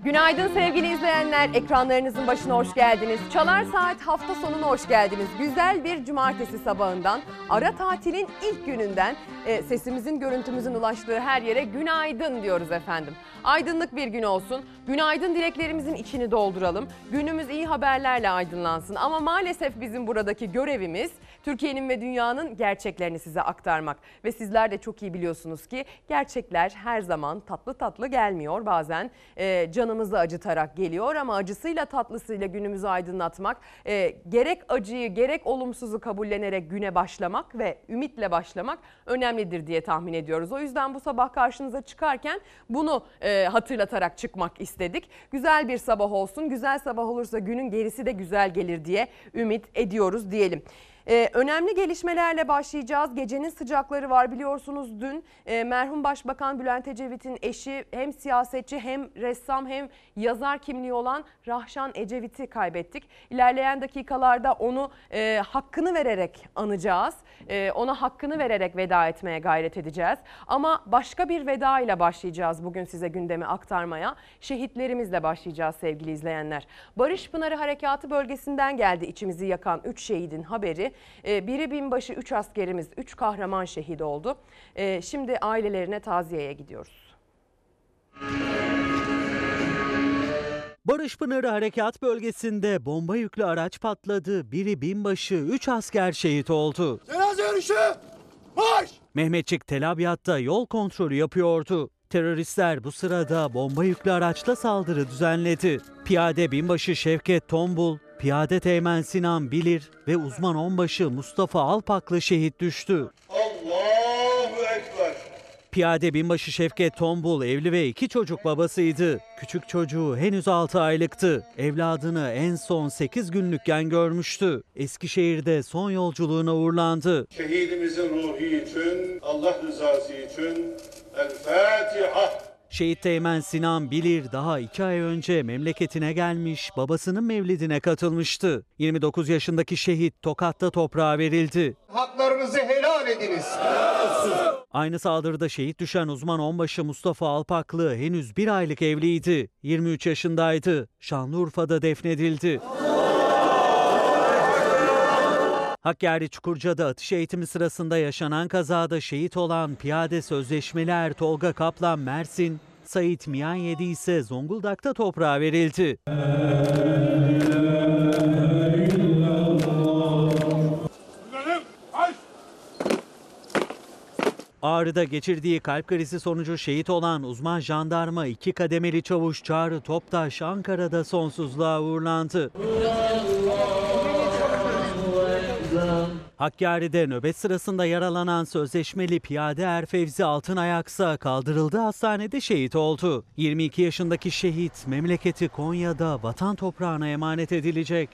Günaydın sevgili izleyenler, ekranlarınızın başına hoş geldiniz. Çalar Saat hafta sonuna hoş geldiniz. Güzel bir cumartesi sabahından, ara tatilin ilk gününden sesimizin, görüntümüzün ulaştığı her yere günaydın diyoruz efendim. Aydınlık bir gün olsun, günaydın dileklerimizin içini dolduralım. Günümüz iyi haberlerle aydınlansın ama maalesef bizim buradaki görevimiz Türkiye'nin ve dünyanın gerçeklerini size aktarmak. Ve sizler de çok iyi biliyorsunuz ki gerçekler her zaman tatlı tatlı gelmiyor. Bazen canımızı acıtarak geliyor ama acısıyla tatlısıyla günümüzü aydınlatmak, gerek acıyı gerek olumsuzu kabullenerek güne başlamak ve ümitle başlamak önemlidir diye tahmin ediyoruz. O yüzden bu sabah karşınıza çıkarken bunu hatırlatarak çıkmak istedik. Güzel bir sabah olsun, güzel sabah olursa günün gerisi de güzel gelir diye ümit ediyoruz diyelim. Önemli gelişmelerle başlayacağız. Gecenin sıcakları var biliyorsunuz. Dün merhum Başbakan Bülent Ecevit'in eşi hem siyasetçi hem ressam hem yazar kimliği olan Rahşan Ecevit'i kaybettik. İlerleyen dakikalarda onu hakkını vererek anacağız. Ona hakkını vererek veda etmeye gayret edeceğiz. Ama başka bir veda ile başlayacağız bugün size gündemi aktarmaya. Şehitlerimizle başlayacağız sevgili izleyenler. Barış Pınarı Harekatı bölgesinden geldi içimizi yakan 3 şehidin haberi. Biri binbaşı, 3 askerimiz, 3 kahraman şehit oldu. Şimdi ailelerine taziyeye gidiyoruz. Barış Pınarı Harekat bölgesinde bomba yüklü araç patladı. Biri binbaşı, 3 asker şehit oldu. Cenaze yürüyüşü! Marş! Mehmetçik Tel Abyad'da yol kontrolü yapıyordu. Teröristler bu sırada bomba yüklü araçla saldırı düzenledi. Piyade binbaşı Şevket Tombul, piyade teğmen Sinan Bilir ve uzman onbaşı Mustafa Alpaklı şehit düştü. Allahu Ekber! Piyade binbaşı Şevket Tombul evli ve 2 çocuk babasıydı. Küçük çocuğu henüz 6 aylıktı. Evladını en son 8 günlükken görmüştü. Eskişehir'de son yolculuğuna uğurlandı. Şehidimizin ruhu için, Allah rızası için El Fatiha. Şehit teğmen Sinan Bilir daha 2 ay önce memleketine gelmiş, babasının mevlidine katılmıştı. 29 yaşındaki şehit Tokat'ta toprağa verildi. Haklarınızı helal ediniz. Aynı saldırıda şehit düşen uzman onbaşı Mustafa Alpaklı henüz 1 aylık evliydi. 23 yaşındaydı. Şanlıurfa'da defnedildi. Hakkari Çukurca'da atış eğitimi sırasında yaşanan kazada şehit olan piyade sözleşmeli Tolga Kaplan Mersin, Sait Miyanyedi ise Zonguldak'ta toprağa verildi. Ağrı'da geçirdiği kalp krizi sonucu şehit olan uzman jandarma 2 kademeli çavuş Çağrı Toptaş Ankara'da sonsuzluğa uğurlandı. Hakkari'de nöbet sırasında yaralanan sözleşmeli piyade Fevzi Altınayaksa kaldırıldığı hastanede şehit oldu. 22 yaşındaki şehit memleketi Konya'da vatan toprağına emanet edilecek.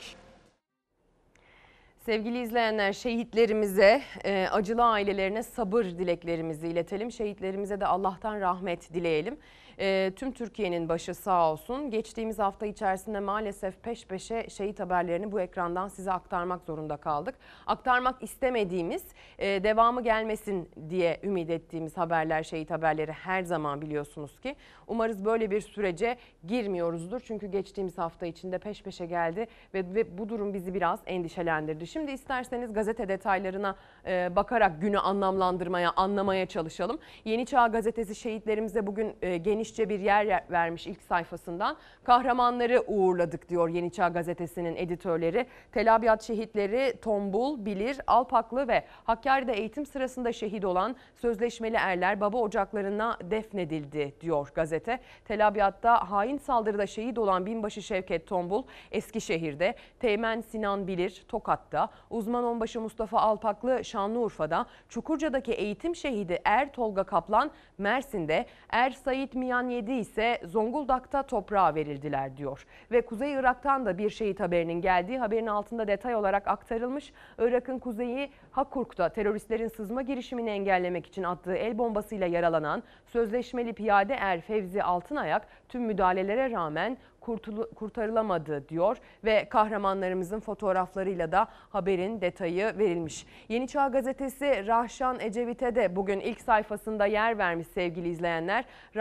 Sevgili izleyenler, şehitlerimize, acılı ailelerine sabır dileklerimizi iletelim. Şehitlerimize de Allah'tan rahmet dileyelim. Tüm Türkiye'nin başı sağ olsun. Geçtiğimiz hafta içerisinde maalesef peş peşe şehit haberlerini bu ekrandan size aktarmak zorunda kaldık. Aktarmak istemediğimiz, devamı gelmesin diye ümit ettiğimiz haberler, şehit haberleri her zaman biliyorsunuz ki. Umarız böyle bir sürece girmiyoruzdur. Çünkü geçtiğimiz hafta içinde peş peşe geldi ve bu durum bizi biraz endişelendirdi. Şimdi isterseniz gazete detaylarına bakarak günü anlamlandırmaya, anlamaya çalışalım. Yeni Çağ Gazetesi şehitlerimize bugün genişçe bir yer vermiş ilk sayfasından. Kahramanları uğurladık diyor Yeni Çağ Gazetesi'nin editörleri. Tel Abyad şehitleri Tombul, Bilir, Alpaklı ve Hakkari'de eğitim sırasında şehit olan sözleşmeli erler baba ocaklarına defnedildi diyor gazete. Tel Abyad'da hain saldırıda şehit olan binbaşı Şevket Tombul Eskişehir'de, teğmen Sinan Bilir Tokat'ta, uzman onbaşı Mustafa Alpaklı Şanlıurfa'da, Çukurca'daki eğitim şehidi Tolga Kaplan Mersin'de, Sait Miyanyedi ise Zonguldak'ta toprağa verildiler diyor. Ve Kuzey Irak'tan da bir şehit haberinin geldiği haberin altında detay olarak aktarılmış. Irak'ın kuzeyi Hakurk'ta teröristlerin sızma girişimini engellemek için attığı el bombasıyla yaralanan sözleşmeli piyade Fevzi Altınayak tüm müdahalelere rağmen kurtarılamadı diyor ve kahramanlarımızın fotoğraflarıyla da haberin detayı verilmiş. Yeni Çağ Gazetesi Rahşan Ecevit'e de bugün ilk sayfasında yer vermiş sevgili izleyenler. Rahşan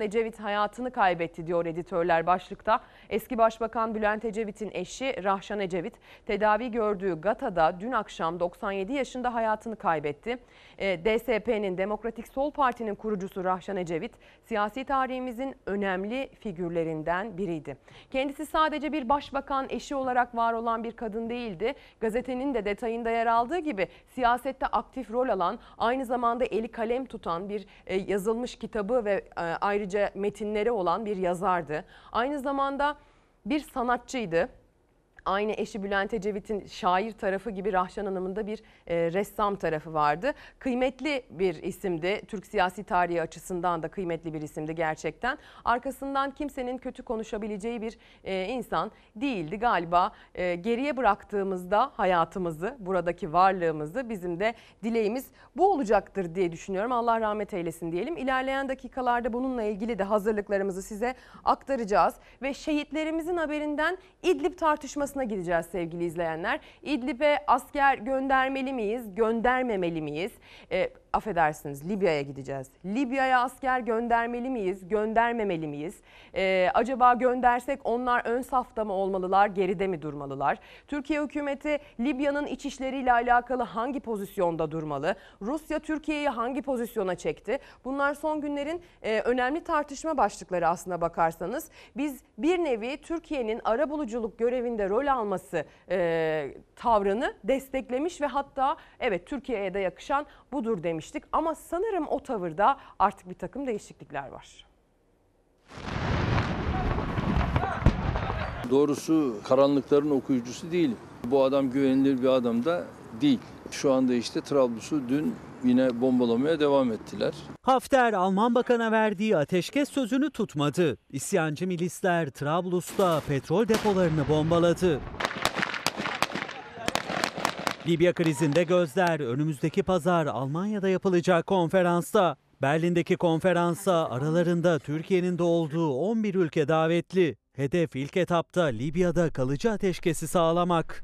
Ecevit hayatını kaybetti diyor editörler başlıkta. Eski Başbakan Bülent Ecevit'in eşi Rahşan Ecevit tedavi gördüğü Gata'da dün akşam 97 yaşında hayatını kaybetti. DSP'nin Demokratik Sol Parti'nin kurucusu Rahşan Ecevit siyasi tarihimizin önemli figürlerinden biriydi. Kendisi sadece bir başbakan eşi olarak var olan bir kadın değildi. Gazetenin de detayında yer aldığı gibi siyasette aktif rol alan, aynı zamanda eli kalem tutan bir yazılmış kitabı ve ayrıca metinleri olan bir yazardı. Aynı zamanda bir sanatçıydı. Aynı eşi Bülent Ecevit'in şair tarafı gibi Rahşan Hanım'ın da bir ressam tarafı vardı. Kıymetli bir isimdi. Türk siyasi tarihi açısından da kıymetli bir isimdi gerçekten. Arkasından kimsenin kötü konuşabileceği bir insan değildi galiba. Geriye bıraktığımızda hayatımızı, buradaki varlığımızı bizim de dileğimiz bu olacaktır diye düşünüyorum. Allah rahmet eylesin diyelim. İlerleyen dakikalarda bununla ilgili de hazırlıklarımızı size aktaracağız. Ve şehitlerimizin haberinden İdlib tartışmasına gideceğiz sevgili izleyenler. İdlib'e asker göndermeli miyiz, göndermemeli miyiz? Affedersiniz, Libya'ya gideceğiz. Libya'ya asker göndermeli miyiz, göndermemeli miyiz? Acaba göndersek onlar ön safta mı olmalılar, geride mi durmalılar? Türkiye hükümeti Libya'nın iç işleriyle alakalı hangi pozisyonda durmalı? Rusya Türkiye'yi hangi pozisyona çekti? Bunlar son günlerin önemli tartışma başlıkları aslına bakarsanız. Biz bir nevi Türkiye'nin arabuluculuk görevinde rol alması tavrını desteklemiş ve hatta evet Türkiye'ye de yakışan budur demiştik. Ama sanırım o tavırda artık bir takım değişiklikler var. Doğrusu karanlıkların okuyucusu değilim. Bu adam güvenilir bir adam da değil. Şu anda işte Trablus'u dün yine bombalamaya devam ettiler. Hafter Alman Bakan'a verdiği ateşkes sözünü tutmadı. İsyancı milisler Trablus'ta petrol depolarını bombaladı. Libya krizinde gözler önümüzdeki pazar Almanya'da yapılacak konferansta. Berlin'deki konferansa aralarında Türkiye'nin de olduğu 11 ülke davetli. Hedef ilk etapta Libya'da kalıcı ateşkesi sağlamak.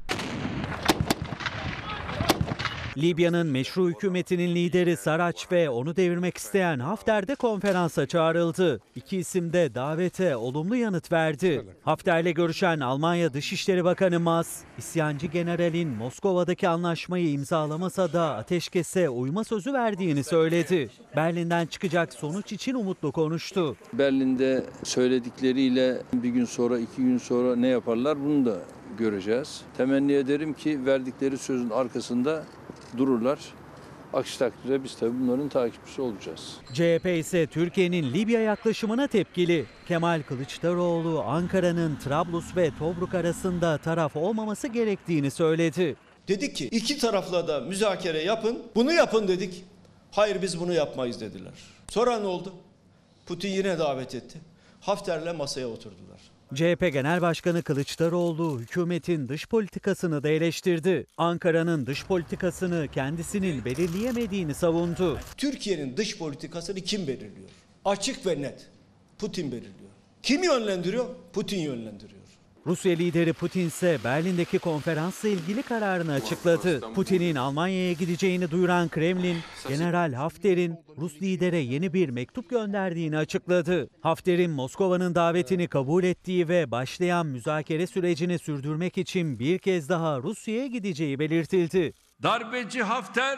Libya'nın meşru hükümetinin lideri Saraç ve onu devirmek isteyen Hafter de konferansa çağrıldı. İki isim de davete olumlu yanıt verdi. Hafter'le görüşen Almanya Dışişleri Bakanı Maas, isyancı generalin Moskova'daki anlaşmayı imzalamasa da ateşkese uyma sözü verdiğini söyledi. Berlin'den çıkacak sonuç için umutlu konuştu. Berlin'de söyledikleriyle bir gün sonra, 2 gün sonra ne yaparlar bunu da göreceğiz. Temenni ederim ki verdikleri sözün arkasında dururlar. Aksi takdirde biz tabii bunların takipçisi olacağız. CHP ise Türkiye'nin Libya yaklaşımına tepkili. Kemal Kılıçdaroğlu Ankara'nın Trablus ve Tobruk arasında taraf olmaması gerektiğini söyledi. Dedik ki iki tarafla da müzakere yapın, bunu yapın dedik. Hayır biz bunu yapmayız dediler. Sonra ne oldu? Putin yine davet etti. Hafter'le masaya oturdular. CHP Genel Başkanı Kılıçdaroğlu hükümetin dış politikasını da eleştirdi. Ankara'nın dış politikasını kendisinin belirleyemediğini savundu. Türkiye'nin dış politikasını kim belirliyor? Açık ve net. Putin belirliyor. Kim yönlendiriyor? Putin yönlendiriyor. Rusya lideri Putin ise Berlin'deki konferansla ilgili kararını açıkladı. Putin'in Almanya'ya gideceğini duyuran Kremlin, General Hafter'in Rus lidere yeni bir mektup gönderdiğini açıkladı. Hafter'in Moskova'nın davetini kabul ettiği ve başlayan müzakere sürecini sürdürmek için bir kez daha Rusya'ya gideceği belirtildi. Darbeci Hafter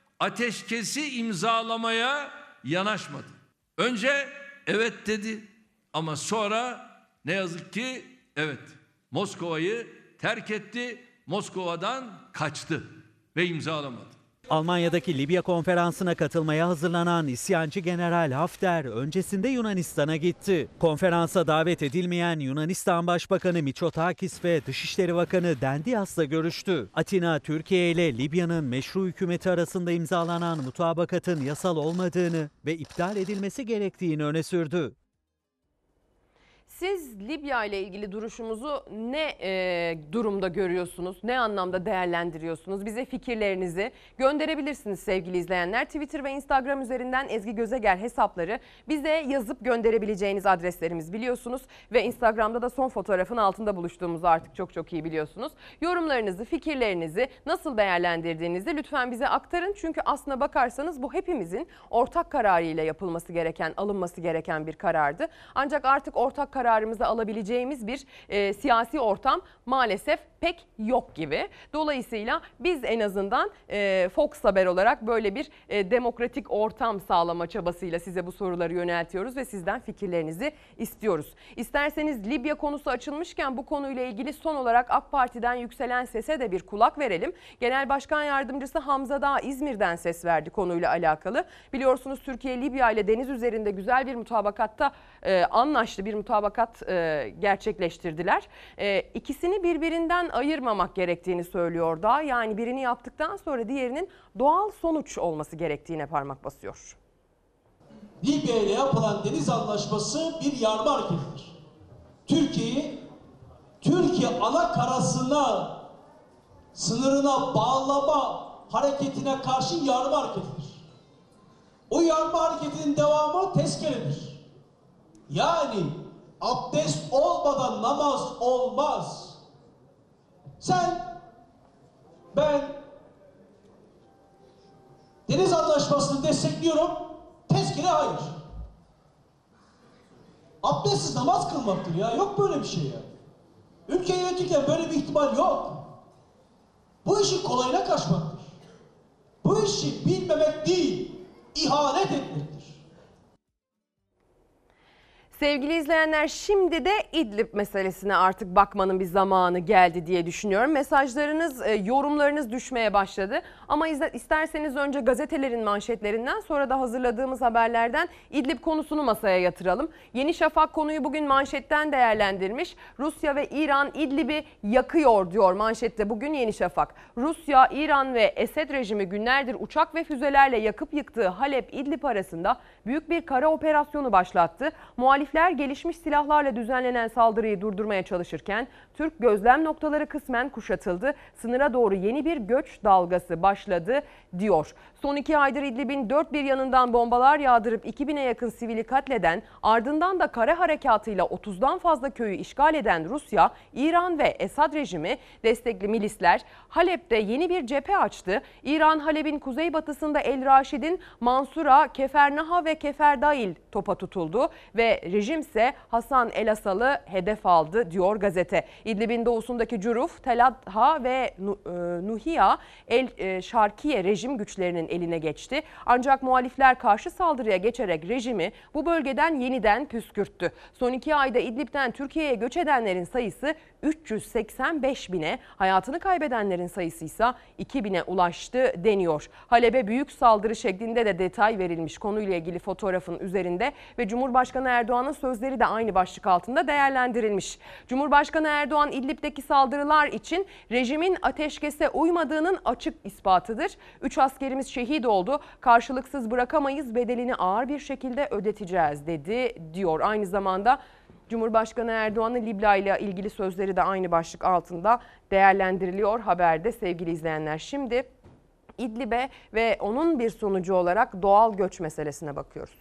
ateşkesi imzalamaya yanaşmadı. Önce evet dedi ama sonra ne yazık ki evet, Moskova'yı terk etti, Moskova'dan kaçtı ve imzalamadı. Almanya'daki Libya konferansına katılmaya hazırlanan isyancı General Hafter öncesinde Yunanistan'a gitti. Konferansa davet edilmeyen Yunanistan Başbakanı Mitsotakis ve Dışişleri Bakanı Dendias'la görüştü. Atina, Türkiye ile Libya'nın meşru hükümeti arasında imzalanan mutabakatın yasal olmadığını ve iptal edilmesi gerektiğini öne sürdü. Siz Libya ile ilgili duruşumuzu ne durumda görüyorsunuz? Ne anlamda değerlendiriyorsunuz? Bize fikirlerinizi gönderebilirsiniz sevgili izleyenler. Twitter ve Instagram üzerinden Ezgi Gözeger hesapları bize yazıp gönderebileceğiniz adreslerimiz biliyorsunuz. Ve Instagram'da da son fotoğrafın altında buluştuğumuzu artık çok iyi biliyorsunuz. Yorumlarınızı, fikirlerinizi nasıl değerlendirdiğinizi lütfen bize aktarın. Çünkü aslına bakarsanız bu hepimizin ortak kararıyla yapılması gereken, alınması gereken bir karardı. Ancak artık ortak kararımızı alabileceğimiz bir siyasi ortam maalesef pek yok gibi. Dolayısıyla biz en azından Fox Haber olarak böyle bir demokratik ortam sağlama çabasıyla size bu soruları yöneltiyoruz ve sizden fikirlerinizi istiyoruz. İsterseniz Libya konusu açılmışken bu konuyla ilgili son olarak AK Parti'den yükselen sese de bir kulak verelim. Genel Başkan Yardımcısı Hamza Dağ İzmir'den ses verdi konuyla alakalı. Biliyorsunuz Türkiye Libya ile deniz üzerinde güzel bir mutabakatta anlaştı. Bir mutabakat gerçekleştirdiler. İkisini birbirinden ayırmamak gerektiğini söylüyor da. Yani birini yaptıktan sonra diğerinin doğal sonuç olması gerektiğine parmak basıyor. Libya ile yapılan deniz anlaşması bir yarma hareketidir. Türkiye ana karasına, sınırına bağlama hareketine karşı yarma hareketidir. O yarma hareketinin devamı tezkeredir. Yani abdest olmadan namaz olmaz. Ben deniz anlaşmasını destekliyorum. Tezkere hayır. Abdestsiz namaz kılmaktır ya. Yok böyle bir şey ya. Ülke yönetirken böyle bir ihtimal yok. Bu işin kolayına kaçmaktır. Bu işi bilmemek değil, ihanet etmektir. Sevgili izleyenler, şimdi de İdlib meselesine artık bakmanın bir zamanı geldi diye düşünüyorum. Mesajlarınız, yorumlarınız düşmeye başladı. Ama isterseniz önce gazetelerin manşetlerinden, sonra da hazırladığımız haberlerden İdlib konusunu masaya yatıralım. Yeni Şafak konuyu bugün manşetten değerlendirmiş. Rusya ve İran İdlib'i yakıyor diyor manşette bugün Yeni Şafak. Rusya, İran ve Esed rejimi günlerdir uçak ve füzelerle yakıp yıktığı Halep-İdlib arasında büyük bir kara operasyonu başlattı. Muhalifler gelişmiş silahlarla düzenlenen saldırıyı durdurmaya çalışırken Türk gözlem noktaları kısmen kuşatıldı. Sınıra doğru yeni bir göç dalgası başladı diyor. Son 2 aydır İdlib'in dört bir yanından bombalar yağdırıp 2000'e yakın sivili katleden, ardından da kara harekatıyla 30'dan fazla köyü işgal eden Rusya, İran ve Esad rejimi destekli milisler Halep'te yeni bir cephe açtı. İran, Halep'in kuzeybatısında El Raşid'in Mansura, Kefernaha ve Keferdail topa tutuldu ve rejim ise Hasan El Asal'ı hedef aldı diyor gazete. İdlib'in doğusundaki Curuf, Tel Adha ve Nuhiya El Şarkiye rejim güçlerinin eline geçti. Ancak muhalifler karşı saldırıya geçerek rejimi bu bölgeden yeniden püskürttü. Son 2 ayda İdlib'den Türkiye'ye göç edenlerin sayısı 385.000'e, hayatını kaybedenlerin sayısı ise 2.000'e ulaştı deniyor. Halep'e büyük saldırı şeklinde de detay verilmiş konuyla ilgili fotoğrafın üzerinde ve Cumhurbaşkanı Erdoğan'ın sözleri de aynı başlık altında değerlendirilmiş. Cumhurbaşkanı Erdoğan, İdlib'deki saldırılar için rejimin ateşkese uymadığının açık ispatıdır. 3 askerimiz şehit oldu. Karşılıksız bırakamayız, bedelini ağır bir şekilde ödeteceğiz dedi diyor. Aynı zamanda Cumhurbaşkanı Erdoğan'ın Libya ile ilgili sözleri de aynı başlık altında değerlendiriliyor haberde sevgili izleyenler. Şimdi İdlib'e ve onun bir sonucu olarak doğal göç meselesine bakıyoruz.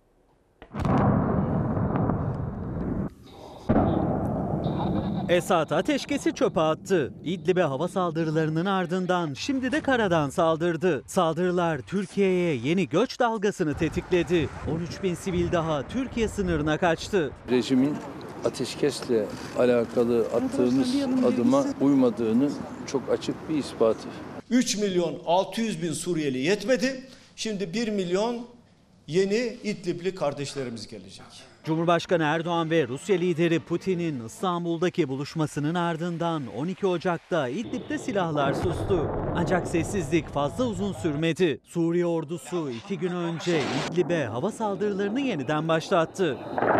Esad ateşkesi çöpe attı. İdlib'e hava saldırılarının ardından şimdi de karadan saldırdı. Saldırılar Türkiye'ye yeni göç dalgasını tetikledi. 13.000 sivil daha Türkiye sınırına kaçtı. Rejimin ateşkesle alakalı attığımız adıma uymadığını çok açık bir ispatı. 3.600.000 Suriyeli yetmedi. Şimdi 1 milyon yeni İdlib'li kardeşlerimiz gelecek. Cumhurbaşkanı Erdoğan ve Rusya lideri Putin'in İstanbul'daki buluşmasının ardından 12 Ocak'ta İdlib'de silahlar sustu. Ancak sessizlik fazla uzun sürmedi. Suriye ordusu 2 gün önce İdlib'e hava saldırılarını yeniden başlattı.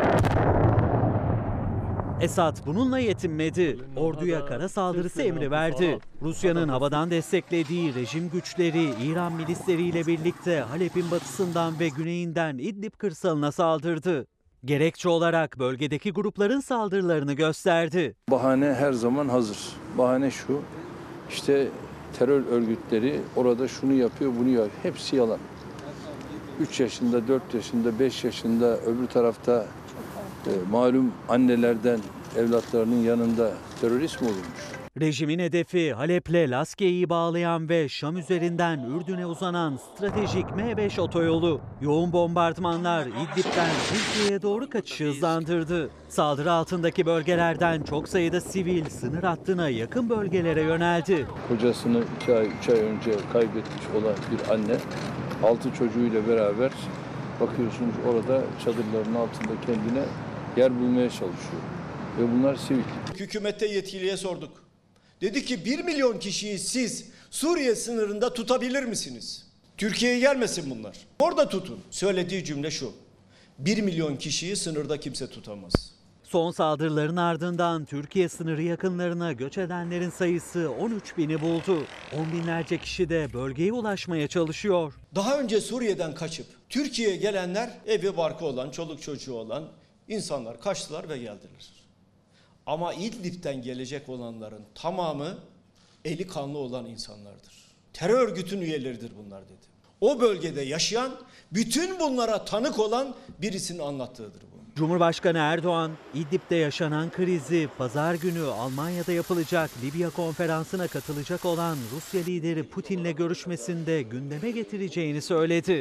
Esad bununla yetinmedi. Orduya kara saldırısı emri verdi. Rusya'nın havadan desteklediği rejim güçleri İran milisleriyle birlikte Halep'in batısından ve güneyinden İdlib kırsalına saldırdı. Gerekçe olarak bölgedeki grupların saldırılarını gösterdi. Bahane her zaman hazır. Bahane şu, işte terör örgütleri orada şunu yapıyor, bunu yapıyor. Hepsi yalan. 3 yaşında, 4 yaşında, 5 yaşında öbür tarafta malum annelerden evlatlarının yanında terörist mi olurmuş? Rejimin hedefi Halep'le Laskiye'yi bağlayan ve Şam üzerinden Ürdün'e uzanan stratejik M5 otoyolu. Yoğun bombardımanlar İdlib'den Türkiye'ye doğru kaçışı hızlandırdı. Saldırı altındaki bölgelerden çok sayıda sivil sınır hattına yakın bölgelere yöneldi. Kocasını 2 ay, 3 ay önce kaybetmiş olan bir anne 6 çocuğuyla beraber bakıyorsunuz orada çadırların altında kendine yer bulmaya çalışıyor. Ve bunlar sivil. Hükümette yetkiliye sorduk. Dedi ki 1 milyon kişiyi siz Suriye sınırında tutabilir misiniz? Türkiye'ye gelmesin bunlar. Orada tutun. Söylediği cümle şu: 1 milyon kişiyi sınırda kimse tutamaz. Son saldırıların ardından Türkiye sınırı yakınlarına göç edenlerin sayısı 13.000'i buldu. 10 binlerce kişi de bölgeye ulaşmaya çalışıyor. Daha önce Suriye'den kaçıp Türkiye'ye gelenler, evi barkı olan, çoluk çocuğu olan insanlar kaçtılar ve geldiler. Ama İdlib'den gelecek olanların tamamı eli kanlı olan insanlardır. Terör örgütün üyeleridir bunlar dedi. O bölgede yaşayan, bütün bunlara tanık olan birisinin anlattığıdır bu. Cumhurbaşkanı Erdoğan, İdlib'de yaşanan krizi pazar günü Almanya'da yapılacak Libya konferansına katılacak olan Rusya lideri Putin'le görüşmesinde gündeme getireceğini söyledi.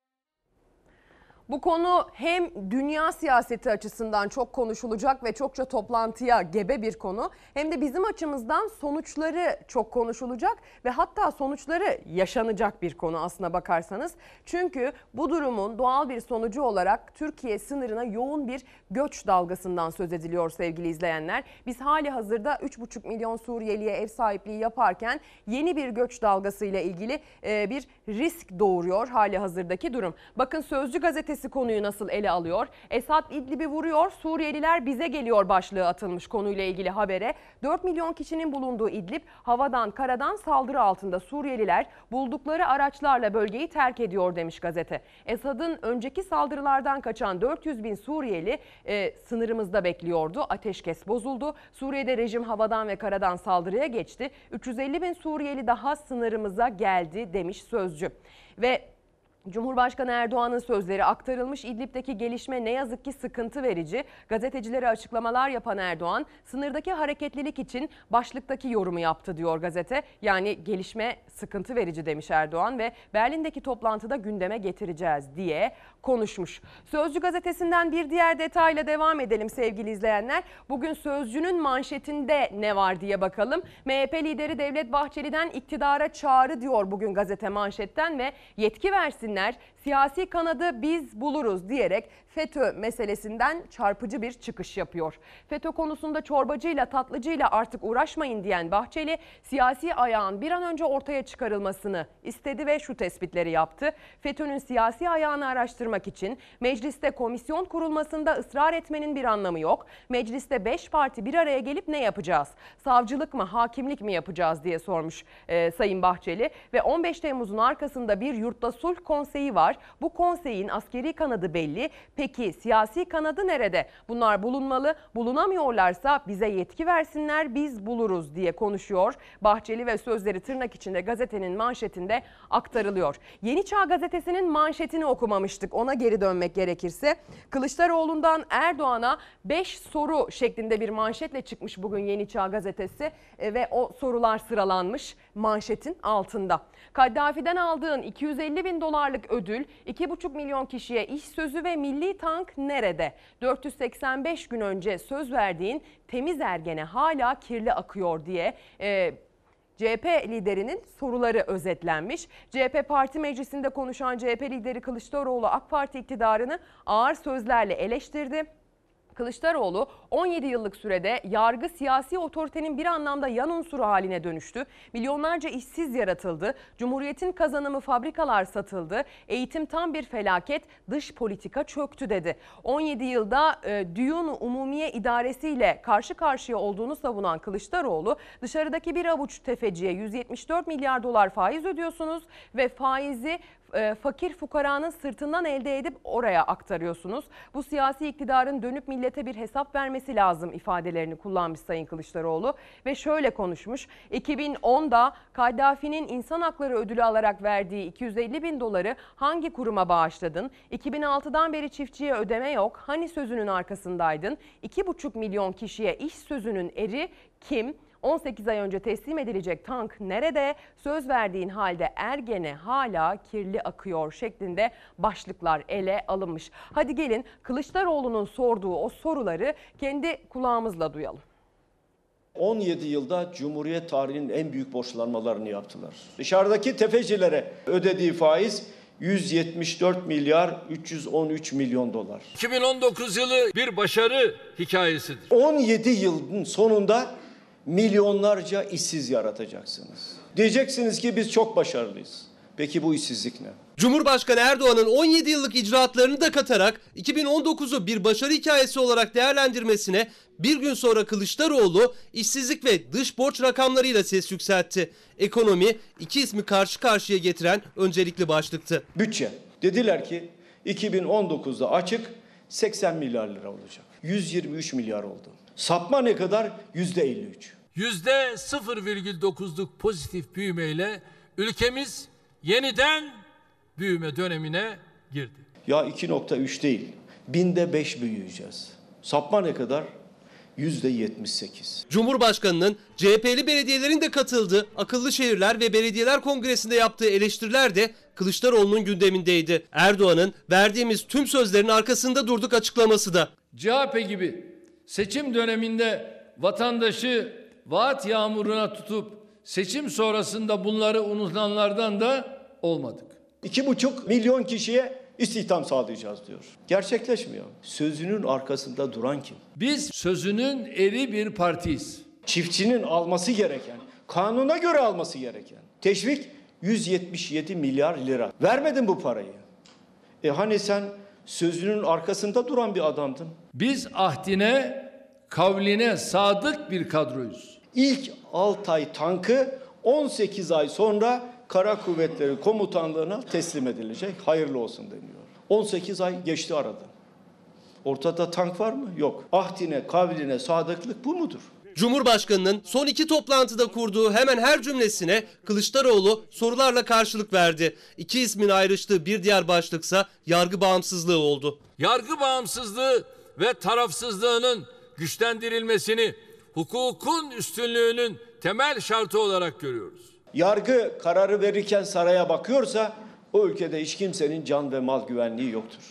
Bu konu hem dünya siyaseti açısından çok konuşulacak ve çokça toplantıya gebe bir konu, hem de bizim açımızdan sonuçları çok konuşulacak ve hatta sonuçları yaşanacak bir konu aslına bakarsanız. Çünkü bu durumun doğal bir sonucu olarak Türkiye sınırına yoğun bir göç dalgasından söz ediliyor sevgili izleyenler. Biz hali hazırda 3,5 milyon Suriyeliye ev sahipliği yaparken yeni bir göç dalgasıyla ilgili bir risk doğuruyor hali hazırdaki durum. Bakın Sözcü gazetesi konuyu nasıl ele alıyor? Esad İdlib'i vuruyor, Suriyeliler bize geliyor başlığı atılmış konuyla ilgili habere. 4 milyon kişinin bulunduğu İdlib, havadan karadan saldırı altında. Suriyeliler buldukları araçlarla bölgeyi terk ediyor demiş gazete. Esad'ın önceki saldırılardan kaçan 400 bin Suriyeli sınırımızda bekliyordu. Ateşkes bozuldu. Suriye'de rejim havadan ve karadan saldırıya geçti. 350 bin Suriyeli daha sınırımıza geldi demiş Sözcü. Ve Cumhurbaşkanı Erdoğan'ın sözleri aktarılmış. İdlib'deki gelişme ne yazık ki sıkıntı verici. Gazetecilere açıklamalar yapan Erdoğan, sınırdaki hareketlilik için başlıktaki yorumu yaptı diyor gazete. Yani gelişme sıkıntı verici demiş Erdoğan ve Berlin'deki toplantıda gündeme getireceğiz diye konuşmuş. Sözcü gazetesinden bir diğer detayla devam edelim sevgili izleyenler. Bugün Sözcü'nün manşetinde ne var diye bakalım. MHP lideri Devlet Bahçeli'den iktidara çağrı diyor bugün gazete manşetten ve yetki versinler, siyasi kanadı biz buluruz diyerek FETÖ meselesinden çarpıcı bir çıkış yapıyor. FETÖ konusunda çorbacıyla tatlıcıyla artık uğraşmayın diyen Bahçeli, siyasi ayağın bir an önce ortaya çıkarılmasını istedi ve şu tespitleri yaptı. FETÖ'nün siyasi ayağını araştırmak için mecliste komisyon kurulmasında ısrar etmenin bir anlamı yok. Mecliste 5 parti bir araya gelip ne yapacağız? Savcılık mı, hakimlik mi yapacağız diye sormuş Sayın Bahçeli. Ve 15 Temmuz'un arkasında bir yurtta sulh konseyi var. Bu konseyin askeri kanadı belli. Peki siyasi kanadı nerede? Bunlar bulunmalı. Bulunamıyorlarsa bize yetki versinler, biz buluruz diye konuşuyor Bahçeli ve sözleri tırnak içinde gazetenin manşetinde aktarılıyor. Yeni Çağ gazetesinin manşetini okumamıştık. Ona geri dönmek gerekirse. Kılıçdaroğlu'ndan Erdoğan'a 5 soru şeklinde bir manşetle çıkmış bugün Yeni Çağ gazetesi ve o sorular sıralanmış manşetin altında. Kaddafi'den aldığın 250 bin dolarlık ödül, 2,5 milyon kişiye iş sözü ve milli tank nerede? 485 gün önce söz verdiğin temiz Ergen'e hala kirli akıyor diye CHP liderinin soruları özetlenmiş. CHP Parti Meclisi'nde konuşan CHP lideri Kılıçdaroğlu AK Parti iktidarını ağır sözlerle eleştirdi. Kılıçdaroğlu 17 yıllık sürede yargı siyasi otoritenin bir anlamda yan unsuru haline dönüştü. Milyonlarca işsiz yaratıldı. Cumhuriyetin kazanımı fabrikalar satıldı. Eğitim tam bir felaket, dış politika çöktü dedi. 17 yılda Düyun-u Umumiye idaresiyle karşı karşıya olduğunu savunan Kılıçdaroğlu, dışarıdaki bir avuç tefeciye 174 milyar dolar faiz ödüyorsunuz ve faizi fakir fukaranın sırtından elde edip oraya aktarıyorsunuz. Bu siyasi iktidarın dönüp millete bir hesap vermesi lazım ifadelerini kullanmış Sayın Kılıçdaroğlu. Ve şöyle konuşmuş: 2010'da Kaddafi'nin insan hakları ödülü alarak verdiği 250 bin doları hangi kuruma bağışladın? 2006'dan beri çiftçiye ödeme yok. Hani sözünün arkasındaydın? 2,5 milyon kişiye iş sözünün eri kim? 18 ay önce teslim edilecek tank nerede? Söz verdiğin halde Ergen'e hala kirli akıyor şeklinde başlıklar ele alınmış. Hadi gelin Kılıçdaroğlu'nun sorduğu o soruları kendi kulağımızla duyalım. 17 yılda Cumhuriyet tarihinin en büyük borçlanmalarını yaptılar. Dışarıdaki tefecilere ödediği faiz 174 milyar 313 milyon dolar. 2019 yılı bir başarı hikayesidir. 17 yılın sonunda milyonlarca işsiz yaratacaksınız. Diyeceksiniz ki biz çok başarılıyız. Peki bu işsizlik ne? Cumhurbaşkanı Erdoğan'ın 17 yıllık icraatlarını da katarak 2019'u bir başarı hikayesi olarak değerlendirmesine bir gün sonra Kılıçdaroğlu işsizlik ve dış borç rakamlarıyla ses yükseltti. Ekonomi iki ismi karşı karşıya getiren öncelikli başlıktı. Bütçe. Dediler ki 2019'da açık 80 milyar lira olacak. 123 milyar oldu. Sapma ne kadar? %53. %0,9'luk pozitif büyümeyle ülkemiz yeniden büyüme dönemine girdi. Ya 2,3 değil, binde 5 büyüyeceğiz. Sapma ne kadar? %78. Cumhurbaşkanının CHP'li belediyelerin de katıldığı Akıllı Şehirler ve Belediyeler Kongresi'nde yaptığı eleştiriler de Kılıçdaroğlu'nun gündemindeydi. Erdoğan'ın verdiğimiz tüm sözlerin arkasında durduk açıklaması da. CHP gibi seçim döneminde vatandaşı vaat yağmuruna tutup seçim sonrasında bunları unutanlardan da olmadık. 2,5 milyon kişiye istihdam sağlayacağız diyor. Gerçekleşmiyor. Sözünün arkasında duran kim? Biz sözünün eri bir partiyiz. Çiftçinin alması gereken, kanuna göre alması gereken teşvik 177 milyar lira. Vermedin bu parayı. Hani sen sözünün arkasında duran bir adamdın. Biz ahdine, kavline sadık bir kadroyuz. İlk Altay tankı 18 ay sonra Kara Kuvvetleri Komutanlığı'na teslim edilecek. Hayırlı olsun deniyor. 18 ay geçti arada. Ortada tank var mı? Yok. Ahdine, kavline sadıklık bu mudur? Cumhurbaşkanının son iki toplantıda kurduğu hemen her cümlesine Kılıçdaroğlu sorularla karşılık verdi. İki ismin ayrıştığı bir diğer başlıksa yargı bağımsızlığı oldu. Yargı bağımsızlığı ve tarafsızlığının güçlendirilmesini hukukun üstünlüğünün temel şartı olarak görüyoruz. Yargı kararı verirken saraya bakıyorsa o ülkede hiç kimsenin can ve mal güvenliği yoktur.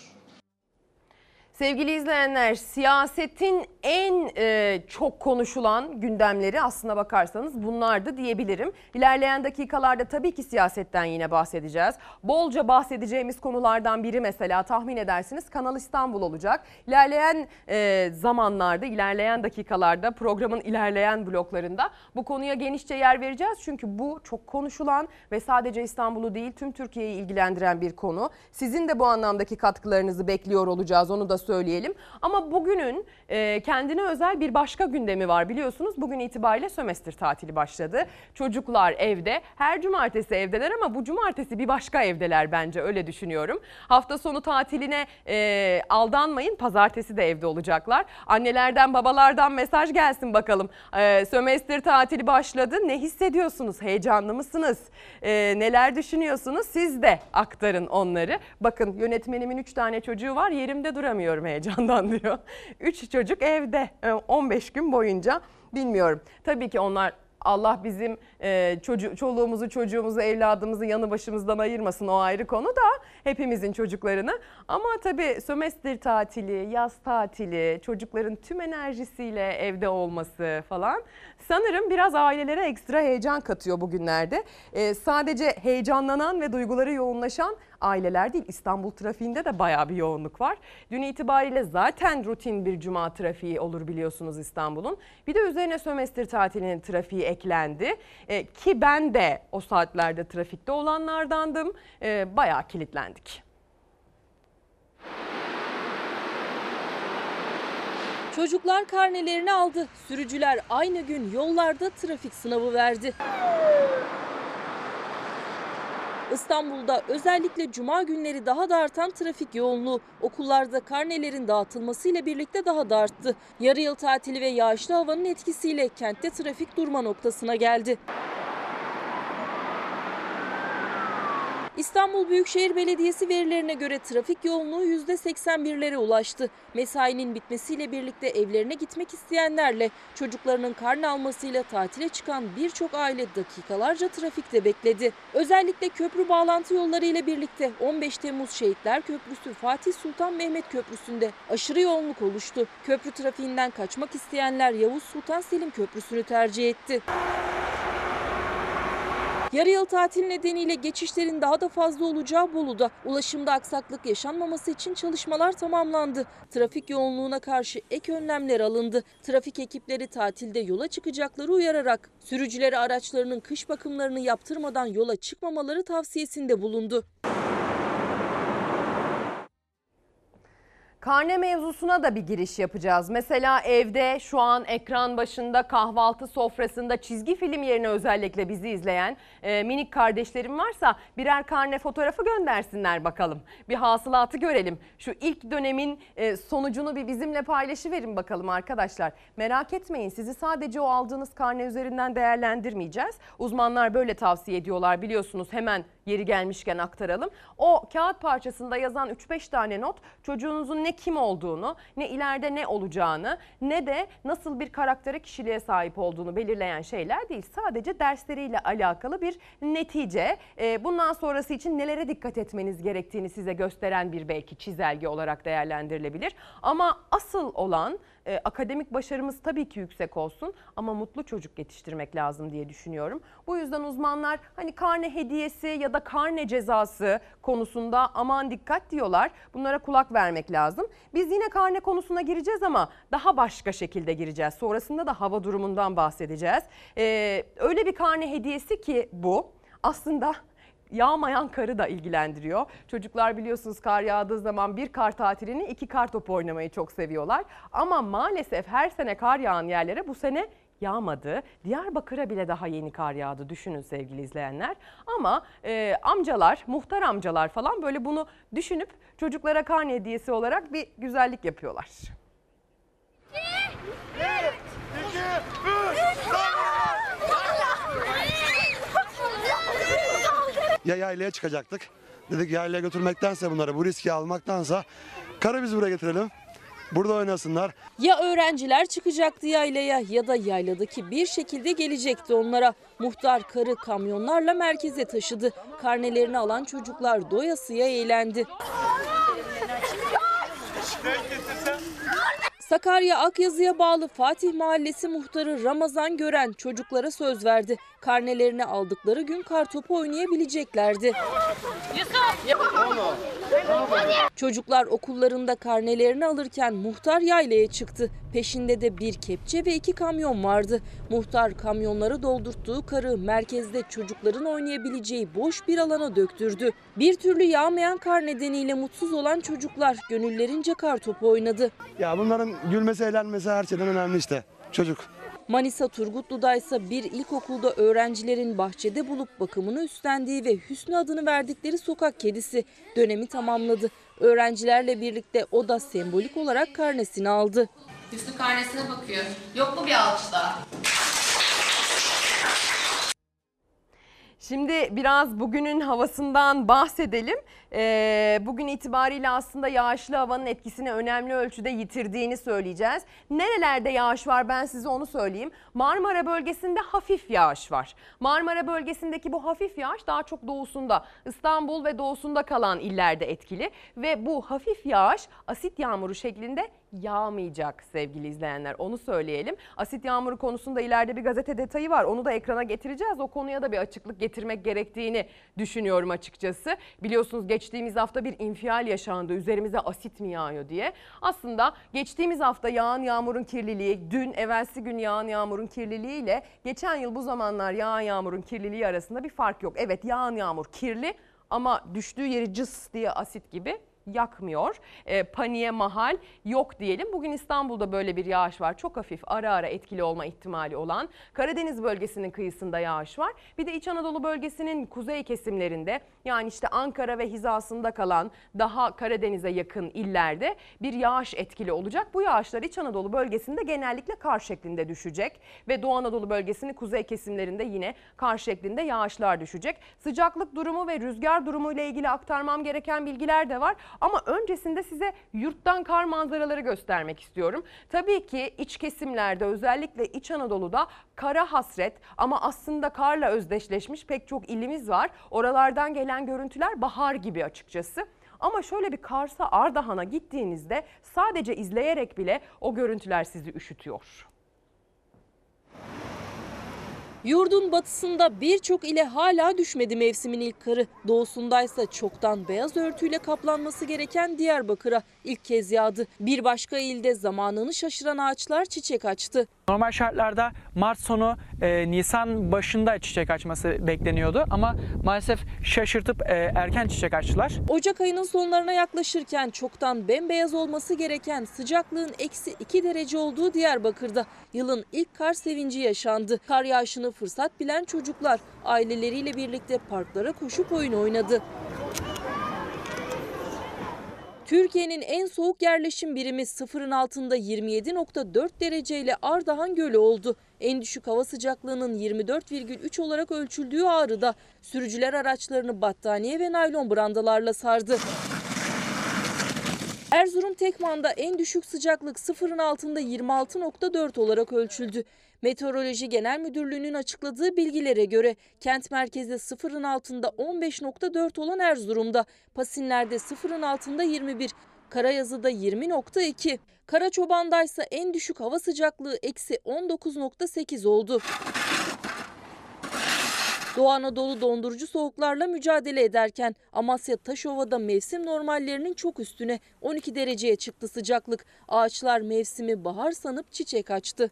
Sevgili izleyenler, siyasetin en çok konuşulan gündemleri aslına bakarsanız bunlardı diyebilirim. İlerleyen dakikalarda tabii ki siyasetten yine bahsedeceğiz. Bolca bahsedeceğimiz konulardan biri mesela tahmin edersiniz Kanal İstanbul olacak. İlerleyen zamanlarda, ilerleyen dakikalarda programın ilerleyen bloklarında bu konuya genişçe yer vereceğiz. Çünkü bu çok konuşulan ve sadece İstanbul'u değil tüm Türkiye'yi ilgilendiren bir konu. Sizin de bu anlamdaki katkılarınızı bekliyor olacağız, onu da söyleyelim. Ama bugünün kendine özel bir başka gündemi var biliyorsunuz. Bugün itibariyle sömestr tatili başladı. Çocuklar evde. Her cumartesi evdeler ama bu cumartesi bir başka evdeler bence, öyle düşünüyorum. Hafta sonu tatiline aldanmayın. Pazartesi de evde olacaklar. Annelerden babalardan mesaj gelsin bakalım. Sömestr tatili başladı. Ne hissediyorsunuz? Heyecanlı mısınız? Neler düşünüyorsunuz? Siz de aktarın onları. Bakın yönetmenimin 3 tane çocuğu var. Yerimde duramıyorum heyecandan diyor. 3 çocuk evde 15 gün boyunca, bilmiyorum. Tabii ki onlar, Allah bizim çoluğumuzu, çocuğumuzu, evladımızı yanı başımızdan ayırmasın, o ayrı konu da, hepimizin çocuklarını. Ama tabii sömestr tatili, yaz tatili, çocukların tüm enerjisiyle evde olması falan sanırım biraz ailelere ekstra heyecan katıyor bugünlerde. Sadece heyecanlanan ve duyguları yoğunlaşan aileler değil, İstanbul trafiğinde de bayağı bir yoğunluk var. Dün itibariyle zaten rutin bir cuma trafiği olur biliyorsunuz İstanbul'un. Bir de üzerine sömestr tatilinin trafiği eklendi. Ki ben de o saatlerde trafikte olanlardandım. Bayağı kilitlendik. Çocuklar karnelerini aldı. Sürücüler aynı gün yollarda trafik sınavı verdi. İstanbul'da özellikle cuma günleri daha da artan trafik yoğunluğu okullarda karnelerin dağıtılmasıyla birlikte daha da arttı. Yarı yıl tatili ve yağışlı havanın etkisiyle kentte trafik durma noktasına geldi. İstanbul Büyükşehir Belediyesi verilerine göre trafik yoğunluğu %81'lere ulaştı. Mesainin bitmesiyle birlikte evlerine gitmek isteyenlerle çocuklarının karne almasıyla tatile çıkan birçok aile dakikalarca trafikte bekledi. Özellikle köprü bağlantı yolları ile birlikte 15 Temmuz Şehitler Köprüsü Fatih Sultan Mehmet Köprüsü'nde aşırı yoğunluk oluştu. Köprü trafiğinden kaçmak isteyenler Yavuz Sultan Selim Köprüsü'nü tercih etti. Yarı yıl tatil nedeniyle geçişlerin daha da fazla olacağı Bolu'da ulaşımda aksaklık yaşanmaması için çalışmalar tamamlandı. Trafik yoğunluğuna karşı ek önlemler alındı. Trafik ekipleri tatilde yola çıkacakları uyararak sürücülere araçlarının kış bakımlarını yaptırmadan yola çıkmamaları tavsiyesinde bulundu. Karne mevzusuna da bir giriş yapacağız. Mesela evde şu an ekran başında kahvaltı sofrasında çizgi film yerine özellikle bizi izleyen minik kardeşlerim varsa birer karne fotoğrafı göndersinler bakalım. Bir hasılatı görelim. Şu ilk dönemin sonucunu bir bizimle paylaşıverin bakalım arkadaşlar. Merak etmeyin, sizi sadece o aldığınız karne üzerinden değerlendirmeyeceğiz. Uzmanlar böyle tavsiye ediyorlar, biliyorsunuz, hemen yeri gelmişken aktaralım. O kağıt parçasında yazan 3-5 tane not çocuğunuzun ne kim olduğunu, ne ileride ne olacağını, ne de nasıl bir karaktere, kişiliğe sahip olduğunu belirleyen şeyler değil. Sadece dersleriyle alakalı bir netice. Bundan sonrası için nelere dikkat etmeniz gerektiğini size gösteren bir belki çizelge olarak değerlendirilebilir. Ama asıl olan akademik başarımız tabii ki yüksek olsun ama mutlu çocuk yetiştirmek lazım diye düşünüyorum. Bu yüzden uzmanlar hani karne hediyesi ya da karne cezası konusunda aman dikkat diyorlar. Bunlara kulak vermek lazım. Biz yine karne konusuna gireceğiz ama daha başka şekilde gireceğiz. Sonrasında da hava durumundan bahsedeceğiz. Öyle bir karne hediyesi ki bu aslında yağmayan karı da ilgilendiriyor. Çocuklar biliyorsunuz kar yağdığı zaman bir kar tatilini 2 kar topu oynamayı çok seviyorlar. Ama maalesef her sene kar yağan yerlere bu sene yağmadı. Diyarbakır'a bile daha yeni kar yağdı, düşünün sevgili izleyenler. Ama amcalar, muhtar amcalar falan böyle bunu düşünüp çocuklara karne hediyesi olarak bir güzellik yapıyorlar. Ya yaylaya çıkacaktık. Dedik yaylaya götürmektense bunları, bu riski almaktansa karı biz buraya getirelim. Burada oynasınlar. Ya öğrenciler çıkacaktı yaylaya ya da yayladaki bir şekilde gelecekti onlara. Muhtar karı kamyonlarla merkeze taşıdı. Karnelerini alan çocuklar doyasıya eğlendi. Sakarya Akyazı'ya bağlı Fatih Mahallesi muhtarı Ramazan Gören çocuklara söz verdi. Karnelerini aldıkları gün kartopu oynayabileceklerdi. Çocuklar okullarında karnelerini alırken muhtar yaylaya çıktı. Peşinde de bir kepçe ve 2 kamyon vardı. Muhtar kamyonları doldurttuğu karı merkezde çocukların oynayabileceği boş bir alana döktürdü. Bir türlü yağmayan kar nedeniyle mutsuz olan çocuklar gönüllerince kartopu oynadı. Ya bunların gülmesi, eğlenmesi her şeyden önemli işte. Çocuk. Manisa Turgutlu'da ise bir ilkokulda öğrencilerin bahçede bulup bakımını üstlendiği ve Hüsnü adını verdikleri sokak kedisi dönemi tamamladı. Öğrencilerle birlikte o da sembolik olarak karnesini aldı. Hüsnü karnesine bakıyor. Yok mu bir alkış daha? Şimdi biraz bugünün havasından bahsedelim. Bugün itibariyle aslında yağışlı havanın etkisini önemli ölçüde yitirdiğini söyleyeceğiz. Nerelerde yağış var ben size onu söyleyeyim. Marmara bölgesinde hafif yağış var. Marmara bölgesindeki bu hafif yağış daha çok doğusunda, İstanbul ve doğusunda kalan illerde etkili. Ve bu hafif yağış asit yağmuru şeklinde yağmayacak sevgili izleyenler, onu söyleyelim. Asit yağmuru konusunda ileride bir gazete detayı var, onu da ekrana getireceğiz. O konuya da bir açıklık getirmek gerektiğini düşünüyorum açıkçası. Biliyorsunuz geçtiğimiz hafta bir infial yaşandı, üzerimize asit mi yağıyor diye. Aslında geçtiğimiz hafta yağan yağmurun kirliliği, dün evvelsi gün yağan yağmurun kirliliği ile geçen yıl bu zamanlar yağan yağmurun kirliliği arasında bir fark yok. Evet, yağan yağmur kirli ama düştüğü yeri cıs diye asit gibi yakmıyor. Paniğe mahal yok diyelim. Bugün İstanbul'da böyle bir yağış var. Çok hafif, ara ara etkili olma ihtimali olan. Karadeniz bölgesinin kıyısında yağış var. Bir de İç Anadolu bölgesinin kuzey kesimlerinde, yani işte Ankara ve hizasında kalan daha Karadeniz'e yakın illerde bir yağış etkili olacak. Bu yağışlar İç Anadolu bölgesinde genellikle kar şeklinde düşecek ve Doğu Anadolu bölgesinin kuzey kesimlerinde yine kar şeklinde yağışlar düşecek. Sıcaklık durumu ve rüzgar durumu ile ilgili aktarmam gereken bilgiler de var. Ama öncesinde size yurttan kar manzaraları göstermek istiyorum. Tabii ki iç kesimlerde, özellikle İç Anadolu'da kara hasret ama aslında karla özdeşleşmiş pek çok ilimiz var. Oralardan gelen görüntüler bahar gibi açıkçası. Ama şöyle bir Kars'a, Ardahan'a gittiğinizde sadece izleyerek bile o görüntüler sizi üşütüyor. Yurdun batısında birçok ile hala düşmedi mevsimin ilk karı. Doğusundaysa çoktan beyaz örtüyle kaplanması gereken Diyarbakır'a ilk kez yağdı. Bir başka ilde zamanını şaşıran ağaçlar çiçek açtı. Normal şartlarda Mart sonu Nisan başında çiçek açması bekleniyordu ama maalesef şaşırtıp erken çiçek açtılar. Ocak ayının sonlarına yaklaşırken çoktan bembeyaz olması gereken sıcaklığın -2 derece olduğu Diyarbakır'da yılın ilk kar sevinci yaşandı. Kar yağışını fırsat bilen çocuklar aileleriyle birlikte parklara koşup oyun oynadı. Türkiye'nin en soğuk yerleşim birimi sıfırın altında 27,4 dereceyle Ardahan Gölü oldu. En düşük hava sıcaklığının 24,3 olarak ölçüldüğü Ağrı'da sürücüler araçlarını battaniye ve naylon brandalarla sardı. Erzurum Tekman'da en düşük sıcaklık sıfırın altında 26,4 olarak ölçüldü. Meteoroloji Genel Müdürlüğü'nün açıkladığı bilgilere göre kent merkezde sıfırın altında 15,4 olan Erzurum'da, Pasinler'de sıfırın altında 21, Karayazı'da 20,2. Karaçoban'daysa en düşük hava sıcaklığı -19,8 oldu. Doğu Anadolu dondurucu soğuklarla mücadele ederken Amasya Taşova'da mevsim normallerinin çok üstüne 12 dereceye çıktı sıcaklık. Ağaçlar mevsimi bahar sanıp çiçek açtı.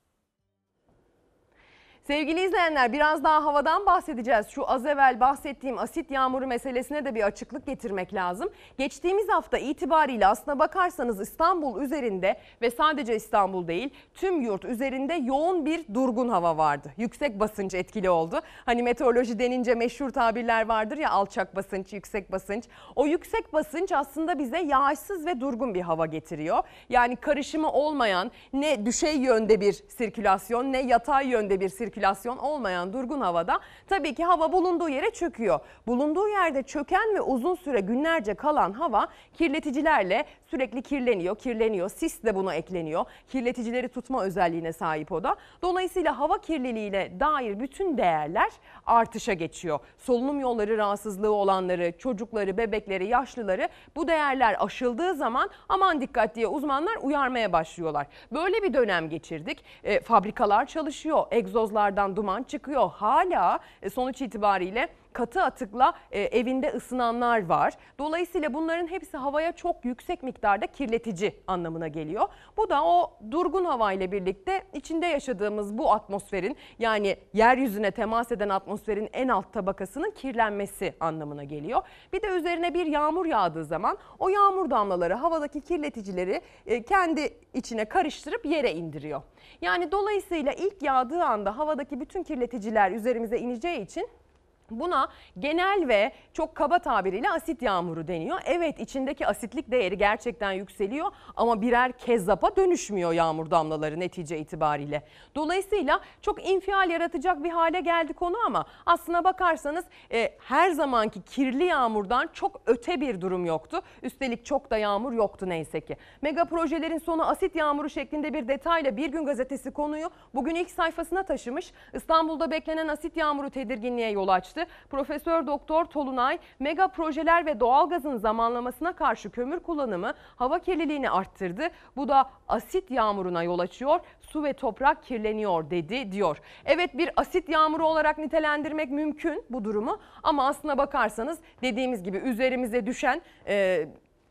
Sevgili izleyenler, biraz daha havadan bahsedeceğiz. Şu az evvel bahsettiğim asit yağmuru meselesine de bir açıklık getirmek lazım. Geçtiğimiz hafta itibariyle aslına bakarsanız İstanbul üzerinde ve sadece İstanbul değil tüm yurt üzerinde yoğun bir durgun hava vardı. Yüksek basınç etkili oldu. Hani meteoroloji denince meşhur tabirler vardır ya, alçak basınç, yüksek basınç. O yüksek basınç aslında bize yağışsız ve durgun bir hava getiriyor. Yani karışımı olmayan, ne düşey yönde bir sirkülasyon ne yatay yönde bir sirkülasyon olmayan durgun havada tabii ki hava bulunduğu yere çöküyor. Bulunduğu yerde çöken ve uzun süre günlerce kalan hava kirleticilerle sürekli kirleniyor. Sis de buna ekleniyor. Kirleticileri tutma özelliğine sahip o da. Dolayısıyla hava kirliliğine dair bütün değerler artışa geçiyor. Solunum yolları rahatsızlığı olanları, çocukları, bebekleri, yaşlıları bu değerler aşıldığı zaman aman dikkat diye uzmanlar uyarmaya başlıyorlar. Böyle bir dönem geçirdik. Fabrikalar çalışıyor, egzozlardan duman çıkıyor. Hala sonuç itibariyle katı atıkla evinde ısınanlar var. Dolayısıyla bunların hepsi havaya çok yüksek miktarda kirletici anlamına geliyor. Bu da o durgun havayla birlikte içinde yaşadığımız bu atmosferin, yani yeryüzüne temas eden atmosferin en alt tabakasının kirlenmesi anlamına geliyor. Bir de üzerine bir yağmur yağdığı zaman o yağmur damlaları havadaki kirleticileri kendi içine karıştırıp yere indiriyor. Yani dolayısıyla ilk yağdığı anda havadaki bütün kirleticiler üzerimize ineceği için buna genel ve çok kaba tabiriyle asit yağmuru deniyor. Evet, içindeki asitlik değeri gerçekten yükseliyor ama birer kezzapa dönüşmüyor yağmur damlaları netice itibariyle. Dolayısıyla çok infial yaratacak bir hale geldi konu ama aslına bakarsanız her zamanki kirli yağmurdan çok öte bir durum yoktu. Üstelik çok da yağmur yoktu neyse ki. Mega projelerin sonu asit yağmuru şeklinde bir detayla Bir Gün Gazetesi konuyu bugün ilk sayfasına taşımış. İstanbul'da beklenen asit yağmuru tedirginliğe yol açtı. Profesör Doktor Tolunay, mega projeler ve doğalgazın zamanlamasına karşı kömür kullanımı hava kirliliğini arttırdı. Bu da asit yağmuruna yol açıyor. Su ve toprak kirleniyor dedi diyor. Evet, bir asit yağmuru olarak nitelendirmek mümkün bu durumu ama aslına bakarsanız dediğimiz gibi üzerimize düşen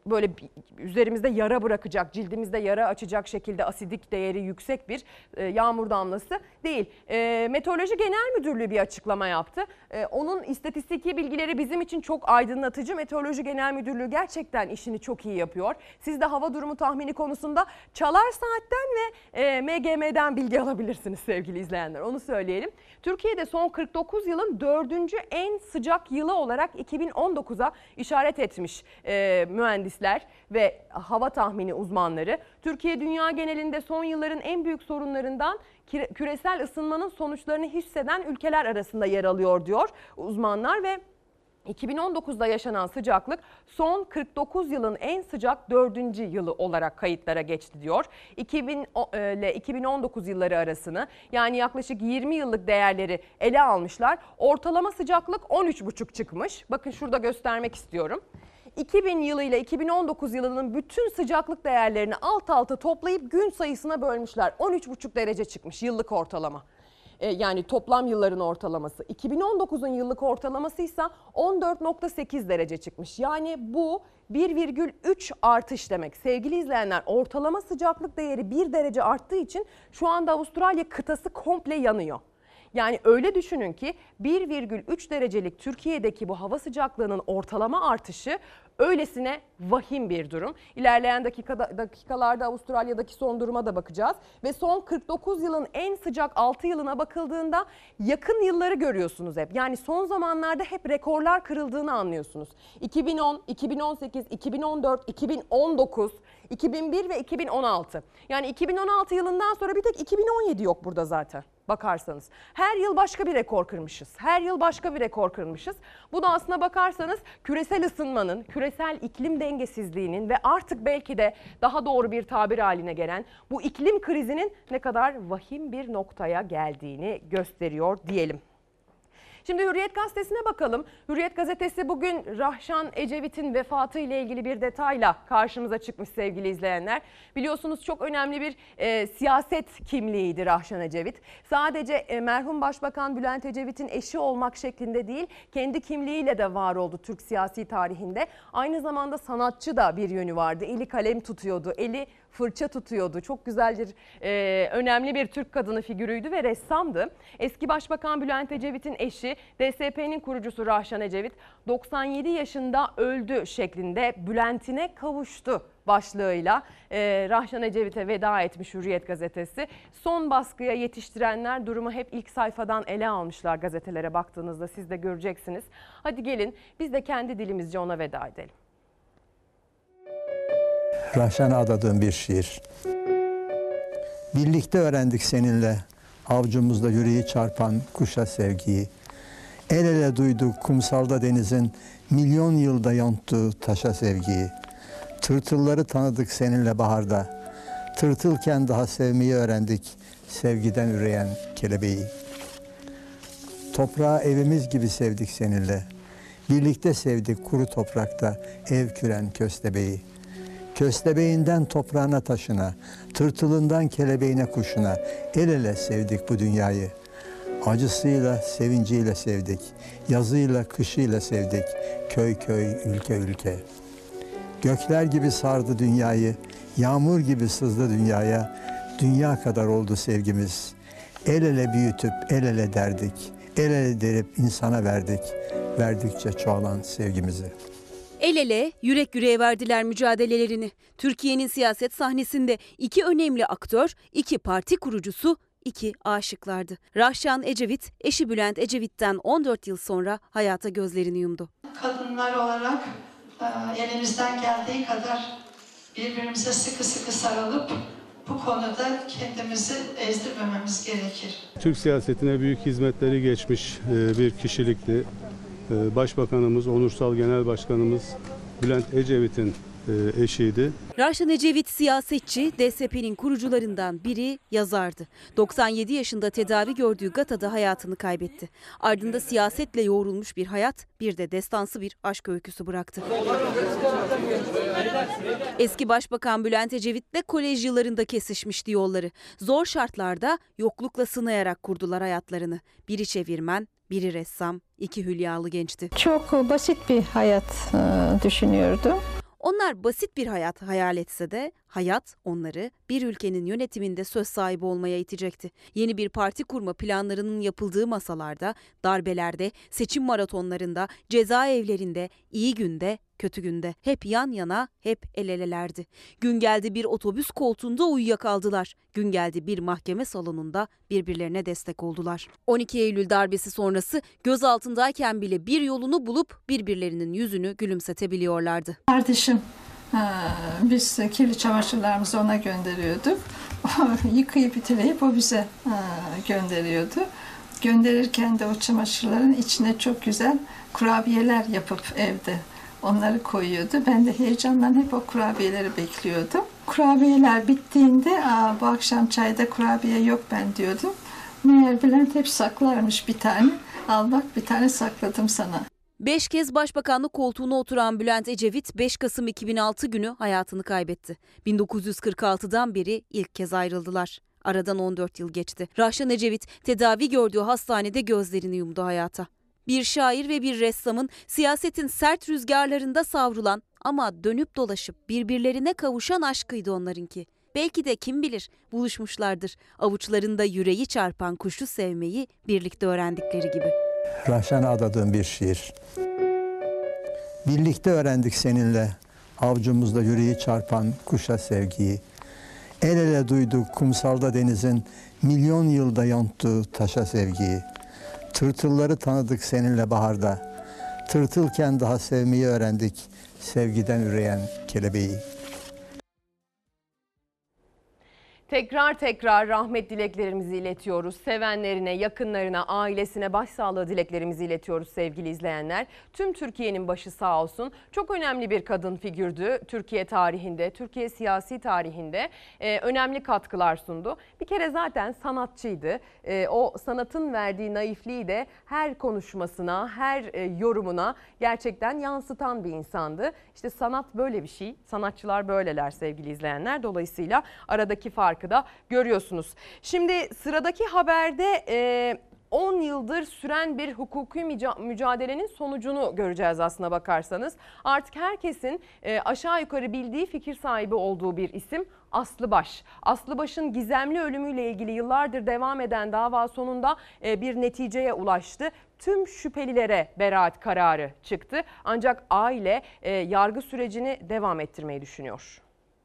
böyle üzerimizde yara bırakacak, cildimizde yara açacak şekilde asidik değeri yüksek bir yağmur damlası değil. Meteoroloji Genel Müdürlüğü bir açıklama yaptı. Onun istatistiki bilgileri bizim için çok aydınlatıcı. Meteoroloji Genel Müdürlüğü gerçekten işini çok iyi yapıyor. Siz de hava durumu tahmini konusunda Çalar Saat'ten ve MGM'den bilgi alabilirsiniz sevgili izleyenler. Onu söyleyelim. Türkiye'de son 49 yılın 4. en sıcak yılı olarak 2019'a işaret etmiş mühendisler ve hava tahmini uzmanları. Türkiye dünya genelinde son yılların en büyük sorunlarından küresel ısınmanın sonuçlarını hisseden ülkeler arasında yer alıyor diyor uzmanlar ve 2019'da yaşanan sıcaklık son 49 yılın en sıcak 4. yılı olarak kayıtlara geçti diyor. 2000 ile 2019 yılları arasını yani yaklaşık 20 yıllık değerleri ele almışlar. Ortalama sıcaklık 13,5 çıkmış. Bakın şurada göstermek istiyorum. 2000 yılı ile 2019 yılının bütün sıcaklık değerlerini alt alta toplayıp gün sayısına bölmüşler. 13,5 derece çıkmış yıllık ortalama. Yani toplam yılların ortalaması. 2019'un yıllık ortalaması ise 14,8 derece çıkmış. Yani bu 1,3 artış demek. Sevgili izleyenler, ortalama sıcaklık değeri 1 derece arttığı için şu anda Avustralya kıtası komple yanıyor. Yani öyle düşünün ki 1,3 derecelik Türkiye'deki bu hava sıcaklığının ortalama artışı öylesine vahim bir durum. İlerleyen dakikalarda Avustralya'daki son duruma da bakacağız. Ve son 49 yılın en sıcak 6 yılına bakıldığında yakın yılları görüyorsunuz hep. Yani son zamanlarda hep rekorlar kırıldığını anlıyorsunuz. 2010, 2018, 2014, 2019, 2001 ve 2016. Yani 2016 yılından sonra bir tek 2017 yok burada zaten. Bakarsanız her yıl başka bir rekor kırmışız. Her yıl başka bir rekor kırmışız. Bu da aslına bakarsanız küresel ısınmanın, küresel iklim dengesizliğinin ve artık belki de daha doğru bir tabir haline gelen bu iklim krizinin ne kadar vahim bir noktaya geldiğini gösteriyor diyelim. Şimdi Hürriyet Gazetesi'ne bakalım. Hürriyet Gazetesi bugün Rahşan Ecevit'in vefatı ile ilgili bir detayla karşımıza çıkmış sevgili izleyenler. Biliyorsunuz çok önemli bir siyaset kimliğiydi Rahşan Ecevit. Sadece merhum Başbakan Bülent Ecevit'in eşi olmak şeklinde değil, kendi kimliğiyle de var oldu Türk siyasi tarihinde. Aynı zamanda sanatçı da bir yönü vardı. Eli kalem tutuyordu, eli fırça tutuyordu. Çok güzel bir, önemli bir Türk kadını figürüydü ve ressamdı. Eski Başbakan Bülent Ecevit'in eşi, DSP'nin kurucusu Rahşan Ecevit, 97 yaşında öldü şeklinde Bülent'ine kavuştu başlığıyla Rahşan Ecevit'e veda etmiş Hürriyet Gazetesi. Son baskıya yetiştirenler durumu hep ilk sayfadan ele almışlar gazetelere baktığınızda siz de göreceksiniz. Hadi gelin biz de kendi dilimizce ona veda edelim. Rahşan'a adadığım bir şiir. Birlikte öğrendik seninle avcumuzda yüreği çarpan kuşa sevgiyi. El ele duyduk kumsalda denizin milyon yılda yonttuğu taşa sevgiyi. Tırtılları tanıdık seninle baharda. Tırtılken daha sevmeyi öğrendik sevgiden üreyen kelebeği. Toprağı evimiz gibi sevdik seninle. Birlikte sevdik kuru toprakta ev küren köstebeği. Köstebeğinden toprağına taşına, tırtılından kelebeğine kuşuna el ele sevdik bu dünyayı. Acısıyla, sevinciyle sevdik, yazıyla, kışıyla sevdik, köy köy, ülke ülke. Gökler gibi sardı dünyayı, yağmur gibi sızdı dünyaya, dünya kadar oldu sevgimiz. El ele büyütüp el ele derdik, el ele derip insana verdik, verdikçe çoğalan sevgimizi. El ele, yürek yüreğe verdiler mücadelelerini. Türkiye'nin siyaset sahnesinde iki önemli aktör, iki parti kurucusu, iki aşıklardı. Rahşan Ecevit, eşi Bülent Ecevit'ten 14 yıl sonra hayata gözlerini yumdu. Kadınlar olarak elimizden geldiği kadar birbirimize sıkı sıkı sarılıp bu konuda kendimizi ezdirmememiz gerekir. Türk siyasetine büyük hizmetleri geçmiş bir kişilikti. Başbakanımız, Onursal Genel Başkanımız Bülent Ecevit'in eşiydi. Rahşan Ecevit siyasetçi, DSP'nin kurucularından biri, yazardı. 97 yaşında tedavi gördüğü Gata'da hayatını kaybetti. Ardında siyasetle yoğrulmuş bir hayat, bir de destansı bir aşk öyküsü bıraktı. Eski Başbakan Bülent Ecevit'le kolej yıllarında kesişmişti yolları. Zor şartlarda yoklukla sınayarak kurdular hayatlarını. Biri çevirmen, biri ressam, iki hülyalı gençti. Çok basit bir hayat düşünüyordu. Onlar basit bir hayat hayal etse de hayat onları bir ülkenin yönetiminde söz sahibi olmaya itecekti. Yeni bir parti kurma planlarının yapıldığı masalarda, darbelerde, seçim maratonlarında, cezaevlerinde, iyi günde, kötü günde hep yan yana, hep el elelerdi. Gün geldi bir otobüs koltuğunda uyuyakaldılar. Gün geldi bir mahkeme salonunda birbirlerine destek oldular. 12 Eylül darbesi sonrası gözaltındayken bile bir yolunu bulup birbirlerinin yüzünü gülümsetebiliyorlardı. Kardeşim, biz kirli çamaşırlarımızı ona gönderiyorduk. Yıkayıp ütüleyip o bize gönderiyordu. Gönderirken de o çamaşırların içine çok güzel kurabiyeler yapıp evde onları koyuyordu. Ben de heyecanla hep o kurabiyeleri bekliyordum. Kurabiyeler bittiğinde bu akşam çayda kurabiye yok ben diyordum. Meğer Bülent hep saklarmış bir tane. Al bak bir tane sakladım sana. 5 kez başbakanlık koltuğuna oturan Bülent Ecevit 5 Kasım 2006 günü hayatını kaybetti. 1946'dan beri ilk kez ayrıldılar. Aradan 14 yıl geçti. Rahşan Ecevit tedavi gördüğü hastanede gözlerini yumdu hayata. Bir şair ve bir ressamın siyasetin sert rüzgarlarında savrulan ama dönüp dolaşıp birbirlerine kavuşan aşkıydı onlarınki. Belki de kim bilir buluşmuşlardır. Avuçlarında yüreği çarpan kuşu sevmeyi birlikte öğrendikleri gibi. Rahşan'a adadığım bir şiir. Birlikte öğrendik seninle avcumuzda yüreği çarpan kuşa sevgiyi. El ele duyduk kumsalda denizin milyon yılda yonttuğu taşa sevgiyi. Tırtılları tanıdık seninle baharda. Tırtılken daha sevmeyi öğrendik sevgiden üreyen kelebeği. Tekrar rahmet dileklerimizi iletiyoruz. Sevenlerine, yakınlarına, ailesine başsağlığı dileklerimizi iletiyoruz sevgili izleyenler. Tüm Türkiye'nin başı sağ olsun. Çok önemli bir kadın figürdü Türkiye tarihinde, Türkiye siyasi tarihinde önemli katkılar sundu. Bir kere zaten sanatçıydı. O sanatın verdiği naifliği de her konuşmasına, her yorumuna gerçekten yansıtan bir insandı. İşte sanat böyle bir şey. Sanatçılar böyleler sevgili izleyenler. Dolayısıyla aradaki farkı da görüyorsunuz. Şimdi sıradaki haberde 10 yıldır süren bir hukuki mücadelenin sonucunu göreceğiz aslına bakarsanız. Artık herkesin aşağı yukarı bildiği, fikir sahibi olduğu bir isim Aslı Baş. Aslı Baş'ın gizemli ölümüyle ilgili yıllardır devam eden dava sonunda bir neticeye ulaştı. Tüm şüphelilere beraat kararı çıktı. Ancak aile yargı sürecini devam ettirmeyi düşünüyor.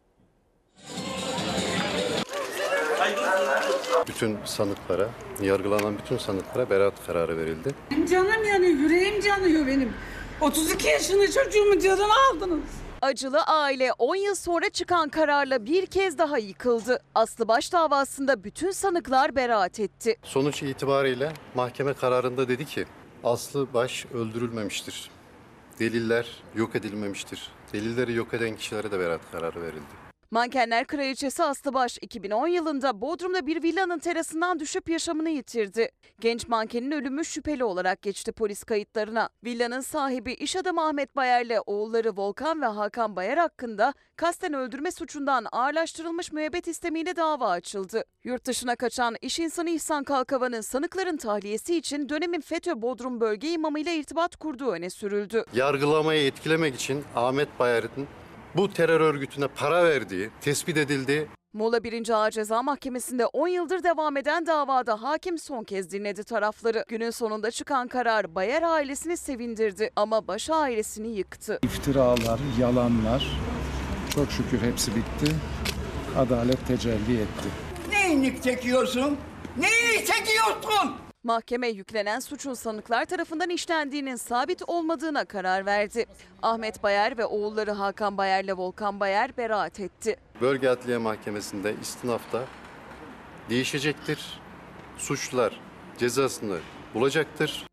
Bütün sanıklara, yargılanan bütün sanıklara beraat kararı verildi. Canım yanıyor, yüreğim yanıyor benim. 32 yaşında çocuğumu canına aldınız. Acılı aile 10 yıl sonra çıkan kararla bir kez daha yıkıldı. Aslı Baş davasında bütün sanıklar beraat etti. Sonuç itibariyle mahkeme kararında dedi ki Aslı Baş öldürülmemiştir. Deliller yok edilmemiştir. Delilleri yok eden kişilere de beraat kararı verildi. Mankenler kraliçesi Aslı Baş 2010 yılında Bodrum'da bir villanın terasından düşüp yaşamını yitirdi. Genç mankenin ölümü şüpheli olarak geçti polis kayıtlarına. Villanın sahibi iş adamı Ahmet Bayar'le oğulları Volkan ve Hakan Bayar hakkında kasten öldürme suçundan ağırlaştırılmış müebbet istemiyle dava açıldı. Yurt dışına kaçan iş insanı İhsan Kalkavan'ın sanıkların tahliyesi için dönemin FETÖ Bodrum Bölge İmamı ile irtibat kurduğu öne sürüldü. Yargılamayı etkilemek için Ahmet Bayar'ın bu terör örgütüne para verdiği tespit edildi. Muğla 1. Ağır Ceza Mahkemesi'nde 10 yıldır devam eden davada hakim son kez dinledi tarafları. Günün sonunda çıkan karar Bayar ailesini sevindirdi ama Baş ailesini yıktı. İftiralar, yalanlar çok şükür hepsi bitti. Adalet tecelli etti. Neyini çekiyorsun? Neyini çekiyorsun? Mahkeme yüklenen suçun sanıklar tarafından işlendiğinin sabit olmadığına karar verdi. Ahmet Bayar ve oğulları Hakan Bayar'la Volkan Bayar beraat etti. Bölge Adliye Mahkemesi'nde istinafta değişecektir. Suçlular cezasını bulacaktır.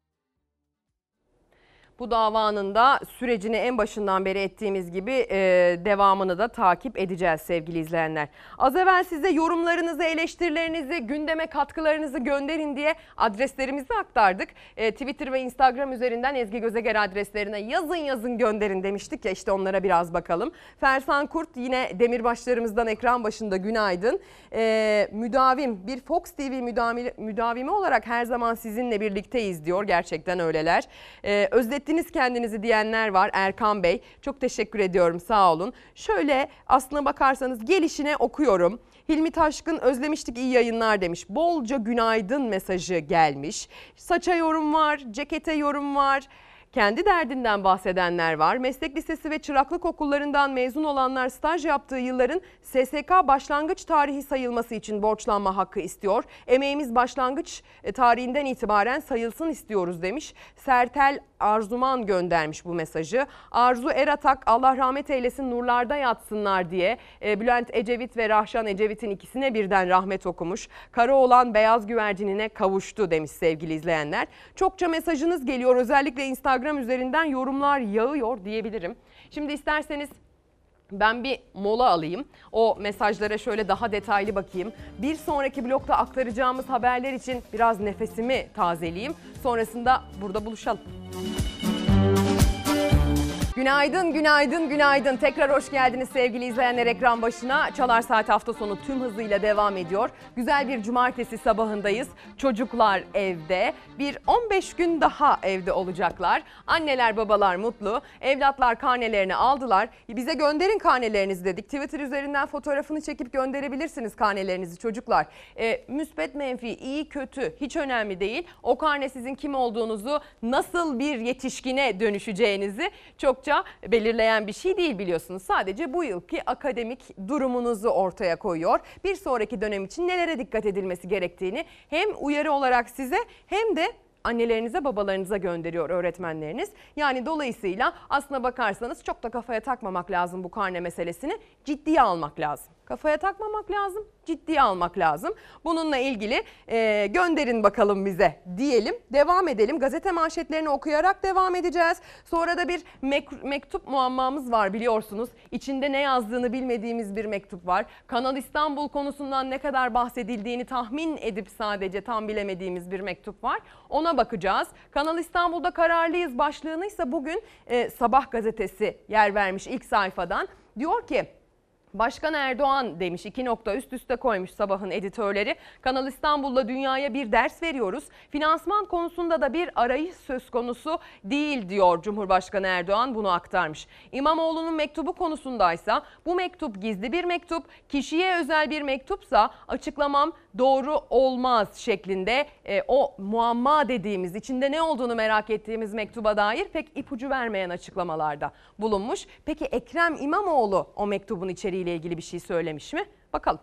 Bu davanın da sürecini en başından beri ettiğimiz gibi devamını da takip edeceğiz sevgili izleyenler. Az evvel size yorumlarınızı, eleştirilerinizi, gündeme katkılarınızı gönderin diye adreslerimizi aktardık. Twitter ve Instagram üzerinden Ezgi Gözeger adreslerine yazın gönderin demiştik ya, işte onlara biraz bakalım. Fersan Kurt yine demirbaşlarımızdan ekran başında günaydın. Müdavim, bir Fox TV müdavimi olarak her zaman sizinle birlikteyiz diyor. Gerçekten öyleler. Özlettin Kaybettiniz kendinizi diyenler var. Erkan Bey, çok teşekkür ediyorum, sağ olun. Şöyle aslına bakarsanız gelişine okuyorum. Hilmi Taşkın özlemiştik, iyi yayınlar demiş. Bolca günaydın mesajı gelmiş. Saça yorum var, cekete yorum var. Kendi derdinden bahsedenler var. Meslek lisesi ve çıraklık okullarından mezun olanlar staj yaptığı yılların SSK başlangıç tarihi sayılması için borçlanma hakkı istiyor. Emeğimiz başlangıç tarihinden itibaren sayılsın istiyoruz demiş. Sertel Arzuman göndermiş bu mesajı. Arzu Eratak, Allah rahmet eylesin, nurlarda yatsınlar diye Bülent Ecevit ve Rahşan Ecevit'in ikisine birden rahmet okumuş. Karaoğlan beyaz güvercinine kavuştu demiş sevgili izleyenler. Çokça mesajınız geliyor, özellikle Instagram üzerinden yorumlar yağıyor diyebilirim. Şimdi isterseniz ben bir mola alayım. O mesajlara şöyle daha detaylı bakayım. Bir sonraki blokta aktaracağımız haberler için biraz nefesimi tazeleyeyim. Sonrasında burada buluşalım. Günaydın, günaydın, günaydın. Tekrar hoş geldiniz sevgili izleyenler ekran başına. Çalar Saat hafta sonu tüm hızıyla devam ediyor. Güzel bir cumartesi sabahındayız. Çocuklar evde. Bir 15 gün daha evde olacaklar. Anneler babalar mutlu. Evlatlar karnelerini aldılar. Bize gönderin karnelerinizi dedik. Twitter üzerinden fotoğrafını çekip gönderebilirsiniz karnelerinizi çocuklar. Müspet, menfi, iyi, kötü hiç önemli değil. O karne sizin kim olduğunuzu, nasıl bir yetişkine dönüşeceğinizi çok belirleyen bir şey değil biliyorsunuz. Sadece bu yılki akademik durumunuzu ortaya koyuyor. Bir sonraki dönem için nelere dikkat edilmesi gerektiğini hem uyarı olarak size hem de annelerinize, babalarınıza gönderiyor öğretmenleriniz. Yani dolayısıyla aslına bakarsanız çok da kafaya takmamak lazım bu karne meselesini. Ciddiye almak lazım. Kafaya takmamak lazım, ciddiye almak lazım. Bununla ilgili gönderin bakalım bize diyelim. Devam edelim. Gazete manşetlerini okuyarak devam edeceğiz. Sonra da bir mektup muammamız var biliyorsunuz. İçinde ne yazdığını bilmediğimiz bir mektup var. Kanal İstanbul konusundan ne kadar bahsedildiğini tahmin edip sadece tam bilemediğimiz bir mektup var. Ona bakacağız. Kanal İstanbul'da kararlıyız başlığını ise bugün Sabah gazetesi yer vermiş ilk sayfadan. Diyor ki Başkan Erdoğan demiş, 2 nokta üst üste koymuş Sabah'ın editörleri. Kanal İstanbul'la dünyaya bir ders veriyoruz. Finansman konusunda da bir arayış söz konusu değil diyor Cumhurbaşkanı Erdoğan, bunu aktarmış. İmamoğlu'nun mektubu konusundaysa bu mektup gizli bir mektup, kişiye özel bir mektupsa açıklamam doğru olmaz şeklinde o muamma dediğimiz, içinde ne olduğunu merak ettiğimiz mektuba dair pek ipucu vermeyen açıklamalarda bulunmuş. Peki Ekrem İmamoğlu o mektubun içeriğiyle ilgili bir şey söylemiş mi? Bakalım.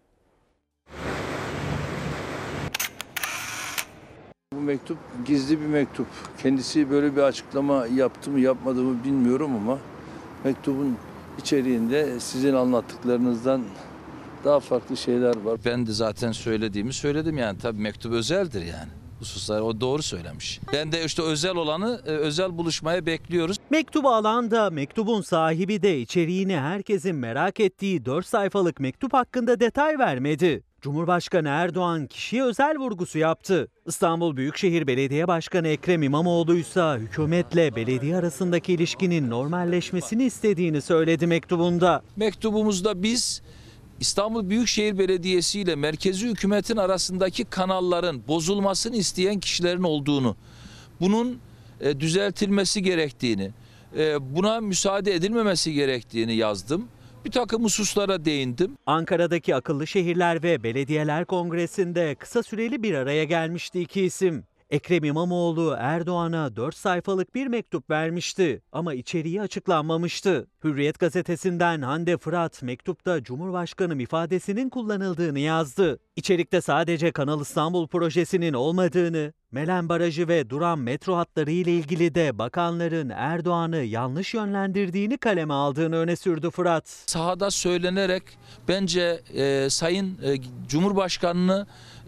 Bu mektup gizli bir mektup. Kendisi böyle bir açıklama yaptı mı yapmadı mı bilmiyorum ama mektubun içeriğinde sizin anlattıklarınızdan daha farklı şeyler var. Ben de zaten söylediğimi söyledim yani, tabii mektup özeldir yani. Hususlar o doğru söylemiş. Ben de işte özel olanı, özel buluşmaya bekliyoruz. Mektubu alan da mektubun sahibi de içeriğini herkesin merak ettiği 4 sayfalık mektup hakkında detay vermedi. Cumhurbaşkanı Erdoğan kişiye özel vurgusu yaptı. İstanbul Büyükşehir Belediye Başkanı Ekrem İmamoğlu ise hükümetle belediye arasındaki ilişkinin normalleşmesini istediğini söyledi mektubunda. Mektubumuzda biz İstanbul Büyükşehir Belediyesi ile merkezi hükümetin arasındaki kanalların bozulmasını isteyen kişilerin olduğunu, bunun düzeltilmesi gerektiğini, buna müsaade edilmemesi gerektiğini yazdım. Bir takım hususlara değindim. Ankara'daki Akıllı Şehirler ve Belediyeler Kongresi'nde kısa süreli bir araya gelmişti iki isim. Ekrem İmamoğlu Erdoğan'a 4 sayfalık bir mektup vermişti ama içeriği açıklanmamıştı. Hürriyet gazetesinden Hande Fırat mektupta Cumhurbaşkanım ifadesinin kullanıldığını yazdı. İçerikte sadece Kanal İstanbul projesinin olmadığını, Melen Barajı ve duran metro hatları ile ilgili de bakanların Erdoğan'ı yanlış yönlendirdiğini kaleme aldığını öne sürdü Fırat. Sahada söylenerek bence Sayın Cumhurbaşkanı'nı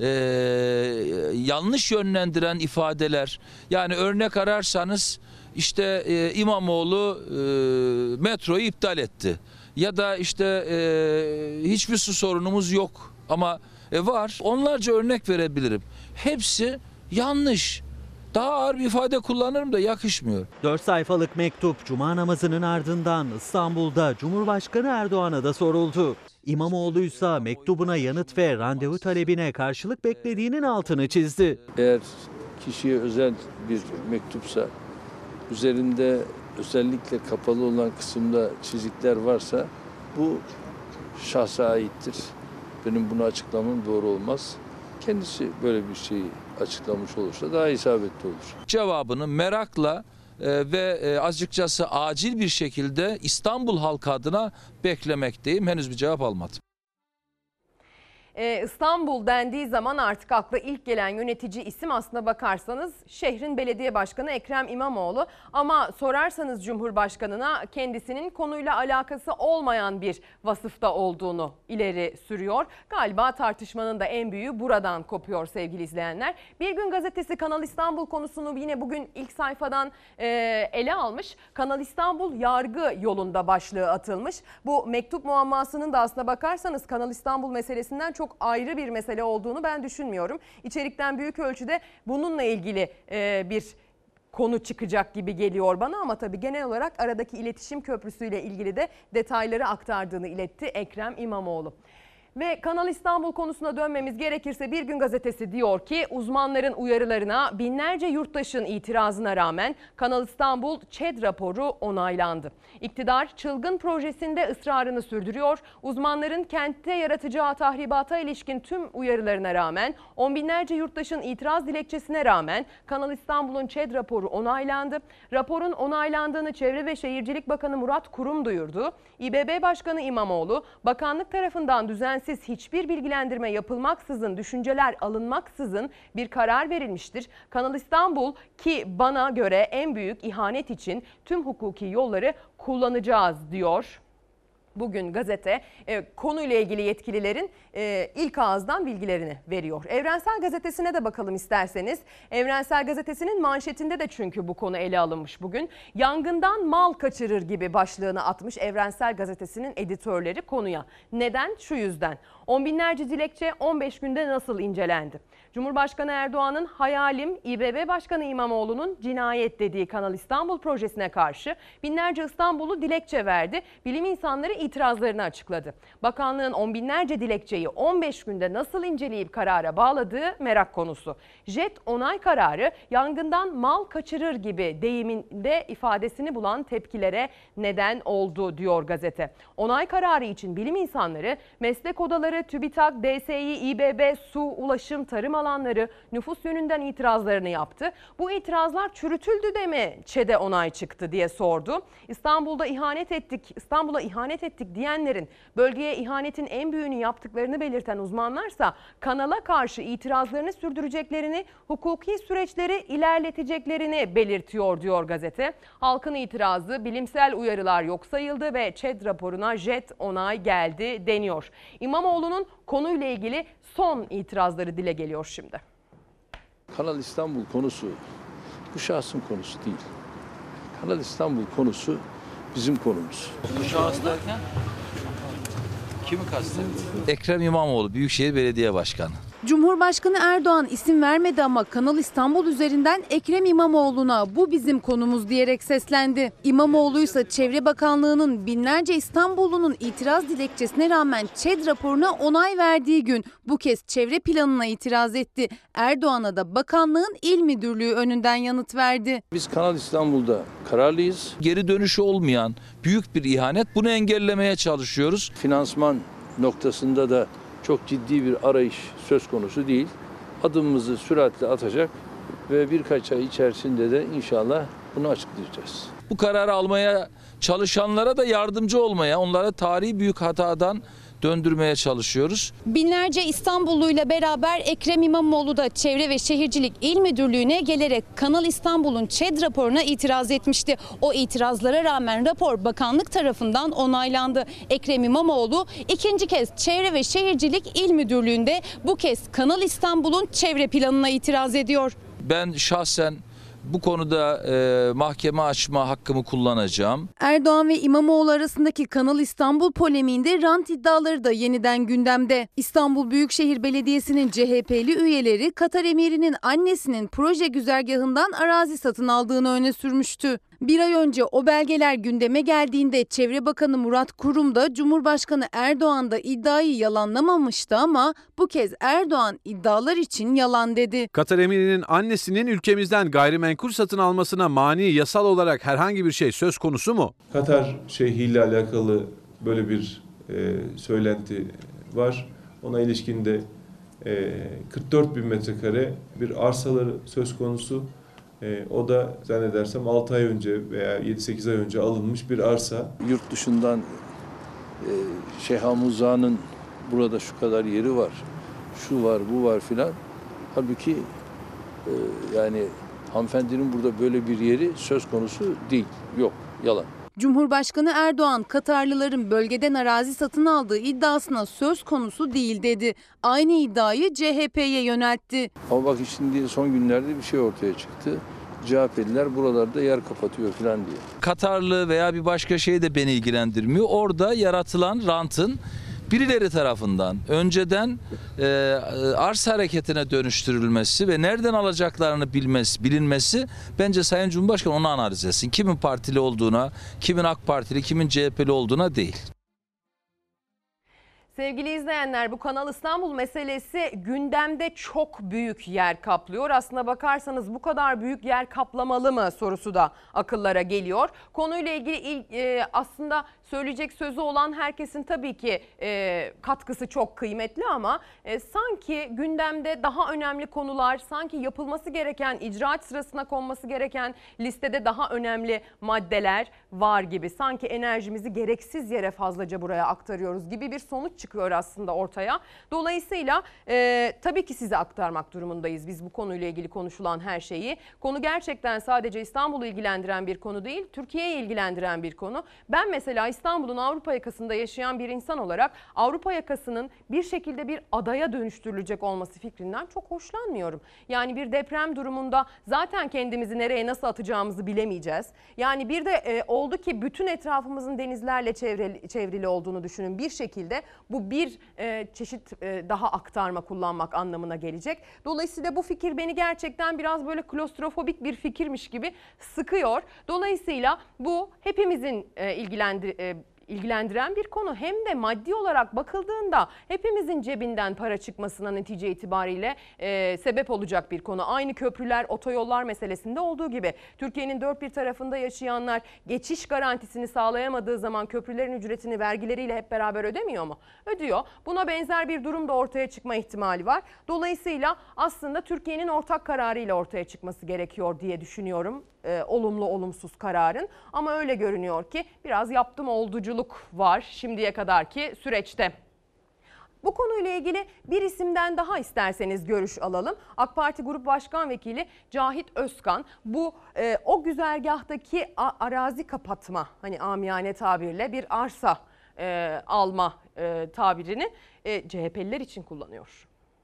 yanlış yönlendiren ifadeler, yani örnek ararsanız işte İmamoğlu metroyu iptal etti ya da işte hiçbir su sorunumuz yok ama var, onlarca örnek verebilirim. Hepsi yanlış. Daha ağır bir ifade kullanırım da yakışmıyor. 4 sayfalık mektup Cuma namazının ardından İstanbul'da Cumhurbaşkanı Erdoğan'a da soruldu. İmamoğlu ise mektubuna yanıt ve randevu talebine karşılık beklediğinin altını çizdi. Eğer kişiye özel bir mektupsa üzerinde özellikle kapalı olan kısımda çizikler varsa bu şahsa aittir. Benim bunu açıklamam doğru olmaz. Kendisi böyle bir şeyi açıklamış olursa daha isabetli olur. Cevabını merakla ve azıcıkçası acil bir şekilde İstanbul halkı adına beklemekteyim. Henüz bir cevap almadım. İstanbul dendiği zaman artık akla ilk gelen yönetici isim aslına bakarsanız şehrin belediye başkanı Ekrem İmamoğlu. Ama sorarsanız Cumhurbaşkanı'na kendisinin konuyla alakası olmayan bir vasıfta olduğunu ileri sürüyor. Galiba tartışmanın da en büyüğü buradan kopuyor sevgili izleyenler. Bir Gün Gazetesi Kanal İstanbul konusunu yine bugün ilk sayfadan ele almış. Kanal İstanbul yargı yolunda başlığı atılmış. Bu mektup muammasının da aslına bakarsanız Kanal İstanbul meselesinden çok ayrı bir mesele olduğunu ben düşünmüyorum. İçerikten büyük ölçüde bununla ilgili bir konu çıkacak gibi geliyor bana ama tabii genel olarak aradaki iletişim köprüsüyle ilgili de detayları aktardığını iletti Ekrem İmamoğlu. Ve Kanal İstanbul konusuna dönmemiz gerekirse Bir Gün Gazetesi diyor ki uzmanların uyarılarına binlerce yurttaşın itirazına rağmen Kanal İstanbul ÇED raporu onaylandı. İktidar çılgın projesinde ısrarını sürdürüyor. Uzmanların kentte yaratacağı tahribata ilişkin tüm uyarılarına rağmen on binlerce yurttaşın itiraz dilekçesine rağmen Kanal İstanbul'un ÇED raporu onaylandı. Raporun onaylandığını Çevre ve Şehircilik Bakanı Murat Kurum duyurdu. İBB Başkanı İmamoğlu bakanlık tarafından düzensiz hiçbir bilgilendirme yapılmaksızın, düşünceler alınmaksızın bir karar verilmiştir. Kanal İstanbul ki bana göre en büyük ihanet için tüm hukuki yolları kullanacağız diyor. Bugün gazete konuyla ilgili yetkililerin ilk ağızdan bilgilerini veriyor. Evrensel Gazetesi'ne de bakalım isterseniz. Evrensel Gazetesi'nin manşetinde de çünkü bu konu ele alınmış bugün. Yangından mal kaçırır gibi başlığını atmış Evrensel Gazetesi'nin editörleri konuya. Neden? Şu yüzden. On binlerce dilekçe 15 günde nasıl incelendi? Cumhurbaşkanı Erdoğan'ın hayalim İBB Başkanı İmamoğlu'nun cinayet dediği Kanal İstanbul projesine karşı binlerce İstanbullu dilekçe verdi. Bilim insanları itirazlarını açıkladı. Bakanlığın on binlerce dilekçeyi 15 günde nasıl inceleyip karara bağladığı merak konusu. JET onay kararı yangından mal kaçırır gibi deyiminde ifadesini bulan tepkilere neden oldu diyor gazete. Onay kararı için bilim insanları, meslek odaları, TÜBİTAK, DSİ, İBB, su, ulaşım, tarım alanları nüfus yönünden itirazlarını yaptı. Bu itirazlar çürütüldü de mi ÇED'e onay çıktı diye sordu. İstanbul'a ihanet ettik diyenlerin bölgeye ihanetin en büyüğünü yaptıklarını belirten uzmanlarsa kanala karşı itirazlarını sürdüreceklerini, hukuki süreçleri ilerleteceklerini belirtiyor diyor gazete. Halkın itirazı, bilimsel uyarılar yok sayıldı ve ÇED raporuna JET onay geldi deniyor. İmamoğlu'nun konuyla ilgili son itirazları dile geliyor şimdi. Kanal İstanbul konusu bu şahsın konusu değil. Kanal İstanbul konusu bizim konumuz. Bu şahıs derken kimi kastediyor? Ekrem İmamoğlu Büyükşehir Belediye Başkanı. Cumhurbaşkanı Erdoğan isim vermedi ama Kanal İstanbul üzerinden Ekrem İmamoğlu'na bu bizim konumuz diyerek seslendi. İmamoğlu ise Çevre Bakanlığı'nın binlerce İstanbullunun itiraz dilekçesine rağmen ÇED raporuna onay verdiği gün bu kez çevre planına itiraz etti. Erdoğan'a da bakanlığın il müdürlüğü önünden yanıt verdi. Biz Kanal İstanbul'da kararlıyız. Geri dönüşü olmayan büyük bir ihanet, bunu engellemeye çalışıyoruz. Finansman noktasında da çok ciddi bir arayış söz konusu değil. Adımımızı süratle atacak ve birkaç ay içerisinde de inşallah bunu açıklayacağız. Bu kararı almaya çalışanlara da yardımcı olmaya, onlara tarihi büyük hatadan döndürmeye çalışıyoruz. Binlerce İstanbulluyla beraber Ekrem İmamoğlu da Çevre ve Şehircilik İl Müdürlüğü'ne gelerek Kanal İstanbul'un ÇED raporuna itiraz etmişti. O itirazlara rağmen rapor bakanlık tarafından onaylandı. Ekrem İmamoğlu ikinci kez Çevre ve Şehircilik İl Müdürlüğü'nde bu kez Kanal İstanbul'un çevre planına itiraz ediyor. Ben şahsen bu konuda mahkeme açma hakkımı kullanacağım. Erdoğan ve İmamoğlu arasındaki Kanal İstanbul polemiğinde rant iddiaları da yeniden gündemde. İstanbul Büyükşehir Belediyesi'nin CHP'li üyeleri Katar emirinin annesinin proje güzergahından arazi satın aldığını öne sürmüştü. Bir ay önce o belgeler gündeme geldiğinde Çevre Bakanı Murat Kurum da Cumhurbaşkanı Erdoğan da iddiayı yalanlamamıştı ama bu kez Erdoğan iddialar için yalan dedi. Katar emirinin annesinin ülkemizden gayrimenkul satın almasına mani yasal olarak herhangi bir şey söz konusu mu? Katar şeyhiyle alakalı böyle bir söylenti var. Ona ilişkin de 44 bin metrekare bir arsaları söz konusu. O da zannedersem 6 ay önce veya 7-8 ay önce alınmış bir arsa. Yurt dışından Şeyh Hamuza'nın burada şu kadar yeri var, şu var, bu var filan. Halbuki yani hanımefendinin burada böyle bir yeri söz konusu değil, yok, yalan. Cumhurbaşkanı Erdoğan, Katarlıların bölgeden arazi satın aldığı iddiasına söz konusu değil dedi. Aynı iddiayı CHP'ye yöneltti. Ama bak şimdi son günlerde bir şey ortaya çıktı. CHP'liler buralarda yer kapatıyor falan diye. Katarlı veya bir başka şey de beni ilgilendirmiyor. Orada yaratılan rantın birileri tarafından önceden arsa hareketine dönüştürülmesi ve nereden alacaklarını bilinmesi bence Sayın Cumhurbaşkanı onu analiz etsin. Kimin partili olduğuna, kimin AK Partili, kimin CHP'li olduğuna değil. Sevgili izleyenler, bu Kanal İstanbul meselesi gündemde çok büyük yer kaplıyor. Aslına bakarsanız bu kadar büyük yer kaplamalı mı sorusu da akıllara geliyor. Konuyla ilgili aslında söyleyecek sözü olan herkesin tabii ki katkısı çok kıymetli ama sanki gündemde daha önemli konular, sanki yapılması gereken, icraat sırasına konması gereken listede daha önemli maddeler var gibi. Sanki enerjimizi gereksiz yere fazlaca buraya aktarıyoruz gibi bir sonuç çıkıyor aslında ortaya. Dolayısıyla tabii ki size aktarmak durumundayız biz bu konuyla ilgili konuşulan her şeyi. Konu gerçekten sadece İstanbul'u ilgilendiren bir konu değil, Türkiye'yi ilgilendiren bir konu. Ben mesela İstanbul'un Avrupa yakasında yaşayan bir insan olarak Avrupa yakasının bir şekilde bir adaya dönüştürülecek olması fikrinden çok hoşlanmıyorum. Yani bir deprem durumunda zaten kendimizi nereye nasıl atacağımızı bilemeyeceğiz. Yani bir de oldu ki bütün etrafımızın denizlerle çevrili olduğunu düşünün bir şekilde. Bu bir çeşit daha aktarma kullanmak anlamına gelecek. Dolayısıyla bu fikir beni gerçekten biraz böyle klostrofobik bir fikirmiş gibi sıkıyor. Dolayısıyla bu hepimizin ilgilendiren bir konu. Hem de maddi olarak bakıldığında hepimizin cebinden para çıkmasına netice itibariyle sebep olacak bir konu. Aynı köprüler, otoyollar meselesinde olduğu gibi Türkiye'nin dört bir tarafında yaşayanlar geçiş garantisini sağlayamadığı zaman köprülerin ücretini vergileriyle hep beraber ödemiyor mu? Ödüyor. Buna benzer bir durum da ortaya çıkma ihtimali var. Dolayısıyla aslında Türkiye'nin ortak kararıyla ortaya çıkması gerekiyor diye düşünüyorum. Olumlu olumsuz kararın, ama öyle görünüyor ki biraz yaptım olduculuk var şimdiye kadarki süreçte. Bu konuyla ilgili bir isimden daha isterseniz görüş alalım. AK Parti Grup Başkan Vekili Cahit Özkan bu o güzergahtaki arazi kapatma, hani amiyane tabirle bir arsa alma tabirini CHP'liler için kullanıyor.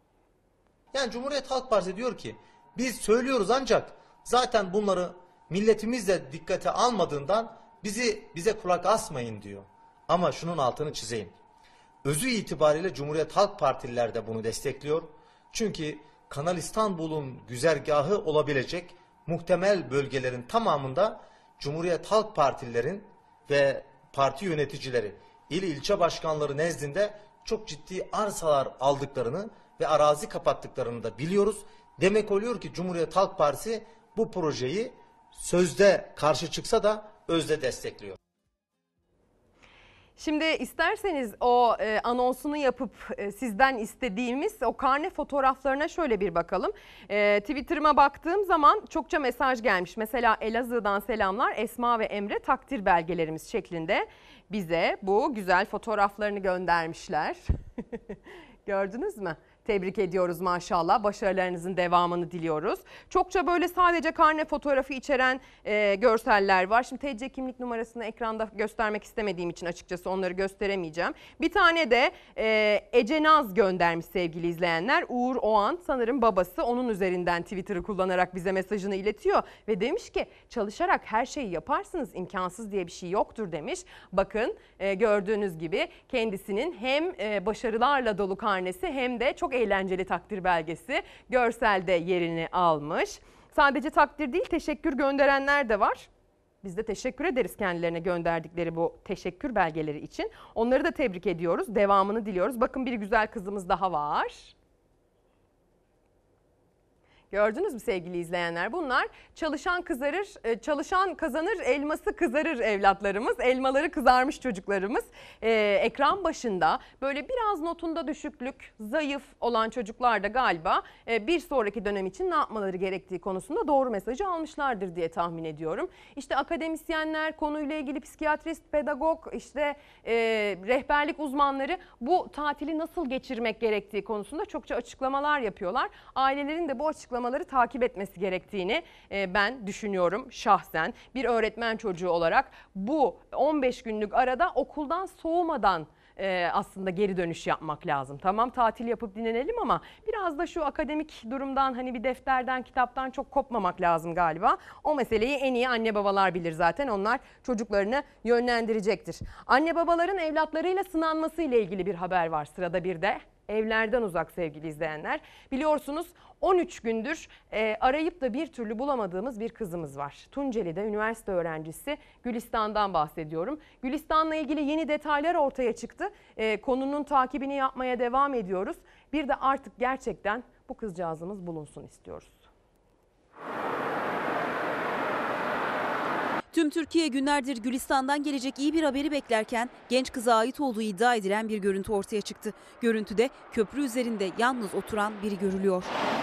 Yani Cumhuriyet Halk Partisi diyor ki biz söylüyoruz ancak zaten bunları milletimiz de dikkate almadığından bize kulak asmayın diyor. Ama şunun altını çizeyim. Özü itibariyle Cumhuriyet Halk Partililer de bunu destekliyor. Çünkü Kanal İstanbul'un güzergahı olabilecek muhtemel bölgelerin tamamında Cumhuriyet Halk Partililerin ve parti yöneticileri, il ilçe başkanları nezdinde çok ciddi arsalar aldıklarını ve arazi kapattıklarını da biliyoruz. Demek oluyor ki Cumhuriyet Halk Partisi bu projeyi sözde karşı çıksa da özde destekliyor. Şimdi isterseniz o anonsunu yapıp sizden istediğimiz o karne fotoğraflarına şöyle bir bakalım. Twitter'ıma baktığım zaman çokça mesaj gelmiş. Mesela Elazığ'dan selamlar, Esma ve Emre takdir belgelerimiz şeklinde bize bu güzel fotoğraflarını göndermişler. Gördünüz mü? Tebrik ediyoruz maşallah. Başarılarınızın devamını diliyoruz. Çokça böyle sadece karne fotoğrafı içeren görseller var. Şimdi TC kimlik numarasını ekranda göstermek istemediğim için açıkçası onları gösteremeyeceğim. Bir tane de Ece Naz göndermiş sevgili izleyenler. Uğur Oğan sanırım babası, onun üzerinden Twitter'ı kullanarak bize mesajını iletiyor. Ve demiş ki çalışarak her şeyi yaparsınız, imkansız diye bir şey yoktur demiş. Bakın gördüğünüz gibi kendisinin hem başarılarla dolu karnesi hem de çok eğlenceli takdir belgesi görselde yerini almış. Sadece takdir değil, teşekkür gönderenler de var. Biz de teşekkür ederiz kendilerine gönderdikleri bu teşekkür belgeleri için. Onları da tebrik ediyoruz. Devamını diliyoruz. Bakın bir güzel kızımız daha var. Gördünüz mü sevgili izleyenler? Bunlar çalışan kazanır, elması kızarır evlatlarımız. Elmaları kızarmış çocuklarımız. Ekran başında böyle biraz notunda düşüklük, zayıf olan çocuklar da galiba bir sonraki dönem için ne yapmaları gerektiği konusunda doğru mesajı almışlardır diye tahmin ediyorum. İşte akademisyenler, konuyla ilgili psikiyatrist, pedagog, işte rehberlik uzmanları bu tatili nasıl geçirmek gerektiği konusunda çokça açıklamalar yapıyorlar. Ailelerin de bu açıklamaları takip etmesi gerektiğini ben düşünüyorum şahsen. Bir öğretmen çocuğu olarak bu 15 günlük arada okuldan soğumadan aslında geri dönüş yapmak lazım. Tamam, tatil yapıp dinlenelim ama biraz da şu akademik durumdan, hani bir defterden, kitaptan çok kopmamak lazım galiba. O meseleyi en iyi anne babalar bilir zaten. Onlar çocuklarını yönlendirecektir. Anne babaların evlatlarıyla sınanması ile ilgili bir haber var sırada bir de. Evlerden uzak sevgili izleyenler. Biliyorsunuz 13 gündür arayıp da bir türlü bulamadığımız bir kızımız var. Tunceli'de üniversite öğrencisi Gülistan'dan bahsediyorum. Gülistan'la ilgili yeni detaylar ortaya çıktı. Konunun takibini yapmaya devam ediyoruz. Bir de artık gerçekten bu kızcağızımız bulunsun istiyoruz. Tüm Türkiye günlerdir Gülistan'dan gelecek iyi bir haberi beklerken genç kıza ait olduğu iddia edilen bir görüntü ortaya çıktı. Görüntüde köprü üzerinde yalnız oturan biri görülüyor.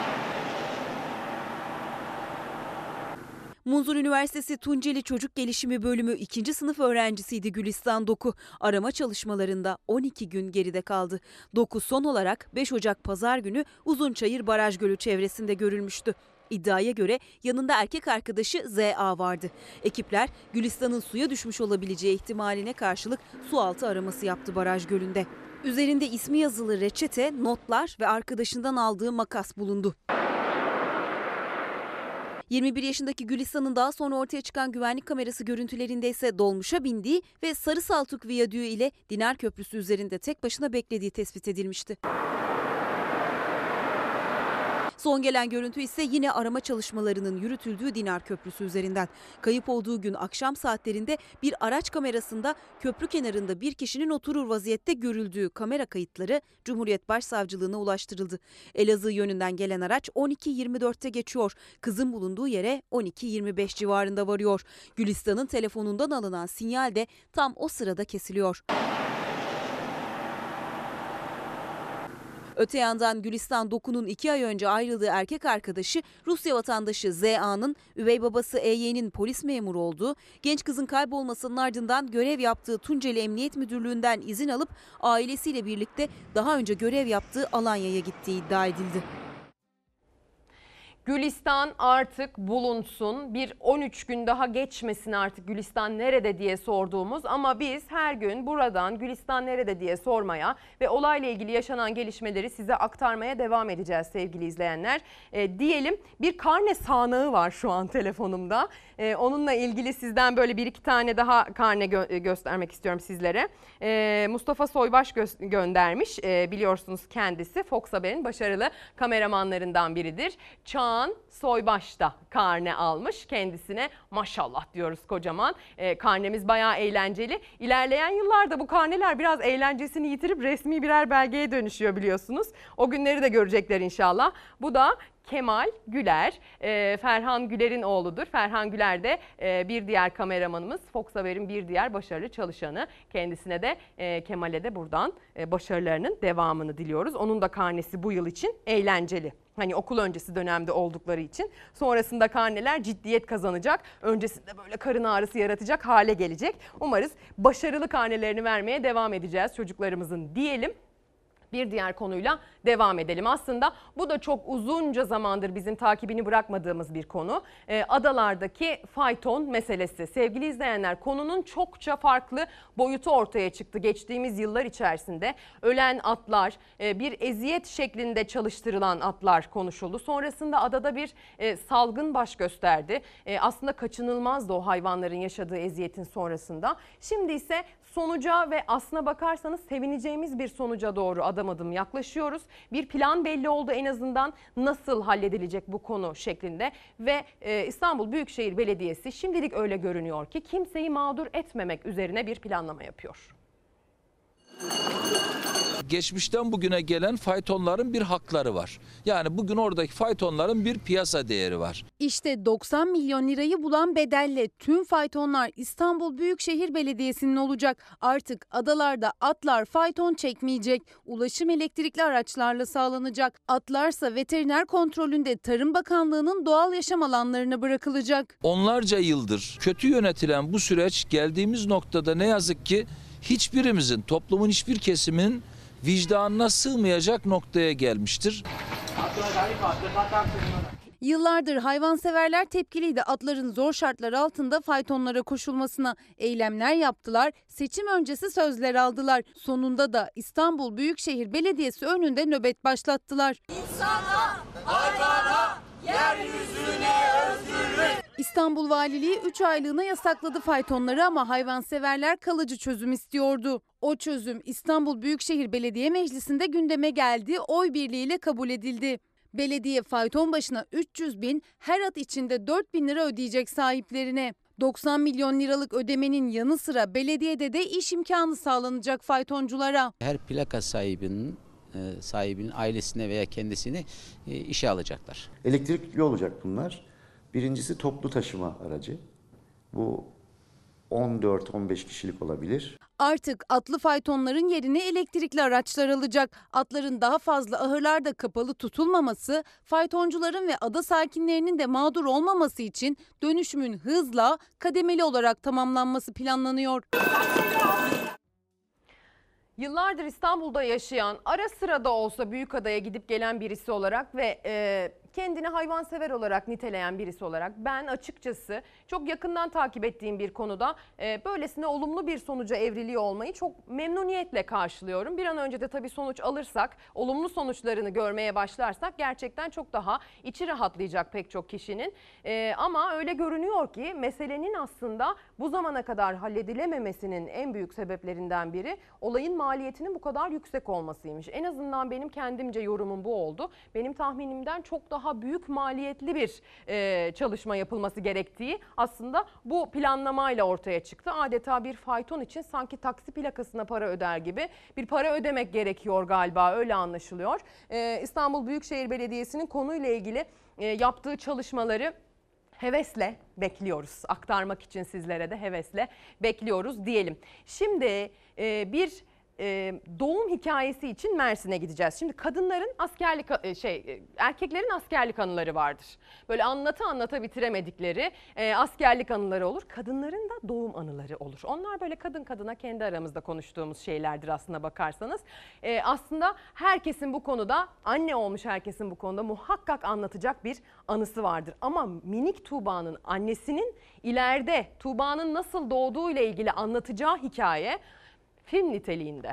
Munzur Üniversitesi Tunceli Çocuk Gelişimi Bölümü 2. sınıf öğrencisiydi Gülistan Doku. Arama çalışmalarında 12 gün geride kaldı. Doku son olarak 5 Ocak Pazar günü Uzunçayır Baraj Gölü çevresinde görülmüştü. İddiaya göre yanında erkek arkadaşı Z.A. vardı. Ekipler Gülistan'ın suya düşmüş olabileceği ihtimaline karşılık sualtı araması yaptı baraj gölünde. Üzerinde ismi yazılı reçete, notlar ve arkadaşından aldığı makas bulundu. 21 yaşındaki Gülistan'ın daha sonra ortaya çıkan güvenlik kamerası görüntülerinde ise dolmuşa bindiği ve Sarı Saltuk Viyadüğü ile Dinar Köprüsü üzerinde tek başına beklediği tespit edilmişti. Son gelen görüntü ise yine arama çalışmalarının yürütüldüğü Dinar Köprüsü üzerinden. Kayıp olduğu gün akşam saatlerinde bir araç kamerasında köprü kenarında bir kişinin oturur vaziyette görüldüğü kamera kayıtları Cumhuriyet Başsavcılığına ulaştırıldı. Elazığ yönünden gelen araç 12.24'te geçiyor. Kızın bulunduğu yere 12.25 civarında varıyor. Gülistan'ın telefonundan alınan sinyal de tam o sırada kesiliyor. Öte yandan Gülistan Doku'nun 2 ay önce ayrıldığı erkek arkadaşı Rusya vatandaşı Z.A.'nın üvey babası E.Y.'nin polis memuru olduğu, genç kızın kaybolmasının ardından görev yaptığı Tunceli Emniyet Müdürlüğü'nden izin alıp ailesiyle birlikte daha önce görev yaptığı Alanya'ya gittiği iddia edildi. Gülistan artık bulunsun. Bir 13 gün daha geçmesin artık Gülistan nerede diye sorduğumuz, ama biz her gün buradan Gülistan nerede diye sormaya ve olayla ilgili yaşanan gelişmeleri size aktarmaya devam edeceğiz sevgili izleyenler. Diyelim bir karne sağanağı var şu an telefonumda. Onunla ilgili sizden böyle bir iki tane daha karne göstermek istiyorum sizlere. Mustafa Soybaş göndermiş. Biliyorsunuz kendisi Fox Haber'in başarılı kameramanlarından biridir. Çağan Soybaş da karne almış. Kendisine maşallah diyoruz kocaman. Karnemiz bayağı eğlenceli. İlerleyen yıllarda bu karneler biraz eğlencesini yitirip resmi birer belgeye dönüşüyor biliyorsunuz. O günleri de görecekler inşallah. Bu da Kemal Güler, Ferhan Güler'in oğludur. Ferhan Güler de bir diğer kameramanımız, Fox Haber'in bir diğer başarılı çalışanı. Kendisine de Kemal'e de buradan başarılarının devamını diliyoruz. Onun da karnesi bu yıl için eğlenceli. Hani okul öncesi dönemde oldukları için. Sonrasında karneler ciddiyet kazanacak. Öncesinde böyle karın ağrısı yaratacak hale gelecek. Umarız başarılı karnelerini vermeye devam edeceğiz çocuklarımızın diyelim. Bir diğer konuyla devam edelim. Aslında bu da çok uzunca zamandır bizim takibini bırakmadığımız bir konu. Adalardaki fayton meselesi. Sevgili izleyenler, konunun çokça farklı boyutu ortaya çıktı geçtiğimiz yıllar içerisinde. Ölen atlar, bir eziyet şeklinde çalıştırılan atlar konuşuldu. Sonrasında adada bir salgın baş gösterdi. Aslında kaçınılmazdı o hayvanların yaşadığı eziyetin sonrasında. Şimdi ise sonuca ve aslına bakarsanız sevineceğimiz bir sonuca doğru adamı adım adım yaklaşıyoruz. Bir plan belli oldu en azından, nasıl halledilecek bu konu şeklinde ve İstanbul Büyükşehir Belediyesi şimdilik öyle görünüyor ki kimseyi mağdur etmemek üzerine bir planlama yapıyor. Geçmişten bugüne gelen faytonların bir hakları var. Yani bugün oradaki faytonların bir piyasa değeri var. İşte 90 milyon lirayı bulan bedelle tüm faytonlar İstanbul Büyükşehir Belediyesi'nin olacak. Artık adalarda atlar fayton çekmeyecek. Ulaşım elektrikli araçlarla sağlanacak. Atlarsa veteriner kontrolünde Tarım Bakanlığı'nın doğal yaşam alanlarına bırakılacak. Onlarca yıldır kötü yönetilen bu süreç geldiğimiz noktada ne yazık ki hiçbirimizin, toplumun hiçbir kesiminin vicdanına sığmayacak noktaya gelmiştir. Yıllardır hayvanseverler tepkiliydi atların zor şartlar altında faytonlara koşulmasına. Eylemler yaptılar, seçim öncesi sözler aldılar. Sonunda da İstanbul Büyükşehir Belediyesi önünde nöbet başlattılar. İnsana, hayvana, yeryüzüne özgürlük. İstanbul Valiliği 3 aylığına yasakladı faytonları ama hayvanseverler kalıcı çözüm istiyordu. O çözüm İstanbul Büyükşehir Belediye Meclisi'nde gündeme geldi, oy birliğiyle kabul edildi. Belediye fayton başına 300 bin, her at içinde 4 bin lira ödeyecek sahiplerine. 90 milyon liralık ödemenin yanı sıra belediyede de iş imkanı sağlanacak faytonculara. Her plaka sahibinin ailesine veya kendisini işe alacaklar. Elektrikli olacak bunlar. Birincisi toplu taşıma aracı. Bu 14-15 kişilik olabilir. Artık atlı faytonların yerini elektrikli araçlar alacak. Atların daha fazla ahırlarda kapalı tutulmaması, faytoncuların ve ada sakinlerinin de mağdur olmaması için dönüşümün hızla, kademeli olarak tamamlanması planlanıyor. Yıllardır İstanbul'da yaşayan, ara sıra da olsa Büyükada'ya gidip gelen birisi olarak ve kendini hayvansever olarak niteleyen birisi olarak ben açıkçası çok yakından takip ettiğim bir konuda böylesine olumlu bir sonuca evriliyor olmayı çok memnuniyetle karşılıyorum. Bir an önce de tabii sonuç alırsak, olumlu sonuçlarını görmeye başlarsak gerçekten çok daha içi rahatlayacak pek çok kişinin. Ama öyle görünüyor ki meselenin aslında bu zamana kadar halledilememesinin en büyük sebeplerinden biri olayın maliyetinin bu kadar yüksek olmasıymış. En azından benim kendimce yorumum bu oldu. Benim tahminimden çok daha büyük maliyetli bir çalışma yapılması gerektiği aslında bu planlamayla ortaya çıktı. Adeta bir fayton için sanki taksi plakasına para öder gibi bir para ödemek gerekiyor galiba, öyle anlaşılıyor. İstanbul Büyükşehir Belediyesi'nin konuyla ilgili yaptığı çalışmaları hevesle bekliyoruz. Aktarmak için sizlere de hevesle bekliyoruz diyelim. Şimdi bir doğum hikayesi için Mersin'e gideceğiz. Şimdi kadınların erkeklerin askerlik anıları vardır. Böyle anlata bitiremedikleri askerlik anıları olur. Kadınların da doğum anıları olur. Onlar böyle kadın kadına kendi aramızda konuştuğumuz şeylerdir aslına bakarsanız. Aslında herkesin bu konuda, anne olmuş herkesin bu konuda muhakkak anlatacak bir anısı vardır. Ama minik Tuğba'nın annesinin ileride Tuğba'nın nasıl doğduğuyla ilgili anlatacağı hikaye film niteliğinde.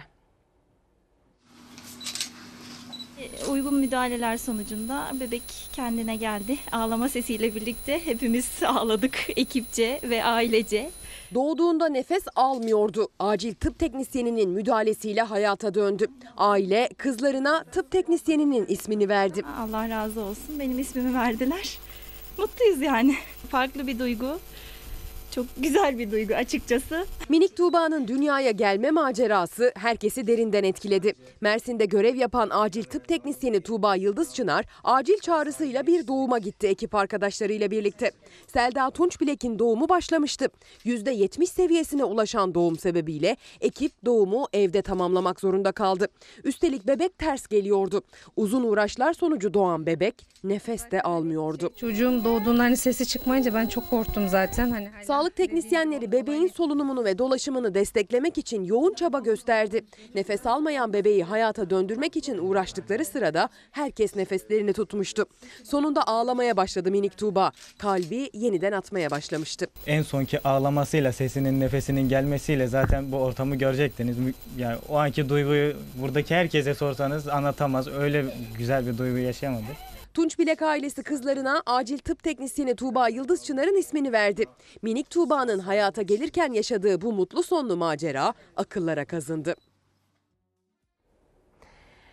Uygun müdahaleler sonucunda bebek kendine geldi. Ağlama sesiyle birlikte hepimiz ağladık ekipçe ve ailece. Doğduğunda nefes almıyordu. Acil tıp teknisyeninin müdahalesiyle hayata döndü. Aile kızlarına tıp teknisyeninin ismini verdi. Allah razı olsun, benim ismimi verdiler. Mutluyuz yani. Farklı bir duygu. Çok güzel bir duygu açıkçası. Minik Tuğba'nın dünyaya gelme macerası herkesi derinden etkiledi. Mersin'de görev yapan acil tıp teknisyeni Tuğba Yıldızçınar acil çağrısıyla bir doğuma gitti ekip arkadaşlarıyla birlikte. Selda Tunçbilek'in doğumu başlamıştı. %70 seviyesine ulaşan doğum sebebiyle ekip doğumu evde tamamlamak zorunda kaldı. Üstelik bebek ters geliyordu. Uzun uğraşlar sonucu doğan bebek nefes de almıyordu. Çocuğum doğduğunda sesi çıkmayınca ben çok korktum zaten. Sağlık teknisyenleri bebeğin solunumunu ve dolaşımını desteklemek için yoğun çaba gösterdi. Nefes almayan bebeği hayata döndürmek için uğraştıkları sırada herkes nefeslerini tutmuştu. Sonunda ağlamaya başladı minik Tuğba. Kalbi yeniden atmaya başlamıştı. En sonki ağlamasıyla, sesinin, nefesinin gelmesiyle zaten bu ortamı görecektiniz. Yani o anki duyguyu buradaki herkese sorsanız anlatamaz. Öyle güzel bir duygu yaşayamadı. Tunçbilek ailesi kızlarına acil tıp teknisyeni Tuğba Yıldızçınar'ın ismini verdi. Minik Tuğba'nın hayata gelirken yaşadığı bu mutlu sonlu macera akıllara kazındı.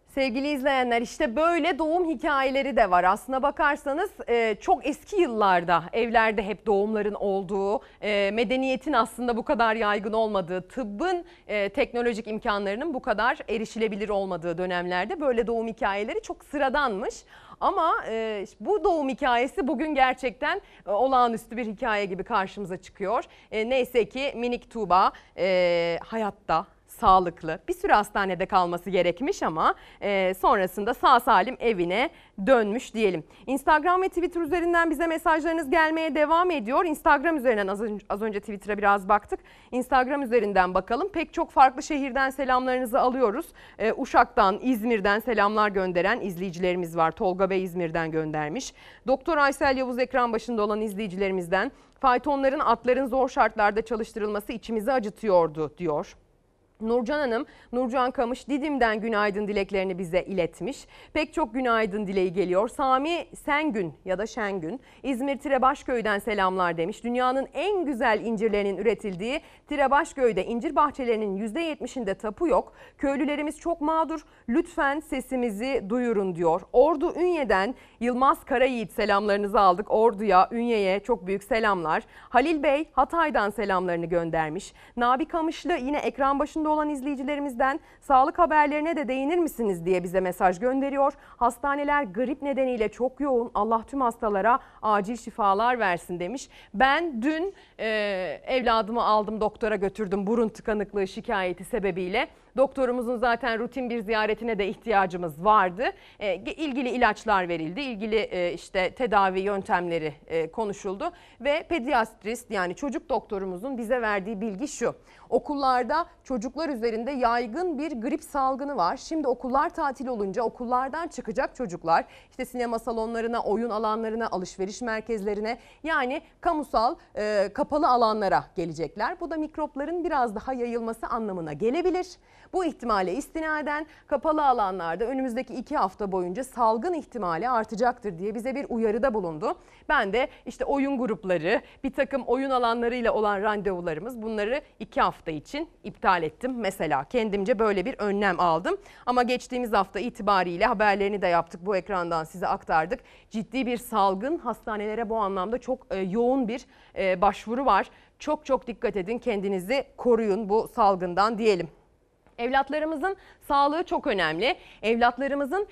Sevgili izleyenler, işte böyle doğum hikayeleri de var. Aslına bakarsanız çok eski yıllarda evlerde hep doğumların olduğu, medeniyetin aslında bu kadar yaygın olmadığı, tıbbın teknolojik imkanlarının bu kadar erişilebilir olmadığı dönemlerde böyle doğum hikayeleri çok sıradanmış. Ama bu doğum hikayesi bugün gerçekten olağanüstü bir hikaye gibi karşımıza çıkıyor. Neyse ki minik Tuğba hayatta, sağlıklı, bir süre hastanede kalması gerekmiş ama sonrasında sağ salim evine dönmüş diyelim. Instagram ve Twitter üzerinden bize mesajlarınız gelmeye devam ediyor. Instagram üzerinden az önce Twitter'a biraz baktık. Instagram üzerinden bakalım. Pek çok farklı şehirden selamlarınızı alıyoruz. Uşak'tan, İzmir'den selamlar gönderen izleyicilerimiz var. Tolga Bey İzmir'den göndermiş. Doktor Aysel Yavuz ekran başında olan izleyicilerimizden faytonların, atların zor şartlarda çalıştırılması içimizi acıtıyordu diyor. Nurcan Hanım, Nurcan Kamış Didim'den günaydın dileklerini bize iletmiş. Pek çok günaydın dileği geliyor. Sami Sengün ya da Şengün, İzmir Tirebaşköy'den selamlar demiş. Dünyanın en güzel incirlerinin üretildiği Tirebaşköy'de incir bahçelerinin %70'inde tapu yok. Köylülerimiz çok mağdur. Lütfen sesimizi duyurun diyor. Ordu Ünye'den Yılmaz Karayiğit selamlarınızı aldık. Ordu'ya, Ünye'ye çok büyük selamlar. Halil Bey Hatay'dan selamlarını göndermiş. Nabi Kamışlı yine ekran başında olan izleyicilerimizden sağlık haberlerine de değinir misiniz diye bize mesaj gönderiyor. Hastaneler grip nedeniyle çok yoğun. Allah tüm hastalara acil şifalar versin demiş. Ben dün evladımı aldım, doktora götürdüm burun tıkanıklığı şikayeti sebebiyle. Doktorumuzun zaten rutin bir ziyaretine de ihtiyacımız vardı. İlgili ilaçlar verildi, ilgili işte tedavi yöntemleri konuşuldu ve pediatrist yani çocuk doktorumuzun bize verdiği bilgi şu: okullarda çocuklar üzerinde yaygın bir grip salgını var. Şimdi okullar tatil olunca okullardan çıkacak çocuklar işte sinema salonlarına, oyun alanlarına, alışveriş merkezlerine, yani kamusal kapalı alanlara gelecekler. Bu da mikropların biraz daha yayılması anlamına gelebilir. Bu ihtimale istinaden kapalı alanlarda önümüzdeki 2 hafta boyunca salgın ihtimali artacaktır diye bize bir uyarıda bulundu. Ben de işte oyun grupları, bir takım oyun alanlarıyla olan randevularımız, bunları 2 hafta için iptal ettim. Mesela kendimce böyle bir önlem aldım. Ama geçtiğimiz hafta itibariyle haberlerini de yaptık, bu ekrandan size aktardık. Ciddi bir salgın, hastanelere bu anlamda çok yoğun bir başvuru var. Çok dikkat edin, kendinizi koruyun bu salgından diyelim. Evlatlarımızın sağlığı çok önemli. Evlatlarımızın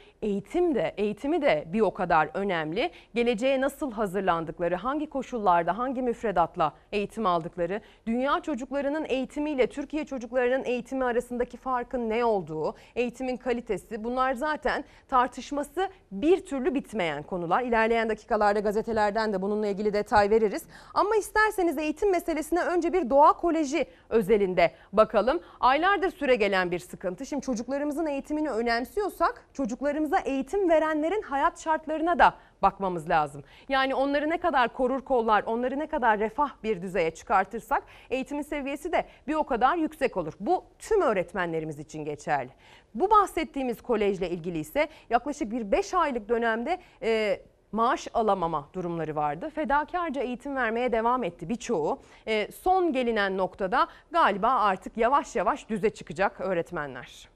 eğitimi de bir o kadar önemli. Geleceğe nasıl hazırlandıkları, hangi koşullarda, hangi müfredatla eğitim aldıkları, dünya çocuklarının eğitimiyle Türkiye çocuklarının eğitimi arasındaki farkın ne olduğu, eğitimin kalitesi, bunlar zaten tartışması bir türlü bitmeyen konular. İlerleyen dakikalarda gazetelerden de bununla ilgili detay veririz. Ama isterseniz eğitim meselesine önce bir Doğa Koleji özelinde bakalım. Aylardır süregelen bir sıkıntı. Şimdi çocuklarımızın eğitimini önemsiyorsak çocuklarımıza eğitim verenlerin hayat şartlarına da bakmamız lazım. Yani onları ne kadar korur kollar, onları ne kadar refah bir düzeye çıkartırsak eğitimin seviyesi de bir o kadar yüksek olur. Bu tüm öğretmenlerimiz için geçerli. Bu bahsettiğimiz kolejle ilgili ise yaklaşık bir 5 aylık dönemde maaş alamama durumları vardı. Fedakarca eğitim vermeye devam etti birçoğu. Son gelinen noktada galiba artık yavaş yavaş düze çıkacak öğretmenler.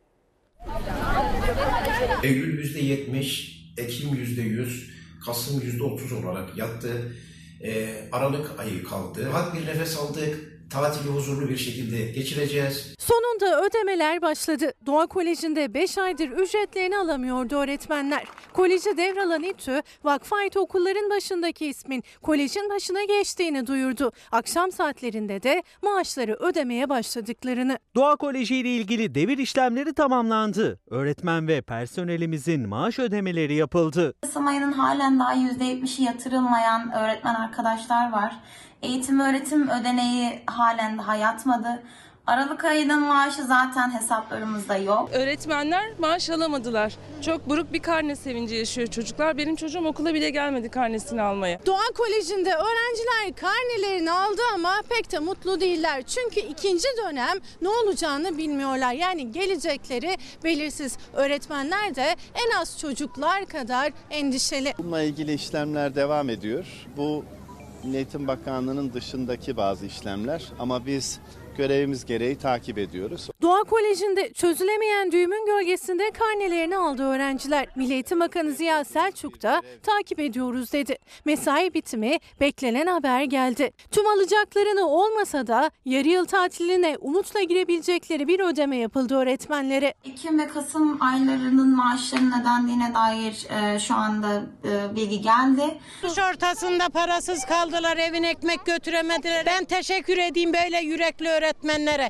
Eylül %70, Ekim %100, Kasım %30 olarak yattı. Aralık ayı kaldı. Rahat bir nefes aldık. Tatili huzurlu bir şekilde geçireceğiz. Sonunda ödemeler başladı. Doğa Koleji'nde 5 aydır ücretlerini alamıyordu öğretmenler. Koleji devralan İTÜ, vakfı okulların başındaki ismin kolejin başına geçtiğini duyurdu. Akşam saatlerinde de maaşları ödemeye başladıklarını. Doğa Koleji ile ilgili devir işlemleri tamamlandı. Öğretmen ve personelimizin maaş ödemeleri yapıldı. Kasım ayının halen daha %70'i yatırılmayan öğretmen arkadaşlar var. Eğitim öğretim ödeneği halen daha yatmadı. Aralık ayının maaşı zaten hesaplarımızda yok. Öğretmenler maaş alamadılar. Çok buruk bir karne sevinci yaşıyor çocuklar. Benim çocuğum okula bile gelmedi karnesini almaya. Doğa Koleji'nde öğrenciler karnelerini aldı ama pek de mutlu değiller. Çünkü ikinci dönem ne olacağını bilmiyorlar. Yani gelecekleri belirsiz. Öğretmenler de en az çocuklar kadar endişeli. Bununla ilgili işlemler devam ediyor. Bu Milli Eğitim Bakanlığı'nın dışındaki bazı işlemler ama biz görevimiz gereği takip ediyoruz. Doğa Koleji'nde çözülemeyen düğümün gölgesinde karnelerini aldı öğrenciler. Milli Eğitim Bakanı Ziya Selçuk da takip ediyoruz dedi. Mesai bitimi, beklenen haber geldi. Tüm alacaklarını olmasa da yarı yıl tatiline umutla girebilecekleri bir ödeme yapıldı öğretmenlere. Ekim ve Kasım aylarının maaşlarının ödendiğine dair şu anda bilgi geldi. Kış ortasında parasız kaldılar, evine ekmek götüremediler. Ben teşekkür edeyim böyle yürekli öğretmenlere.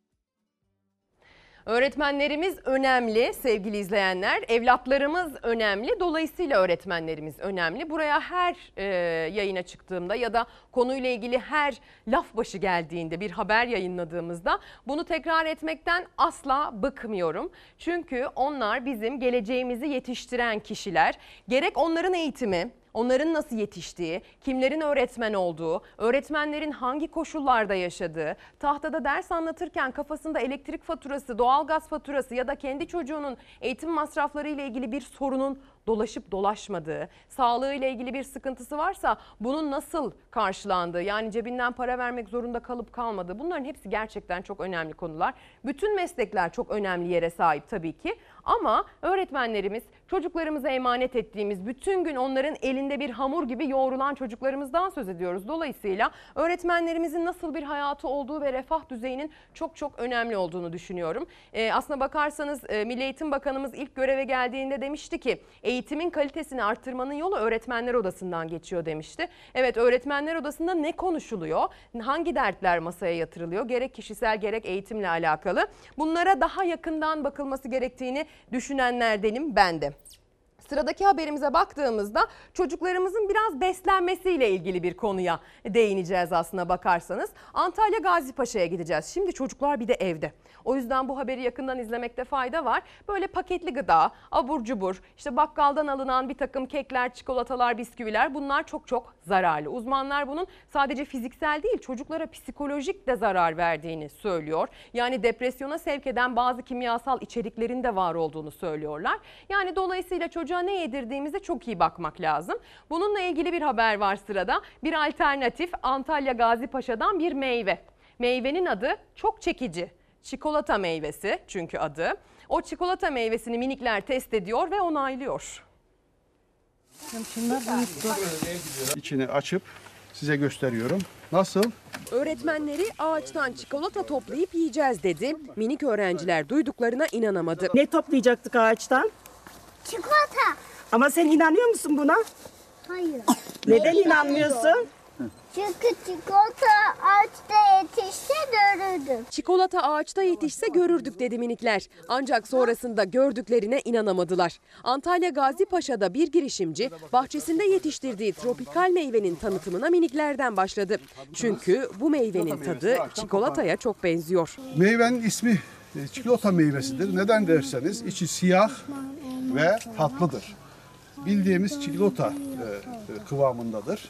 Öğretmenlerimiz önemli sevgili izleyenler. Evlatlarımız önemli. Dolayısıyla öğretmenlerimiz önemli. Buraya her yayına çıktığımda ya da konuyla ilgili her laf başı geldiğinde, bir haber yayınladığımızda bunu tekrar etmekten asla bıkmıyorum. Çünkü onlar bizim geleceğimizi yetiştiren kişiler. Gerek onların eğitimi, onların nasıl yetiştiği, kimlerin öğretmen olduğu, öğretmenlerin hangi koşullarda yaşadığı, tahtada ders anlatırken kafasında elektrik faturası, doğalgaz faturası ya da kendi çocuğunun eğitim masrafları ile ilgili bir sorunun dolaşıp dolaşmadığı, sağlığıyla ilgili bir sıkıntısı varsa bunun nasıl karşılandığı, yani cebinden para vermek zorunda kalıp kalmadığı, bunların hepsi gerçekten çok önemli konular. Bütün meslekler çok önemli yere sahip tabii ki ama öğretmenlerimiz çocuklarımıza emanet ettiğimiz, bütün gün onların elinde bir hamur gibi yoğrulan çocuklarımızdan söz ediyoruz. Dolayısıyla öğretmenlerimizin nasıl bir hayatı olduğu ve refah düzeyinin çok çok önemli olduğunu düşünüyorum. Aslına bakarsanız Milli Eğitim Bakanımız ilk göreve geldiğinde demişti ki eğitimin kalitesini arttırmanın yolu öğretmenler odasından geçiyor demişti. Evet, öğretmenler odasında ne konuşuluyor? Hangi dertler masaya yatırılıyor? Gerek kişisel gerek eğitimle alakalı. Bunlara daha yakından bakılması gerektiğini düşünenlerdenim ben de. Sıradaki haberimize baktığımızda çocuklarımızın biraz beslenmesiyle ilgili bir konuya değineceğiz aslına bakarsanız. Antalya Gazipaşa'ya gideceğiz. Şimdi çocuklar bir de evde. O yüzden bu haberi yakından izlemekte fayda var. Böyle paketli gıda, abur cubur, işte bakkaldan alınan bir takım kekler, çikolatalar, bisküviler, bunlar çok çok zararlı. Uzmanlar bunun sadece fiziksel değil, çocuklara psikolojik de zarar verdiğini söylüyor. Yani depresyona sevk eden bazı kimyasal içeriklerin de var olduğunu söylüyorlar. Yani dolayısıyla çocuğa ne yedirdiğimize çok iyi bakmak lazım. Bununla ilgili bir haber var sırada. Bir alternatif, Antalya Gazipaşa'dan bir meyve. Meyvenin adı çok çekici. Çikolata meyvesi çünkü adı. O çikolata meyvesini minikler test ediyor ve onaylıyor. İçini açıp size gösteriyorum. Nasıl? Öğretmenleri ağaçtan çikolata toplayıp yiyeceğiz dedi. Minik öğrenciler duyduklarına inanamadı. Ne toplayacaktık ağaçtan? Çikolata. Ama sen inanıyor musun buna? Hayır. Neden inanmıyorsun? Çünkü çikolata ağaçta yetişse görürdüm. Çikolata ağaçta yetişse görürdük dedi minikler. Ancak sonrasında gördüklerine inanamadılar. Antalya Gazipaşa'da bir girişimci bahçesinde yetiştirdiği tropikal meyvenin tanıtımına miniklerden başladı. Çünkü bu meyvenin tadı çikolataya çok benziyor. Meyvenin ismi çikolata meyvesidir. Neden derseniz içi siyah ve tatlıdır. Bildiğimiz çikolata kıvamındadır.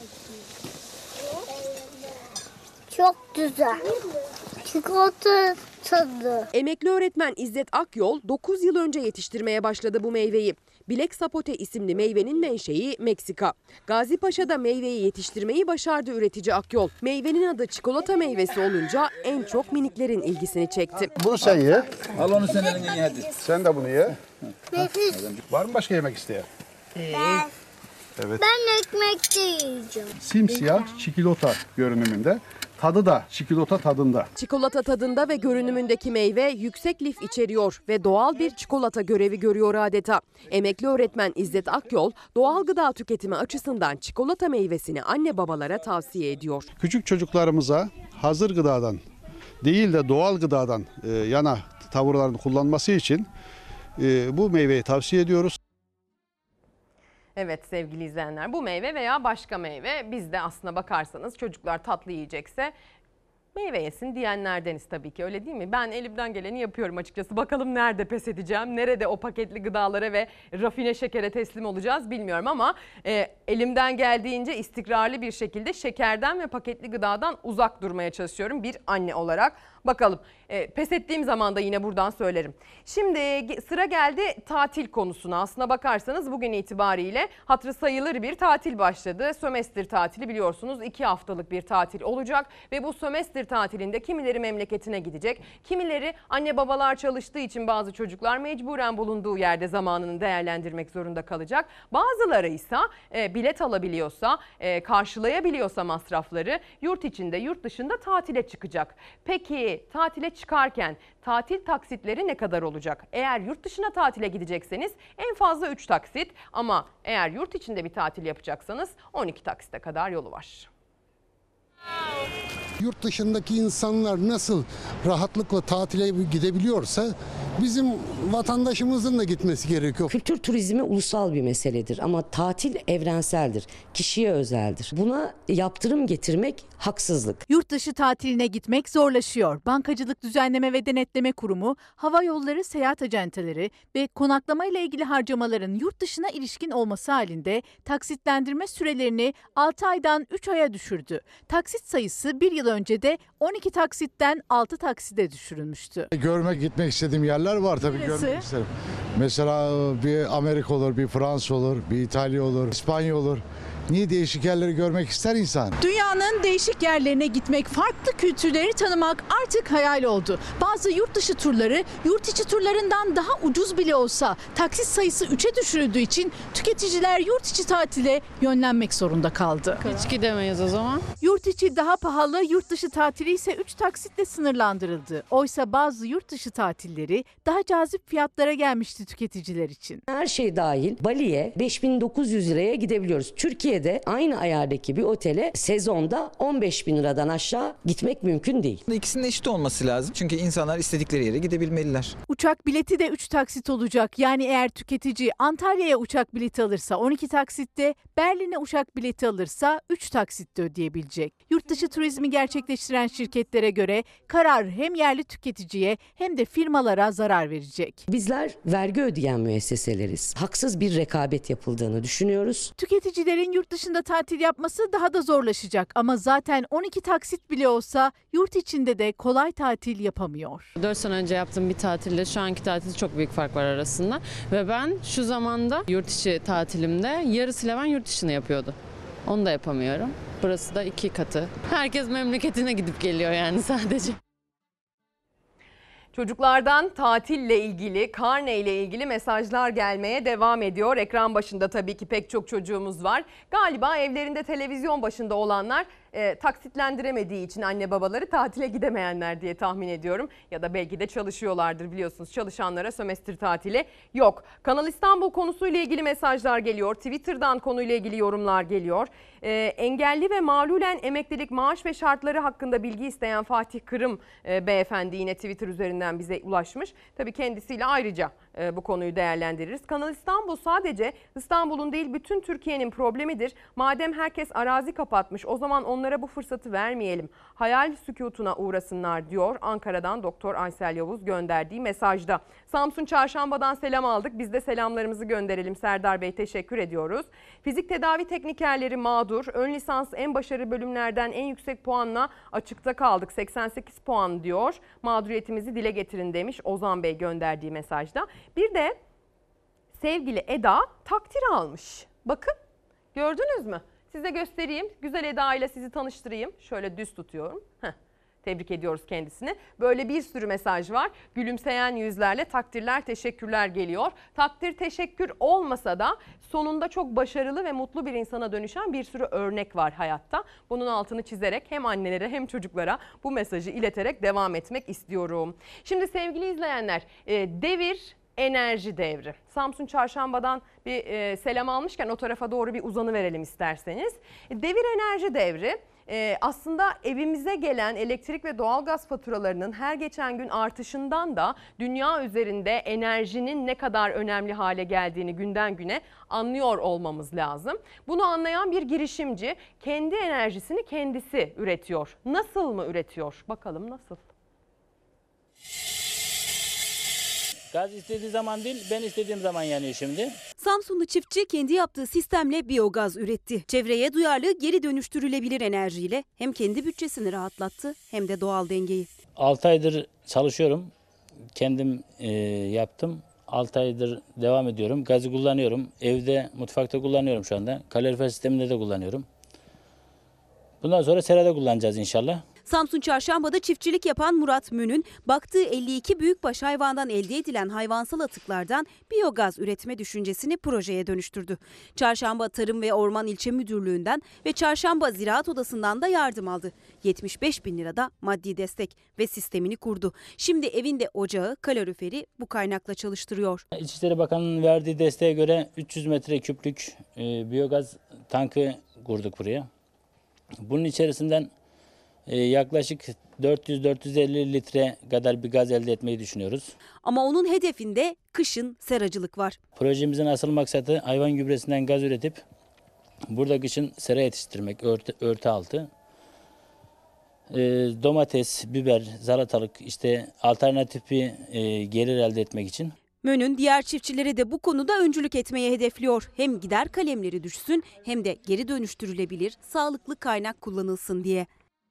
Çok güzel. Çikolata tadı. Emekli öğretmen İzzet Akyol 9 yıl önce yetiştirmeye başladı bu meyveyi. Bilek sapote isimli meyvenin menşei Meksika. Gazipaşa'da meyveyi yetiştirmeyi başardı üretici Akyol. Meyvenin adı çikolata meyvesi olunca en çok miniklerin ilgisini çekti. Bunu sen ye. Al onu sen eline ye hadi. Sen de bunu ye. Nefis. Var mı başka yemek isteyen? Ben. Evet. Ben ekmek de yiyeceğim. Simsiyah çikolata görünümünde. Tadı da çikolata tadında. Çikolata tadında ve görünümündeki meyve yüksek lif içeriyor ve doğal bir çikolata görevi görüyor adeta. Emekli öğretmen İzzet Akyol doğal gıda tüketimi açısından çikolata meyvesini anne babalara tavsiye ediyor. Küçük çocuklarımıza hazır gıdadan değil de doğal gıdadan yana tavırlarını kullanması için bu meyveyi tavsiye ediyoruz. Evet sevgili izleyenler, bu meyve veya başka meyve, biz de aslına bakarsanız çocuklar tatlı yiyecekse meyve yesin diyenlerdeniz tabii ki, öyle değil mi? Ben elimden geleni yapıyorum açıkçası. Bakalım nerede pes edeceğim, nerede o paketli gıdalara ve rafine şekere teslim olacağız bilmiyorum ama elimden geldiğince istikrarlı bir şekilde şekerden ve paketli gıdadan uzak durmaya çalışıyorum bir anne olarak. Bakalım. Pes ettiğim zaman da yine buradan söylerim. Şimdi sıra geldi tatil konusuna. Aslına bakarsanız bugün itibariyle hatırı sayılır bir tatil başladı. Sömestr tatili biliyorsunuz 2 haftalık bir tatil olacak. Ve bu sömestr tatilinde kimileri memleketine gidecek. Kimileri anne babalar çalıştığı için bazı çocuklar mecburen bulunduğu yerde zamanını değerlendirmek zorunda kalacak. Bazıları ise bilet alabiliyorsa, karşılayabiliyorsa masrafları yurt içinde yurt dışında tatile çıkacak. Peki tatile çıkarken tatil taksitleri ne kadar olacak? Eğer yurt dışına tatile gidecekseniz en fazla 3 taksit ama eğer yurt içinde bir tatil yapacaksanız 12 taksite kadar yolu var. Yurt dışındaki insanlar nasıl rahatlıkla tatile gidebiliyorsa bizim vatandaşımızın da gitmesi gerekiyor. Kültür turizmi ulusal bir meseledir ama tatil evrenseldir, kişiye özeldir. Buna yaptırım getirmek haksızlık. Yurt dışı tatiline gitmek zorlaşıyor. Bankacılık Düzenleme ve Denetleme Kurumu, hava yolları seyahat acenteleri ve konaklama ile ilgili harcamaların yurt dışına ilişkin olması halinde taksitlendirme sürelerini 6 aydan 3 aya düşürdü. Taksit sayısı bir yıl önce de 12 taksitten 6 takside düşürülmüştü. Gitmek istediğim yerler var tabii. Neresi? Görmek isterim. Mesela bir Amerika olur, bir Fransa olur, bir İtalya olur, İspanya olur. Niye değişik yerleri görmek ister insan? Dünyanın değişik yerlerine gitmek, farklı kültürleri tanımak artık hayal oldu. Bazı yurt dışı turları yurt içi turlarından daha ucuz bile olsa taksit sayısı 3'e düşürüldüğü için tüketiciler yurt içi tatile yönlenmek zorunda kaldı. Hiç gidemeyiz o zaman. Yurt içi daha pahalı, yurt dışı tatili ise 3 taksitle sınırlandırıldı. Oysa bazı yurt dışı tatilleri daha cazip fiyatlara gelmişti tüketiciler için. Her şey dahil Bali'ye 5.900 liraya gidebiliyoruz. Türkiye'de aynı ayardaki bir otele sezonda 15.000 liradan aşağı gitmek mümkün değil. İkisinin eşit olması lazım. Çünkü insanlar istedikleri yere gidebilmeliler. Uçak bileti de 3 taksit olacak. Yani eğer tüketici Antalya'ya uçak bileti alırsa 12 taksitte, Berlin'e uçak bileti alırsa 3 taksitte ödeyebilecek. Yurt dışı turizmi gerçekleştiren şirketlere göre karar hem yerli tüketiciye hem de firmalara zarar verecek. Bizler vergi ödeyen müesseseleriz. Haksız bir rekabet yapıldığını düşünüyoruz. Tüketicilerin yurt dışında tatil yapması daha da zorlaşacak ama zaten 12 taksit bile olsa yurt içinde de kolay tatil yapamıyor. 4 sene önce yaptığım bir tatille şu anki tatil çok büyük fark var arasında. Ve ben şu zamanda yurt içi tatilimde yarısıyla ben yurt dışını yapıyordu. Onu da yapamıyorum. Burası da 2 katı. Herkes memleketine gidip geliyor yani sadece. Çocuklardan tatille ilgili, karne ile ilgili mesajlar gelmeye devam ediyor. Ekran başında tabii ki pek çok çocuğumuz var. Galiba evlerinde televizyon başında olanlar taksitlendiremediği için anne babaları tatile gidemeyenler diye tahmin ediyorum. Ya da belki de çalışıyorlardır, biliyorsunuz çalışanlara sömestr tatili yok. Kanal İstanbul konusuyla ilgili mesajlar geliyor. Twitter'dan konuyla ilgili yorumlar geliyor. Engelli ve mağlulen emeklilik maaş ve şartları hakkında bilgi isteyen Fatih Kırım beyefendi yine Twitter üzerinden bize ulaşmış. Tabii kendisiyle ayrıca bu konuyu değerlendiririz. Kanal İstanbul sadece İstanbul'un değil bütün Türkiye'nin problemidir. Madem herkes arazi kapatmış o zaman onlara bu fırsatı vermeyelim. Hayal sükutuna uğrasınlar diyor Ankara'dan Doktor Aysel Yavuz gönderdiği mesajda. Samsun Çarşamba'dan selam aldık. Biz de selamlarımızı gönderelim. Serdar Bey teşekkür ediyoruz. Fizik tedavi teknikerleri mağdur. Ön lisans en başarılı bölümlerden en yüksek puanla açıkta kaldık. 88 puan diyor. Mağduriyetimizi dile getirin demiş Ozan Bey gönderdiği mesajda. Bir de sevgili Eda takdir almış. Bakın gördünüz mü? Size göstereyim. Güzel Eda ile sizi tanıştırayım. Şöyle düz tutuyorum. Tebrik ediyoruz kendisini. Böyle bir sürü mesaj var. Gülümseyen yüzlerle takdirler, teşekkürler geliyor. Takdir, teşekkür olmasa da sonunda çok başarılı ve mutlu bir insana dönüşen bir sürü örnek var hayatta. Bunun altını çizerek hem annelere hem çocuklara bu mesajı ileterek devam etmek istiyorum. Şimdi sevgili izleyenler, devir enerji devri. Samsun Çarşamba'dan bir selam almışken o tarafa doğru bir uzanıverelim isterseniz. Devir enerji devri. Aslında evimize gelen elektrik ve doğalgaz faturalarının her geçen gün artışından da dünya üzerinde enerjinin ne kadar önemli hale geldiğini günden güne anlıyor olmamız lazım. Bunu anlayan bir girişimci kendi enerjisini kendisi üretiyor. Nasıl mı üretiyor? Bakalım nasıl? Gaz istediği zaman değil, ben istediğim zaman yanıyor şimdi. Samsunlu çiftçi kendi yaptığı sistemle biyogaz üretti. Çevreye duyarlı, geri dönüştürülebilir enerjiyle hem kendi bütçesini rahatlattı hem de doğal dengeyi. 6 aydır çalışıyorum. Kendim yaptım. 6 aydır devam ediyorum. Gazı kullanıyorum. Evde, mutfakta kullanıyorum şu anda. Kalorifer sisteminde de kullanıyorum. Bundan sonra serada kullanacağız inşallah. Samsun Çarşamba'da çiftçilik yapan Murat Mün'ün baktığı 52 büyükbaş hayvandan elde edilen hayvansal atıklardan biyogaz üretme düşüncesini projeye dönüştürdü. Çarşamba Tarım ve Orman İlçe Müdürlüğü'nden ve Çarşamba Ziraat Odası'ndan da yardım aldı. 75.000 lirada maddi destek ve sistemini kurdu. Şimdi evinde ocağı, kaloriferi bu kaynakla çalıştırıyor. İçişleri Bakanı'nın verdiği desteğe göre 300 metreküplük biyogaz tankı kurduk buraya. Bunun içerisinden yaklaşık 400-450 litre kadar bir gaz elde etmeyi düşünüyoruz. Ama onun hedefinde kışın seracılık var. Projemizin asıl maksadı hayvan gübresinden gaz üretip burada kışın sera yetiştirmek, örtü altı. Domates, biber, salatalık işte alternatif bir gelir elde etmek için. Mön'ün diğer çiftçilere de bu konuda öncülük etmeye hedefliyor. Hem gider kalemleri düşsün hem de geri dönüştürülebilir, sağlıklı kaynak kullanılsın diye.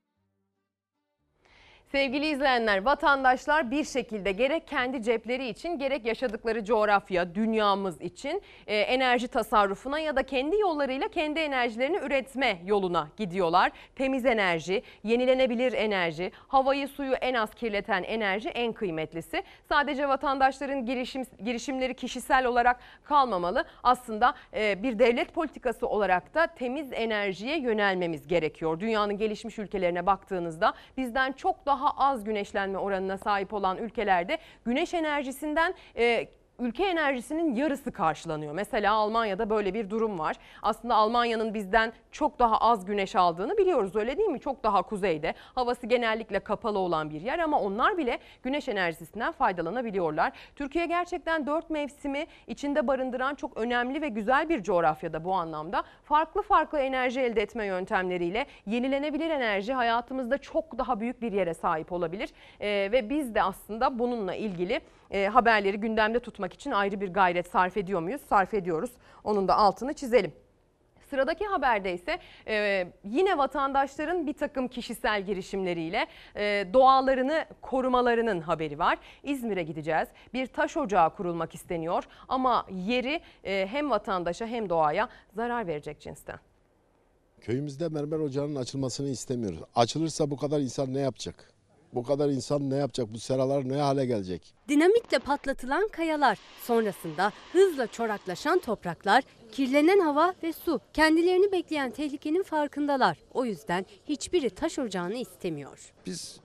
Sevgili izleyenler, vatandaşlar bir şekilde gerek kendi cepleri için gerek yaşadıkları coğrafya, dünyamız için enerji tasarrufuna ya da kendi yollarıyla kendi enerjilerini üretme yoluna gidiyorlar. Temiz enerji, yenilenebilir enerji, havayı suyu en az kirleten enerji en kıymetlisi. Sadece vatandaşların girişimleri kişisel olarak kalmamalı. Aslında bir devlet politikası olarak da temiz enerjiye yönelmemiz gerekiyor. Dünyanın gelişmiş ülkelerine baktığınızda bizden çok daha az güneşlenme oranına sahip olan ülkelerde güneş enerjisinden ülke enerjisinin yarısı karşılanıyor. Mesela Almanya'da böyle bir durum var. Aslında Almanya'nın bizden çok daha az güneş aldığını biliyoruz, öyle değil mi? Çok daha kuzeyde, havası genellikle kapalı olan bir yer ama onlar bile güneş enerjisinden faydalanabiliyorlar. Türkiye gerçekten 4 mevsimi içinde barındıran çok önemli ve güzel bir coğrafyada bu anlamda. Farklı farklı enerji elde etme yöntemleriyle yenilenebilir enerji hayatımızda çok daha büyük bir yere sahip olabilir. Ve biz de aslında bununla ilgili haberleri gündemde tutmak için ayrı bir gayret sarf ediyor muyuz? Sarf ediyoruz. Onun da altını çizelim. Sıradaki haberde ise yine vatandaşların bir takım kişisel girişimleriyle doğalarını korumalarının haberi var. İzmir'e gideceğiz. Bir taş ocağı kurulmak isteniyor ama yeri hem vatandaşa hem doğaya zarar verecek cinsten. Köyümüzde mermer ocağının açılmasını istemiyoruz. Açılırsa bu kadar insan ne yapacak? Bu kadar insan ne yapacak? Bu seralar ne hale gelecek? Dinamitle patlatılan kayalar, sonrasında hızla çoraklaşan topraklar, kirlenen hava ve su. Kendilerini bekleyen tehlikenin farkındalar. O yüzden hiçbiri taş ocağını istemiyor. Biz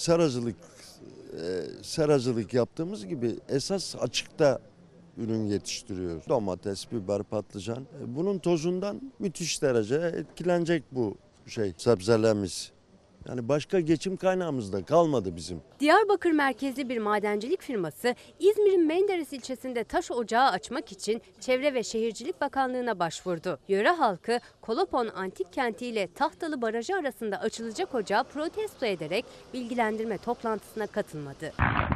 seracılık yaptığımız gibi esas açıkta ürün yetiştiriyoruz. Domates, biber, patlıcan. Bunun tozundan müthiş derece etkilenecek bu sebzelerimiz. Yani başka geçim kaynağımız da kalmadı bizim. Diyarbakır merkezli bir madencilik firması İzmir'in Menderes ilçesinde taş ocağı açmak için Çevre ve Şehircilik Bakanlığı'na başvurdu. Yöre halkı Kolopon Antik Kenti ile Tahtalı Barajı arasında açılacak ocağı protesto ederek bilgilendirme toplantısına katılmadı.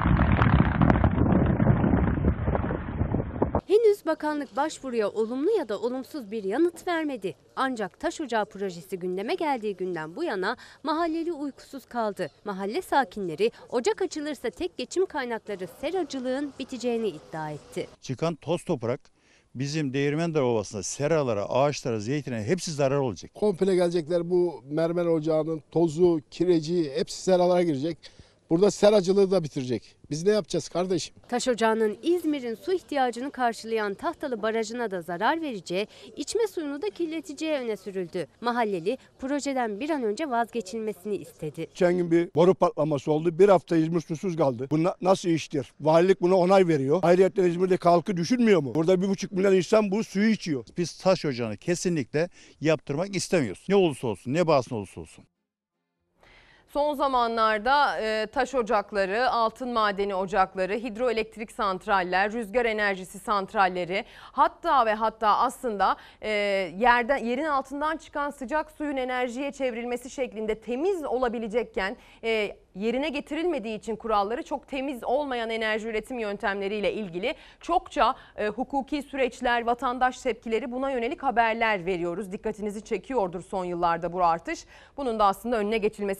Henüz bakanlık başvuruya olumlu ya da olumsuz bir yanıt vermedi. Ancak taş ocağı projesi gündeme geldiği günden bu yana mahalleli uykusuz kaldı. Mahalle sakinleri ocak açılırsa tek geçim kaynakları seracılığın biteceğini iddia etti. Çıkan toz toprak bizim Değirmendere Ovası'nda seralara, ağaçlara, zeytine hepsi zarar olacak. Komple gelecekler, bu mermer ocağının tozu, kireci hepsi seralara girecek. Burada seracılığı da bitirecek. Biz ne yapacağız kardeşim? Taş ocağının İzmir'in su ihtiyacını karşılayan Tahtalı Barajı'na da zarar vereceği, içme suyunu da kirleteceği öne sürüldü. Mahalleli projeden bir an önce vazgeçilmesini istedi. Geçen gün bir boru patlaması oldu. Bir hafta İzmir susuz kaldı. Bu nasıl iştir? Valilik buna onay veriyor. Ayrıca İzmir'de halkı düşünmüyor mu? Burada 1,5 milyon insan bu suyu içiyor. Biz taş ocağını kesinlikle yaptırmak istemiyoruz. Ne olursa olsun, ne bahsine olursa olsun. Son zamanlarda taş ocakları, altın madeni ocakları, hidroelektrik santraller, rüzgar enerjisi santralleri hatta aslında yerin altından çıkan sıcak suyun enerjiye çevrilmesi şeklinde temiz olabilecekken yerine getirilmediği için kuralları çok temiz olmayan enerji üretim yöntemleriyle ilgili çokça hukuki süreçler, vatandaş tepkileri, buna yönelik haberler veriyoruz. Dikkatinizi çekiyordur son yıllarda bu artış. Bunun da aslında önüne geçilmesi gerektiği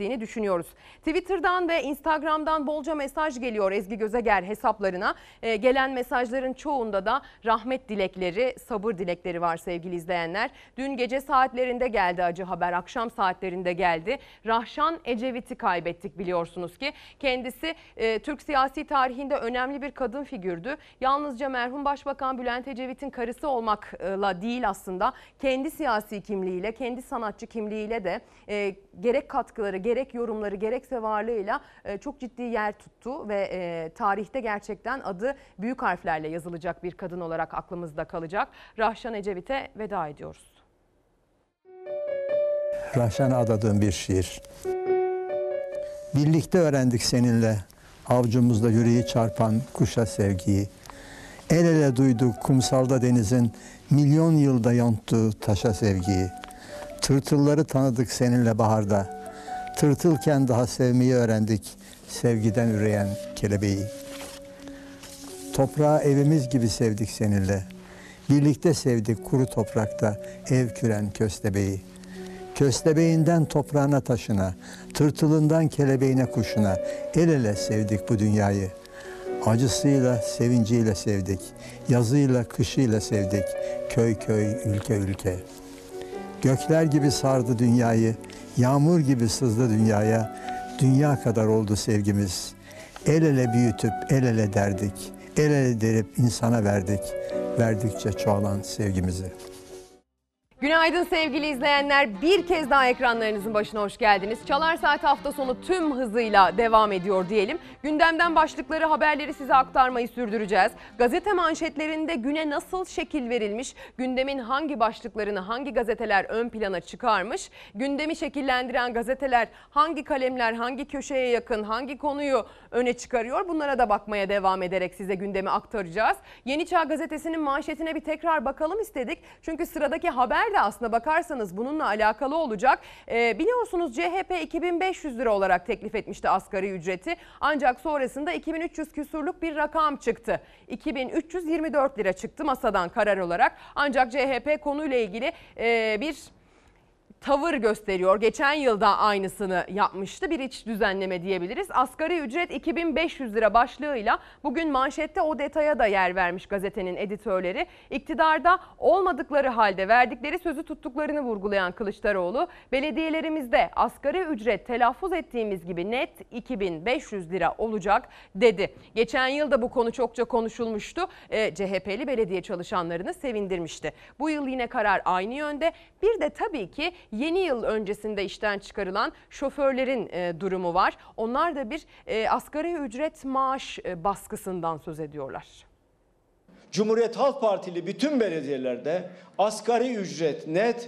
gerektiğini düşünüyoruz. Twitter'dan ve Instagram'dan bolca mesaj geliyor Ezgi Gözeger hesaplarına. Gelen mesajların çoğunda da rahmet dilekleri, sabır dilekleri var sevgili izleyenler. Dün gece saatlerinde geldi acı haber, akşam saatlerinde geldi. Rahşan Ecevit'i kaybettik biliyorsunuz ki. Kendisi Türk siyasi tarihinde önemli bir kadın figürdü. Yalnızca merhum Başbakan Bülent Ecevit'in karısı olmakla değil aslında, kendi siyasi kimliğiyle, kendi sanatçı kimliğiyle de gerek katkıları, gerek yorumları, gerekse varlığıyla çok ciddi yer tuttu ve tarihte gerçekten adı büyük harflerle yazılacak bir kadın olarak aklımızda kalacak. Rahşan Ecevit'e veda ediyoruz. Rahşan'a adadığım bir şiir. Birlikte öğrendik seninle avcumuzda yüreği çarpan kuşa sevgiyi. El ele duyduk kumsalda denizin milyon yılda yonttuğu taşa sevgiyi. Tırtılları tanıdık seninle baharda. Tırtılken daha sevmeyi öğrendik sevgiden üreyen kelebeği. Toprağı evimiz gibi sevdik seninle. Birlikte sevdik kuru toprakta ev küren köstebeği. Köstebeğinden toprağına taşına, tırtılından kelebeğine kuşuna el ele sevdik bu dünyayı. Acısıyla, sevinciyle sevdik, yazıyla, kışıyla sevdik, köy köy, ülke ülke. Gökler gibi sardı dünyayı, yağmur gibi sızdı dünyaya, dünya kadar oldu sevgimiz. El ele büyütüp el ele derdik, el ele derip insana verdik, verdikçe çoğalan sevgimizi. Günaydın sevgili izleyenler. Bir kez daha ekranlarınızın başına hoş geldiniz. Çalar Saat hafta sonu tüm hızıyla devam ediyor diyelim. Gündemden başlıkları, haberleri size aktarmayı sürdüreceğiz. Gazete manşetlerinde güne nasıl şekil verilmiş, gündemin hangi başlıklarını hangi gazeteler ön plana çıkarmış, gündemi şekillendiren gazeteler hangi kalemler hangi köşeye yakın, hangi konuyu öne çıkarıyor, bunlara da bakmaya devam ederek size gündemi aktaracağız. Yeni Çağ Gazetesi'nin manşetine bir tekrar bakalım istedik. Çünkü sıradaki haber de aslına bakarsanız bununla alakalı olacak. Biliyorsunuz CHP 2500 lira olarak teklif etmişti asgari ücreti. Ancak sonrasında 2300 küsurluk bir rakam çıktı. 2324 lira çıktı masadan karar olarak. Ancak CHP konuyla ilgili bir tavır gösteriyor. Geçen yılda aynısını yapmıştı. Bir iç düzenleme diyebiliriz. Asgari ücret 2500 lira başlığıyla bugün manşette o detaya da yer vermiş gazetenin editörleri. İktidarda olmadıkları halde verdikleri sözü tuttuklarını vurgulayan Kılıçdaroğlu, belediyelerimizde asgari ücret telaffuz ettiğimiz gibi net 2500 lira olacak dedi. Geçen yılda bu konu çokça konuşulmuştu. CHP'li belediye çalışanlarını sevindirmişti. Bu yıl yine karar aynı yönde. Bir de tabii ki yeni yıl öncesinde işten çıkarılan şoförlerin durumu var. Onlar da bir asgari ücret maaş baskısından söz ediyorlar. Cumhuriyet Halk Partili bütün belediyelerde asgari ücret net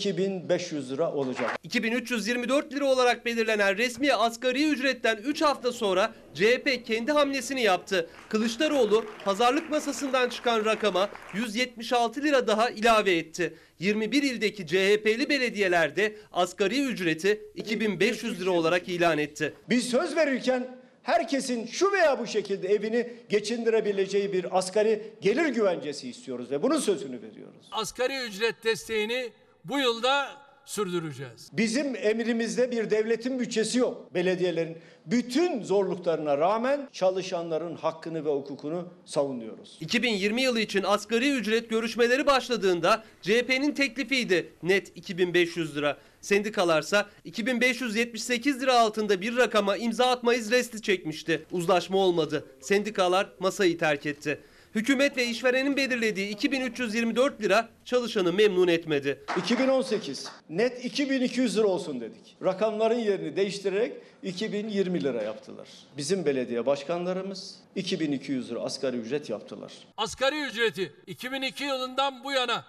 2500 lira olacak. 2324 lira olarak belirlenen resmi asgari ücretten 3 hafta sonra CHP kendi hamlesini yaptı. Kılıçdaroğlu pazarlık masasından çıkan rakama 176 lira daha ilave etti. 21 ildeki CHP'li belediyelerde asgari ücreti 2500 lira olarak ilan etti. Biz söz verirken herkesin şu veya bu şekilde evini geçindirebileceği bir asgari gelir güvencesi istiyoruz ve bunun sözünü veriyoruz. Asgari ücret desteğini bu yılda sürdüreceğiz. Bizim emrimizde bir devletin bütçesi yok. Belediyelerin bütün zorluklarına rağmen çalışanların hakkını ve hukukunu savunuyoruz. 2020 yılı için asgari ücret görüşmeleri başladığında CHP'nin teklifiydi net 2500 lira. Sendikalarsa 2578 lira altında bir rakama imza atmayız resti çekmişti. Uzlaşma olmadı. Sendikalar masayı terk etti. Hükümet ve işverenin belirlediği 2324 lira çalışanı memnun etmedi. 2018 net 2200 lira olsun dedik. Rakamların yerini değiştirerek 2020 lira yaptılar. Bizim belediye başkanlarımız 2200 lira asgari ücret yaptılar. Asgari ücreti 2002 yılından bu yana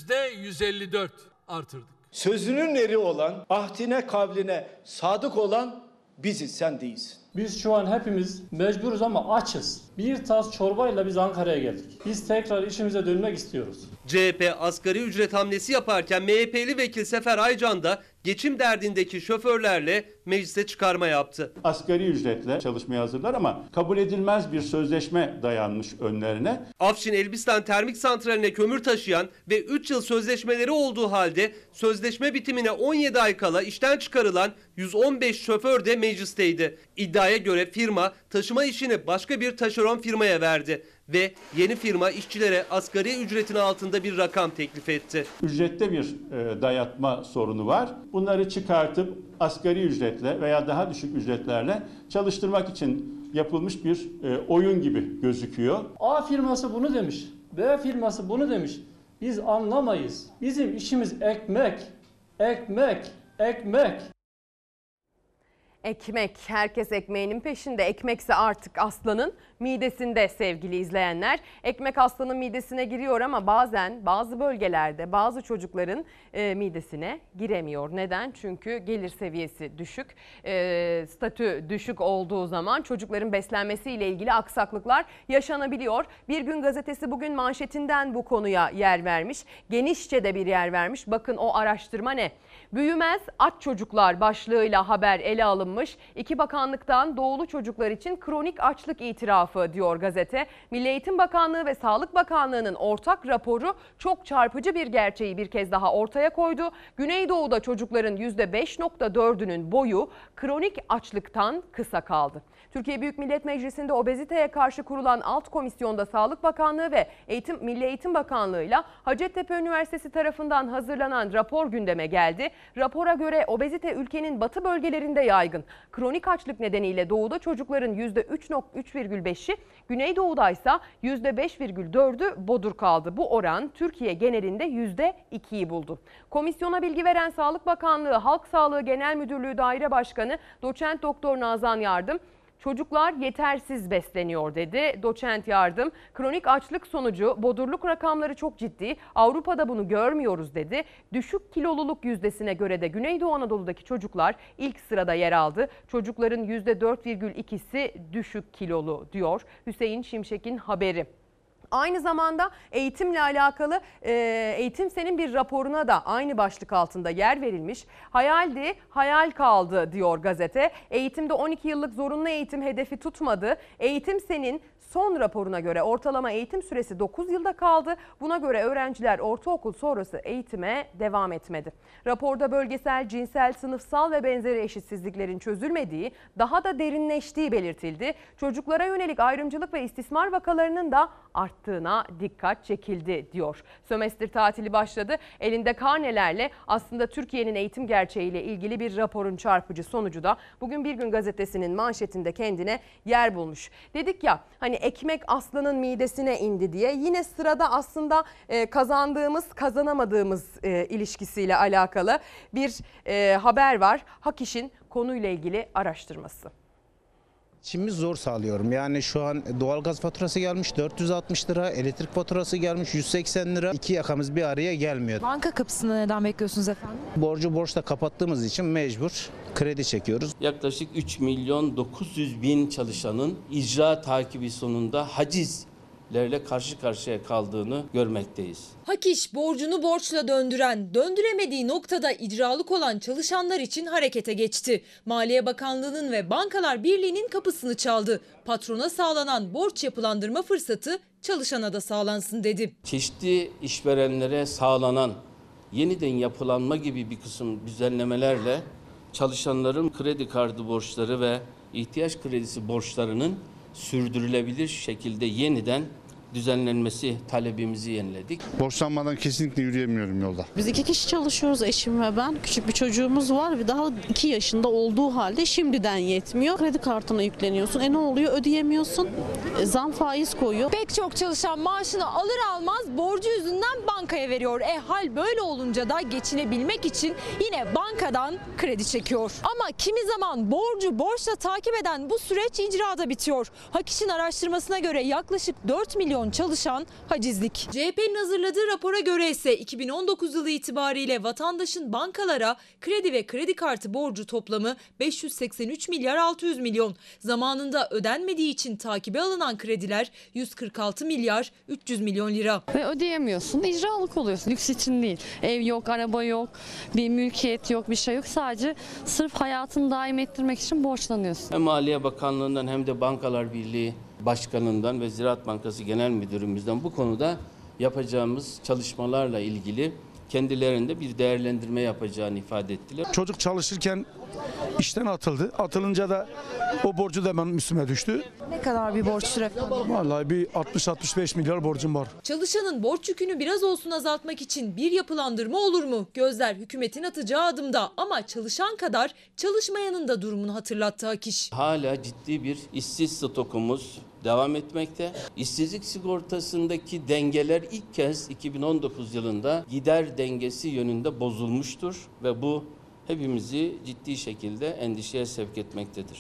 %154 artırdık. Sözünün eri olan, ahdine kavline sadık olan biziz, sen değilsin. Biz şu an hepimiz mecburuz ama açız. Bir tas çorbayla biz Ankara'ya geldik. Biz tekrar işimize dönmek istiyoruz. CHP asgari ücret hamlesi yaparken MHP'li vekil Sefer Aycan da geçim derdindeki şoförlerle meclise çıkarma yaptı. Asgari ücretle çalışmaya hazırlar ama kabul edilmez bir sözleşme dayanmış önlerine. Afşin Elbistan Termik Santrali'ne kömür taşıyan ve 3 yıl sözleşmeleri olduğu halde sözleşme bitimine 17 ay kala işten çıkarılan 115 şoför de meclisteydi. İddiaya göre firma taşıma işini başka bir taşeron firmaya verdi ve yeni firma işçilere asgari ücretin altında bir rakam teklif etti. Ücrette bir dayatma sorunu var. Bunları çıkartıp asgari ücretle veya daha düşük ücretlerle çalıştırmak için yapılmış bir oyun gibi gözüküyor. A firması bunu demiş, B firması bunu demiş. Biz anlamayız. Bizim işimiz ekmek, ekmek, ekmek. Ekmek, herkes ekmeğinin peşinde. Ekmekse artık aslanın midesinde sevgili izleyenler. Ekmek aslanın midesine giriyor ama bazen bazı bölgelerde bazı çocukların midesine giremiyor. Neden? Çünkü gelir seviyesi düşük, statü düşük olduğu zaman çocukların beslenmesiyle ilgili aksaklıklar yaşanabiliyor. Bir Gün Gazetesi bugün manşetinden bu konuya yer vermiş. Genişçe de bir yer vermiş. Bakın o araştırma ne? Büyümez aç çocuklar başlığıyla haber ele alınmış. İki bakanlıktan doğulu çocuklar için kronik açlık itirafı diyor gazete. Milli Eğitim Bakanlığı ve Sağlık Bakanlığı'nın ortak raporu çok çarpıcı bir gerçeği bir kez daha ortaya koydu. Güneydoğu'da çocukların %5.4'ünün boyu kronik açlıktan kısa kaldı. Türkiye Büyük Millet Meclisi'nde obeziteye karşı kurulan alt komisyonda Sağlık Bakanlığı ve Milli Eğitim Bakanlığı'yla Hacettepe Üniversitesi tarafından hazırlanan rapor gündeme geldi. Rapora göre obezite ülkenin batı bölgelerinde yaygın. Kronik açlık nedeniyle doğuda çocukların %3.5'i, Güneydoğu'da ise %5.4'ü bodur kaldı. Bu oran Türkiye genelinde %2'yi buldu. Komisyona bilgi veren Sağlık Bakanlığı Halk Sağlığı Genel Müdürlüğü Daire Başkanı Doçent Doktor Nazan Yardım, çocuklar yetersiz besleniyor dedi. Doçent Yardım, kronik açlık sonucu bodurluk rakamları çok ciddi. Avrupa'da bunu görmüyoruz dedi. Düşük kiloluluk yüzdesine göre de Güneydoğu Anadolu'daki çocuklar ilk sırada yer aldı. Çocukların %4,2'si düşük kilolu diyor Hüseyin Şimşek'in haberi. Aynı zamanda eğitimle alakalı Eğitim Sen'in bir raporuna da aynı başlık altında yer verilmiş. Hayaldi, hayal kaldı diyor gazete. Eğitimde 12 yıllık zorunlu eğitim hedefi tutmadı. Eğitim Sen'in son raporuna göre ortalama eğitim süresi 9 yılda kaldı. Buna göre öğrenciler ortaokul sonrası eğitime devam etmedi. Raporda bölgesel, cinsel, sınıfsal ve benzeri eşitsizliklerin çözülmediği, daha da derinleştiği belirtildi. Çocuklara yönelik ayrımcılık ve istismar vakalarının da arttığına dikkat çekildi diyor. Sömestr tatili başladı. Elinde karnelerle aslında Türkiye'nin eğitim gerçeğiyle ilgili bir raporun çarpıcı sonucu da bugün Bir Gün Gazetesi'nin manşetinde kendine yer bulmuş. Dedik ya hani ekmek aslanın midesine indi diye, yine sırada aslında kazandığımız kazanamadığımız ilişkisiyle alakalı bir haber var. Hak İş'in konuyla ilgili araştırması. Geçimimi zor sağlıyorum. Yani şu an doğalgaz faturası gelmiş 460 lira, elektrik faturası gelmiş 180 lira. İki yakamız bir araya gelmiyor. Banka kapısında neden bekliyorsunuz efendim? Borcu borçla kapattığımız için mecbur kredi çekiyoruz. Yaklaşık 3.900.000 çalışanın icra takibi sonunda hacizlerle karşı karşıya kaldığını görmekteyiz. Hak İş borcunu borçla döndüren, döndüremediği noktada icralık olan çalışanlar için harekete geçti. Maliye Bakanlığı'nın ve Bankalar Birliği'nin kapısını çaldı. Patrona sağlanan borç yapılandırma fırsatı çalışana da sağlansın dedi. Çeşitli işverenlere sağlanan yeniden yapılanma gibi bir kısım düzenlemelerle çalışanların kredi kartı borçları ve ihtiyaç kredisi borçlarının sürdürülebilir şekilde yeniden düzenlenmesi talebimizi yeniledik. Borçlanmadan kesinlikle yürüyemiyorum yolda. Biz 2 kişi çalışıyoruz, eşim ve ben. Küçük bir çocuğumuz var ve daha 2 yaşında olduğu halde şimdiden yetmiyor. Kredi kartına yükleniyorsun. Ne oluyor? Ödeyemiyorsun. Zam faiz koyuyor. Pek çok çalışan maaşını alır almaz borcu yüzünden bankaya veriyor. Hal böyle olunca da geçinebilmek için yine bankadan kredi çekiyor. Ama kimi zaman borcu borçla takip eden bu süreç icrada bitiyor. Hak İş'in araştırmasına göre yaklaşık 4 milyon milyon çalışan hacizlik. CHP'nin hazırladığı rapora göre ise 2019 yılı itibariyle vatandaşın bankalara kredi ve kredi kartı borcu toplamı 583 milyar 600 milyon. Zamanında ödenmediği için takibe alınan krediler 146 milyar 300 milyon lira. Ve ödeyemiyorsun, icralık oluyorsun. Lüks için değil. Ev yok, araba yok, bir mülkiyet yok, bir şey yok. Sadece sırf hayatını daim ettirmek için borçlanıyorsun. Hem Maliye Bakanlığı'ndan hem de Bankalar Birliği Başkanı'ndan ve Ziraat Bankası Genel Müdürümüzden bu konuda yapacağımız çalışmalarla ilgili kendilerinde bir değerlendirme yapacağını ifade ettiler. Çocuk çalışırken işten atıldı. Atılınca da o borcu da hemen üstüme düştü. Ne kadar bir borçtur efendim? Vallahi bir 60-65 milyar borcum var. Çalışanın borç yükünü biraz olsun azaltmak için bir yapılandırma olur mu? Gözler hükümetin atacağı adımda ama çalışan kadar çalışmayanın da durumunu hatırlattı Akiş. Hala ciddi bir işsiz stokumuz devam etmekte. İşsizlik sigortasındaki dengeler ilk kez 2019 yılında gider dengesi yönünde bozulmuştur ve bu hepimizi ciddi şekilde endişeye sevk etmektedir.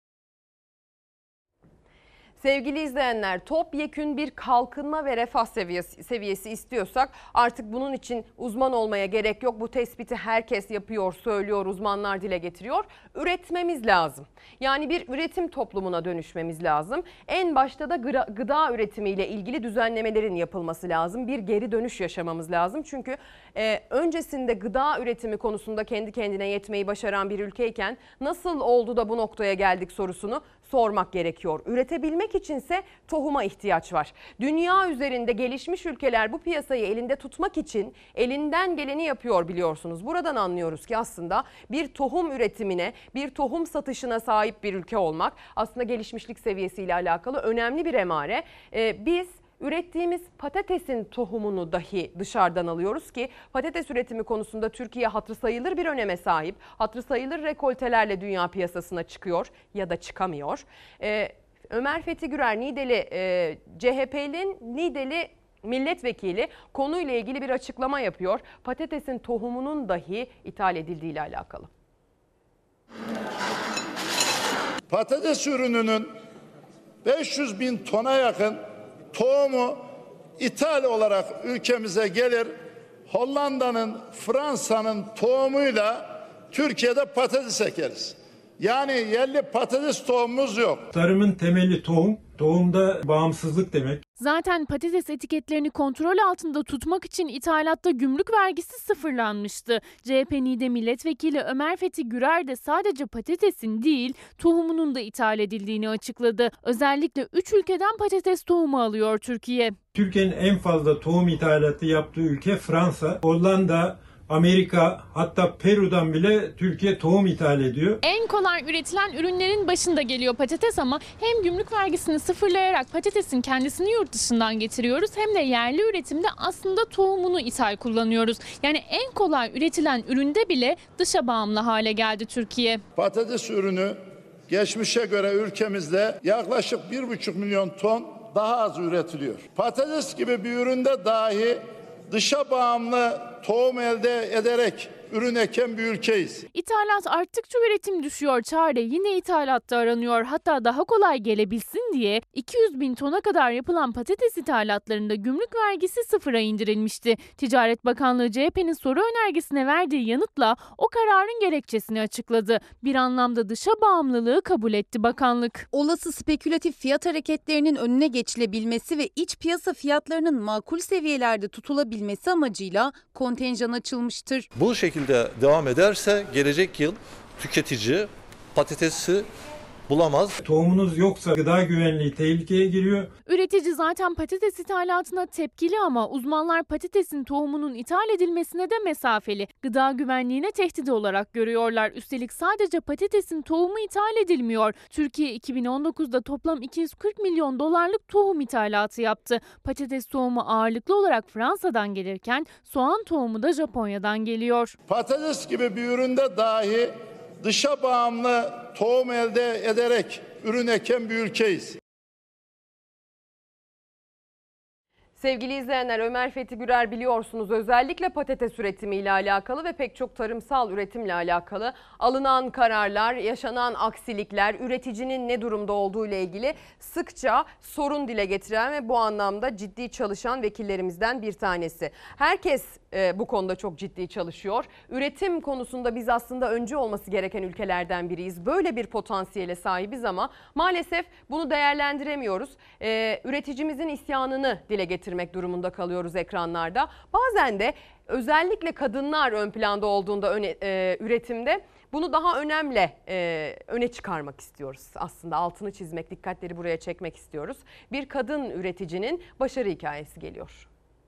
Sevgili izleyenler, topyekün bir kalkınma ve refah seviyesi istiyorsak artık bunun için uzman olmaya gerek yok. Bu tespiti herkes yapıyor, söylüyor, uzmanlar dile getiriyor. Üretmemiz lazım. Yani bir üretim toplumuna dönüşmemiz lazım. En başta da gıda üretimiyle ilgili düzenlemelerin yapılması lazım. Bir geri dönüş yaşamamız lazım. Çünkü öncesinde gıda üretimi konusunda kendi kendine yetmeyi başaran bir ülkeyken nasıl oldu da bu noktaya geldik sorusunu sormak gerekiyor. Üretebilmek içinse tohuma ihtiyaç var. Dünya üzerinde gelişmiş ülkeler bu piyasayı elinde tutmak için elinden geleni yapıyor biliyorsunuz. Buradan anlıyoruz ki aslında bir tohum üretimine, bir tohum satışına sahip bir ülke olmak aslında gelişmişlik seviyesiyle alakalı önemli bir emare. Biz ürettiğimiz patatesin tohumunu dahi dışarıdan alıyoruz ki patates üretimi konusunda Türkiye hatırı sayılır bir öneme sahip. Hatırı sayılır rekoltelerle dünya piyasasına çıkıyor ya da çıkamıyor. Ömer Fethi Gürer, Niğdeli CHP'nin Niğdeli milletvekili konuyla ilgili bir açıklama yapıyor. Patatesin tohumunun dahi ithal edildiğiyle alakalı. Patates ürününün 500 bin tona yakın tohumu ithal olarak ülkemize gelir. Hollanda'nın, Fransa'nın tohumuyla Türkiye'de patates ekeriz. Yani yerli patates tohumumuz yok. Tarımın temeli tohum, tohumda bağımsızlık demek. Zaten patates etiketlerini kontrol altında tutmak için ithalatta gümrük vergisi sıfırlanmıştı. CHP Niğde Milletvekili Ömer Fethi Gürer de sadece patatesin değil, tohumunun da ithal edildiğini açıkladı. Özellikle 3 ülkeden patates tohumu alıyor Türkiye. Türkiye'nin en fazla tohum ithalatı yaptığı ülke Fransa, Hollanda, Amerika, hatta Peru'dan bile Türkiye tohum ithal ediyor. En kolay üretilen ürünlerin başında geliyor patates ama hem gümrük vergisini sıfırlayarak patatesin kendisini yurt dışından getiriyoruz hem de yerli üretimde aslında tohumunu ithal kullanıyoruz. Yani en kolay üretilen üründe bile dışa bağımlı hale geldi Türkiye. Patates ürünü geçmişe göre ülkemizde yaklaşık 1,5 milyon ton daha az üretiliyor. Patates gibi bir üründe dahi dışa bağımlı tohum elde ederek ürün eken bir ülkeyiz. İthalat arttıkça üretim düşüyor. Çare yine ithalatta aranıyor. Hatta daha kolay gelebilsin diye 200 bin tona kadar yapılan patates ithalatlarında gümrük vergisi sıfıra indirilmişti. Ticaret Bakanlığı CHP'nin soru önergesine verdiği yanıtla o kararın gerekçesini açıkladı. Bir anlamda dışa bağımlılığı kabul etti bakanlık. Olası spekülatif fiyat hareketlerinin önüne geçilebilmesi ve iç piyasa fiyatlarının makul seviyelerde tutulabilmesi amacıyla kontenjan açılmıştır. Bu şekilde devam ederse gelecek yıl tüketici patatesi bulamaz. Tohumunuz yoksa gıda güvenliği tehlikeye giriyor. Üretici zaten patates ithalatına tepkili ama uzmanlar patatesin tohumunun ithal edilmesine de mesafeli. Gıda güvenliğine tehdit olarak görüyorlar. Üstelik sadece patatesin tohumu ithal edilmiyor. Türkiye 2019'da toplam 240 milyon dolarlık tohum ithalatı yaptı. Patates tohumu ağırlıklı olarak Fransa'dan gelirken soğan tohumu da Japonya'dan geliyor. Patates gibi bir üründe dahi dışa bağımlı tohum elde ederek ürün eken bir ülkeyiz. Sevgili izleyenler, Ömer Fethi Gürer biliyorsunuz özellikle patates üretimiyle alakalı ve pek çok tarımsal üretimle alakalı alınan kararlar, yaşanan aksilikler, üreticinin ne durumda olduğu ile ilgili sıkça sorun dile getiren ve bu anlamda ciddi çalışan vekillerimizden bir tanesi. Herkes bu konuda çok ciddi çalışıyor. Üretim konusunda biz aslında öncü olması gereken ülkelerden biriyiz. Böyle bir potansiyele sahibiz ama maalesef bunu değerlendiremiyoruz. Üreticimizin isyanını dile getirmek durumunda kalıyoruz ekranlarda. Bazen de özellikle kadınlar ön planda olduğunda üretimde bunu daha öne çıkarmak istiyoruz. Aslında altını çizmek, dikkatleri buraya çekmek istiyoruz. Bir kadın üreticinin başarı hikayesi geliyor.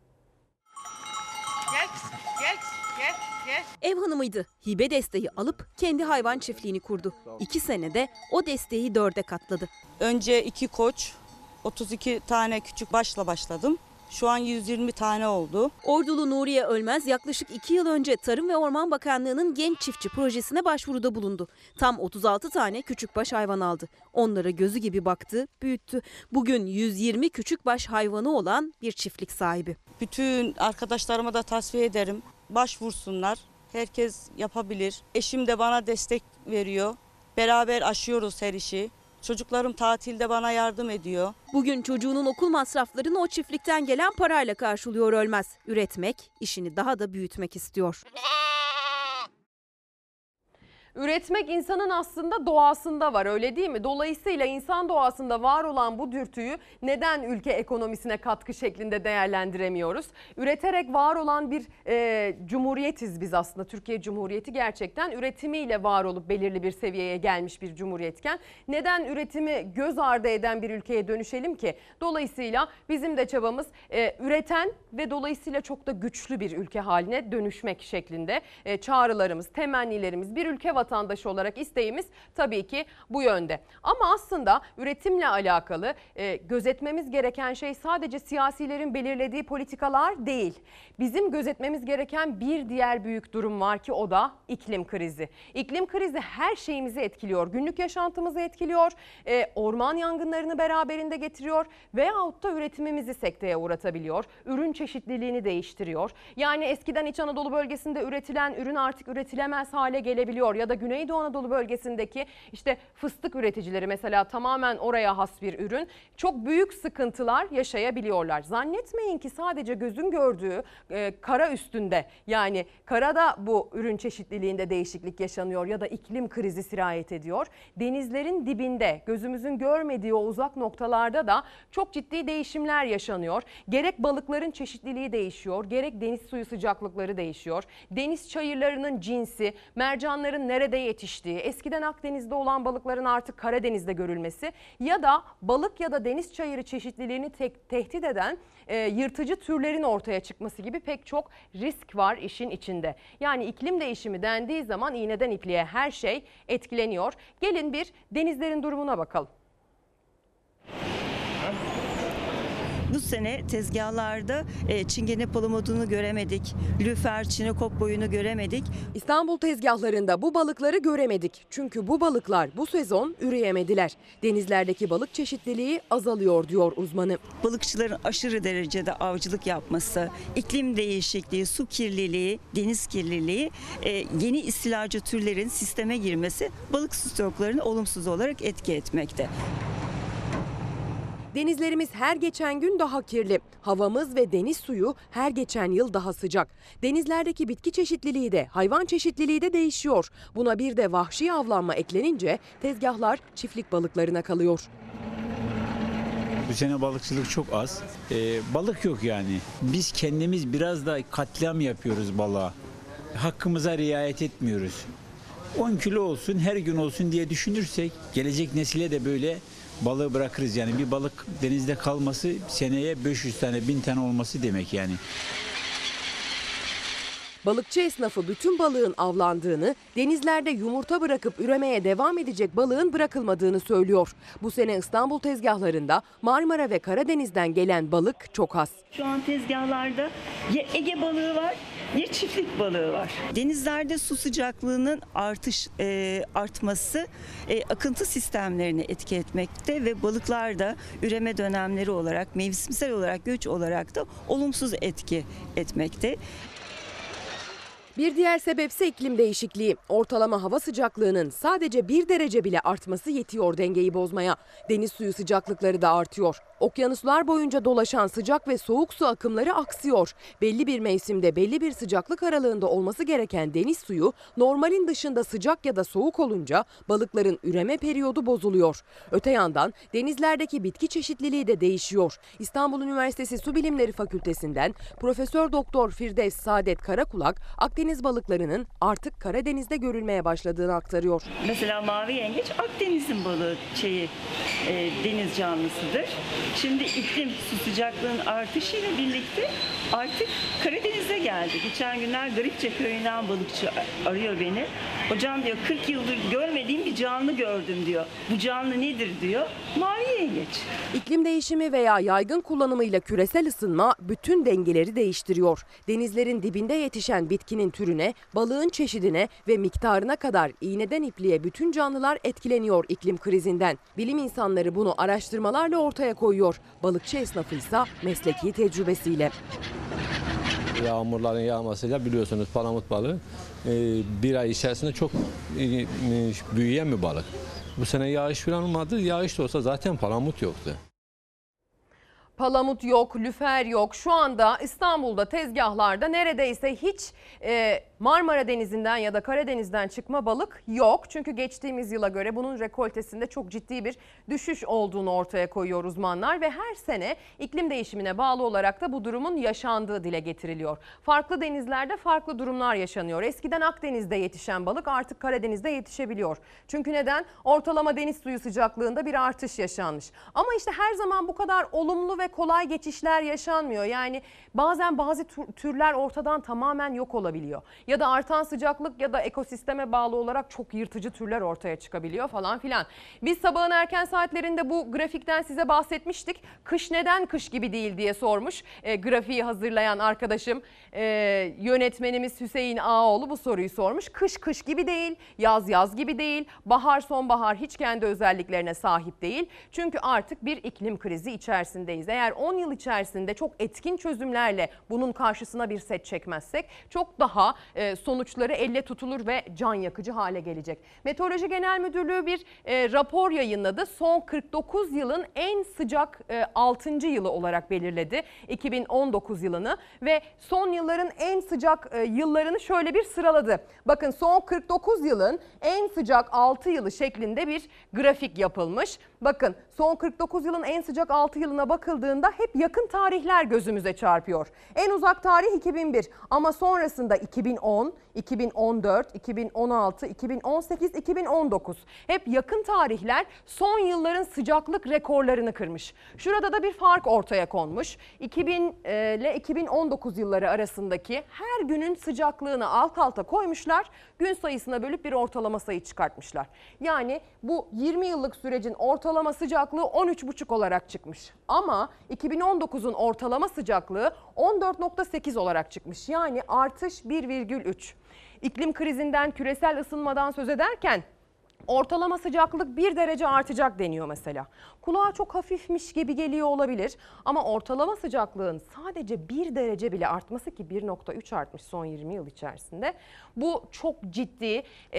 Ev hanımıydı. Hibe desteği alıp kendi hayvan çiftliğini kurdu. 2 senede o desteği 4'e katladı. Önce 2 koç, 32 tane küçük başla başladım. Şu an 120 tane oldu. Ordulu Nuriye Ölmez yaklaşık 2 yıl önce Tarım ve Orman Bakanlığı'nın Genç Çiftçi projesine başvuruda bulundu. Tam 36 tane küçükbaş hayvan aldı. Onlara gözü gibi baktı, büyüttü. Bugün 120 küçükbaş hayvanı olan bir çiftlik sahibi. Bütün arkadaşlarıma da tavsiye ederim. Başvursunlar. Herkes yapabilir. Eşim de bana destek veriyor. Beraber aşıyoruz her işi. Çocuklarım tatilde bana yardım ediyor. Bugün çocuğunun okul masraflarını o çiftlikten gelen parayla karşılıyor Ölmez. Üretmek, işini daha da büyütmek istiyor. Üretmek insanın aslında doğasında var, öyle değil mi? Dolayısıyla insan doğasında var olan bu dürtüyü neden ülke ekonomisine katkı şeklinde değerlendiremiyoruz? Üreterek var olan bir cumhuriyetiz biz aslında. Türkiye Cumhuriyeti gerçekten üretimiyle var olup belirli bir seviyeye gelmiş bir cumhuriyetken neden üretimi göz ardı eden bir ülkeye dönüşelim ki? Dolayısıyla bizim de çabamız üreten ve dolayısıyla çok da güçlü bir ülke haline dönüşmek şeklinde çağrılarımız, temennilerimiz, bir ülke vatandaşı olarak isteğimiz tabii ki bu yönde. Ama aslında üretimle alakalı gözetmemiz gereken şey sadece siyasilerin belirlediği politikalar değil. Bizim gözetmemiz gereken bir diğer büyük durum var ki o da iklim krizi. İklim krizi her şeyimizi etkiliyor. Günlük yaşantımızı etkiliyor, orman yangınlarını beraberinde getiriyor veyahut da üretimimizi sekteye uğratabiliyor. Ürün çeşitliliğini değiştiriyor. Yani eskiden İç Anadolu bölgesinde üretilen ürün artık üretilemez hale gelebiliyor ya da Güneydoğu Anadolu bölgesindeki işte fıstık üreticileri mesela tamamen oraya has bir ürün çok büyük sıkıntılar yaşayabiliyorlar. Zannetmeyin ki sadece gözün gördüğü kara üstünde yani karada bu ürün çeşitliliğinde değişiklik yaşanıyor ya da iklim krizi sirayet ediyor. Denizlerin dibinde gözümüzün görmediği o uzak noktalarda da çok ciddi değişimler yaşanıyor. Gerek balıkların çeşitliliği değişiyor, gerek deniz suyu sıcaklıkları değişiyor. Deniz çayırlarının cinsi, mercanların nerede yetiştiği, eskiden Akdeniz'de olan balıkların artık Karadeniz'de görülmesi ya da balık ya da deniz çayırı çeşitliliğini tehdit eden yırtıcı türlerin ortaya çıkması gibi pek çok risk var işin içinde. Yani iklim değişimi dendiği zaman iğneden ipliğe her şey etkileniyor. Gelin bir denizlerin durumuna bakalım. Bu sene tezgahlarda çingene palamudunu göremedik, lüfer, çinekop boyunu göremedik. İstanbul tezgahlarında bu balıkları göremedik. Çünkü bu balıklar bu sezon üreyemediler. Denizlerdeki balık çeşitliliği azalıyor diyor uzmanı. Balıkçıların aşırı derecede avcılık yapması, iklim değişikliği, su kirliliği, deniz kirliliği, yeni istilacı türlerin sisteme girmesi balık stoklarını olumsuz olarak etki etmekte. Denizlerimiz her geçen gün daha kirli. Havamız ve deniz suyu her geçen yıl daha sıcak. Denizlerdeki bitki çeşitliliği de hayvan çeşitliliği de değişiyor. Buna bir de vahşi avlanma eklenince tezgahlar çiftlik balıklarına kalıyor. Bu sene balıkçılık çok az. Balık yok yani. Biz kendimiz biraz da katliam yapıyoruz balığa. Hakkımıza riayet etmiyoruz. 10 kilo olsun her gün olsun diye düşünürsek gelecek nesile de böyle balığı bırakırız. Yani bir balık denizde kalması seneye 500 tane 1000 tane olması demek yani. Balıkçı esnafı bütün balığın avlandığını, denizlerde yumurta bırakıp üremeye devam edecek balığın bırakılmadığını söylüyor. Bu sene İstanbul tezgahlarında Marmara ve Karadeniz'den gelen balık çok az. Şu an tezgahlarda ya Ege balığı var bir çiftlik balığı var. Denizlerde su sıcaklığının artması akıntı sistemlerini etki etmekte ve balıklarda üreme dönemleri olarak, mevsimsel olarak, göç olarak da olumsuz etki etmekte. Bir diğer sebepse iklim değişikliği. Ortalama hava sıcaklığının sadece 1 derece bile artması yetiyor dengeyi bozmaya. Deniz suyu sıcaklıkları da artıyor. Okyanuslar boyunca dolaşan sıcak ve soğuk su akımları aksıyor. Belli bir mevsimde belli bir sıcaklık aralığında olması gereken deniz suyu normalin dışında sıcak ya da soğuk olunca balıkların üreme periyodu bozuluyor. Öte yandan denizlerdeki bitki çeşitliliği de değişiyor. İstanbul Üniversitesi Su Bilimleri Fakültesinden Profesör Doktor Firdevs Saadet Karakulak, Akdeniz balıklarının artık Karadeniz'de görülmeye başladığını aktarıyor. Mesela mavi yengeç Akdeniz'in balığı deniz canlısıdır. Şimdi iklim su sıcaklığının artışıyla birlikte artık Karadeniz'e geldi. Geçen günler Garipçe köyünden balıkçı arıyor beni. Hocam diyor 40 yıldır görmediğim bir canlı gördüm diyor. Bu canlı nedir diyor. Mavi yengeç. İklim değişimi veya yaygın kullanımıyla küresel ısınma bütün dengeleri değiştiriyor. Denizlerin dibinde yetişen bitkinin türüne, balığın çeşidine ve miktarına kadar iğneden ipliğe bütün canlılar etkileniyor iklim krizinden. Bilim insanları bunu araştırmalarla ortaya koyuyor. Balıkçı esnafı ise mesleki tecrübesiyle. Yağmurların yağmasıyla biliyorsunuz palamut balığı bir ay içerisinde çok büyüyen bir balık. Bu sene yağış falan olmadı. Yağış da olsa zaten palamut yoktu. Palamut yok, lüfer yok. Şu anda İstanbul'da tezgahlarda neredeyse hiç Marmara Denizi'nden ya da Karadeniz'den çıkma balık yok. Çünkü geçtiğimiz yıla göre bunun rekoltesinde çok ciddi bir düşüş olduğunu ortaya koyuyor uzmanlar ve her sene iklim değişimine bağlı olarak da bu durumun yaşandığı dile getiriliyor. Farklı denizlerde farklı durumlar yaşanıyor. Eskiden Akdeniz'de yetişen balık artık Karadeniz'de yetişebiliyor. Çünkü neden? Ortalama deniz suyu sıcaklığında bir artış yaşanmış. Ama işte her zaman bu kadar olumlu ve kolay geçişler yaşanmıyor. Yani bazen bazı türler ortadan tamamen yok olabiliyor. Ya da artan sıcaklık ya da ekosisteme bağlı olarak çok yırtıcı türler ortaya çıkabiliyor falan filan. Biz sabahın erken saatlerinde bu grafikten size bahsetmiştik. Kış neden kış gibi değil diye sormuş grafiği hazırlayan arkadaşım. Yönetmenimiz Hüseyin Ağaoğlu bu soruyu sormuş. Kış kış gibi değil, yaz yaz gibi değil, bahar sonbahar hiç kendi özelliklerine sahip değil. Çünkü artık bir iklim krizi içerisindeyiz. Eğer 10 yıl içerisinde çok etkin çözümlerle bunun karşısına bir set çekmezsek çok daha sonuçları elle tutulur ve can yakıcı hale gelecek. Meteoroloji Genel Müdürlüğü bir rapor yayınladı. Son 49 yılın en sıcak 6. yılı olarak belirledi 2019 yılını ve son yılların en sıcak yıllarını şöyle bir sıraladı. Bakın son 49 yılın en sıcak 6 yılı şeklinde bir grafik yapılmış. Bakın son 49 yılın en sıcak 6 yılına bakıldığında hep yakın tarihler gözümüze çarpıyor. En uzak tarih 2001 ama sonrasında 2010, 2014, 2016, 2018, 2019 hep yakın tarihler son yılların sıcaklık rekorlarını kırmış. Şurada da bir fark ortaya konmuş. 2000 ile 2019 yılları arasındaki her günün sıcaklığını alt alta koymuşlar. Gün sayısına bölüp bir ortalama sayı çıkartmışlar. Yani bu 20 yıllık sürecin ortalama sıcaklığı 13,5 olarak çıkmış. Ama 2019'un ortalama sıcaklığı 14,8 olarak çıkmış. Yani artış 1,3. İklim krizinden, küresel ısınmadan söz ederken ortalama sıcaklık 1 derece artacak deniyor mesela. Kulağa çok hafifmiş gibi geliyor olabilir ama ortalama sıcaklığın sadece 1 derece bile artması ki 1,3 artmış son 20 yıl içerisinde. Bu çok ciddi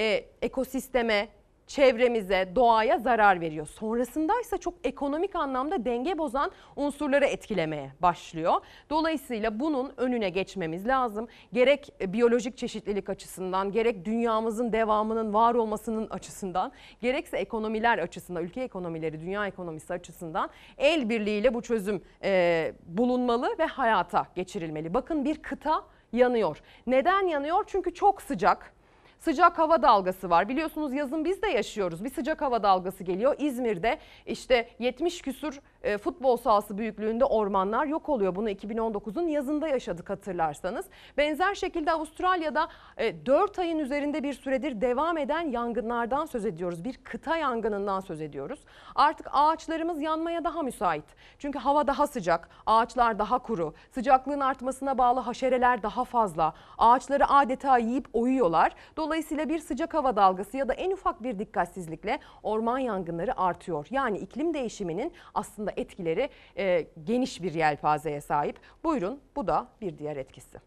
ekosisteme, çevremize, doğaya zarar veriyor. Sonrasındaysa çok ekonomik anlamda denge bozan unsurları etkilemeye başlıyor. Dolayısıyla bunun önüne geçmemiz lazım. Gerek biyolojik çeşitlilik açısından, gerek dünyamızın devamının var olmasının açısından, gerekse ekonomiler açısından, ülke ekonomileri, dünya ekonomisi açısından el birliğiyle bu çözüm bulunmalı ve hayata geçirilmeli. Bakın bir kıta yanıyor. Neden yanıyor? Çünkü çok sıcak. Sıcak hava dalgası var. Biliyorsunuz yazın biz de yaşıyoruz. Bir sıcak hava dalgası geliyor. İzmir'de işte 70 küsur futbol sahası büyüklüğünde ormanlar yok oluyor. Bunu 2019'un yazında yaşadık hatırlarsanız. Benzer şekilde Avustralya'da 4 ayın üzerinde bir süredir devam eden yangınlardan söz ediyoruz. Bir kıta yangınından söz ediyoruz. Artık ağaçlarımız yanmaya daha müsait. Çünkü hava daha sıcak, ağaçlar daha kuru, sıcaklığın artmasına bağlı haşereler daha fazla. Ağaçları adeta yiyip oyuyorlar. Dolayısıyla bir sıcak hava dalgası ya da en ufak bir dikkatsizlikle orman yangınları artıyor. Yani iklim değişiminin aslında etkileri geniş bir yelpazeye sahip. Buyurun, bu da bir diğer etkisi.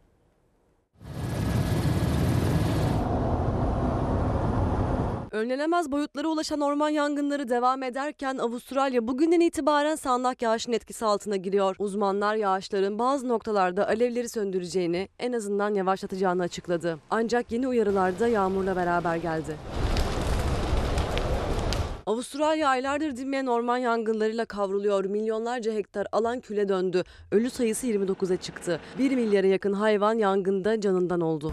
Önlenemez boyutlara ulaşan orman yangınları devam ederken Avustralya bugünden itibaren sağanak yağışın etkisi altına giriyor. Uzmanlar yağışların bazı noktalarda alevleri söndüreceğini, en azından yavaşlatacağını açıkladı. Ancak yeni uyarılar da yağmurla beraber geldi. Avustralya aylardır dinmeyen orman yangınlarıyla kavruluyor. Milyonlarca hektar alan küle döndü. Ölü sayısı 29'a çıktı. 1 milyara yakın hayvan yangında canından oldu.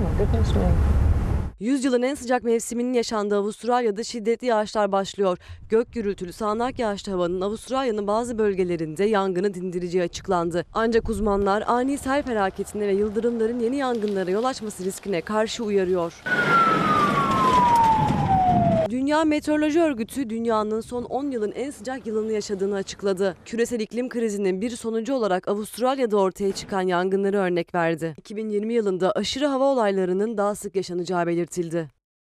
100 yılın en sıcak mevsiminin yaşandığı Avustralya'da şiddetli yağışlar başlıyor. Gök gürültülü sağanak yağışlı havanın Avustralya'nın bazı bölgelerinde yangını dindireceği açıklandı. Ancak uzmanlar ani sel felaketine ve yıldırımların yeni yangınlara yol açması riskine karşı uyarıyor. Dünya Meteoroloji Örgütü dünyanın son 10 yılın en sıcak yılını yaşadığını açıkladı. Küresel iklim krizinin bir sonucu olarak Avustralya'da ortaya çıkan yangınları örnek verdi. 2020 yılında aşırı hava olaylarının daha sık yaşanacağı belirtildi.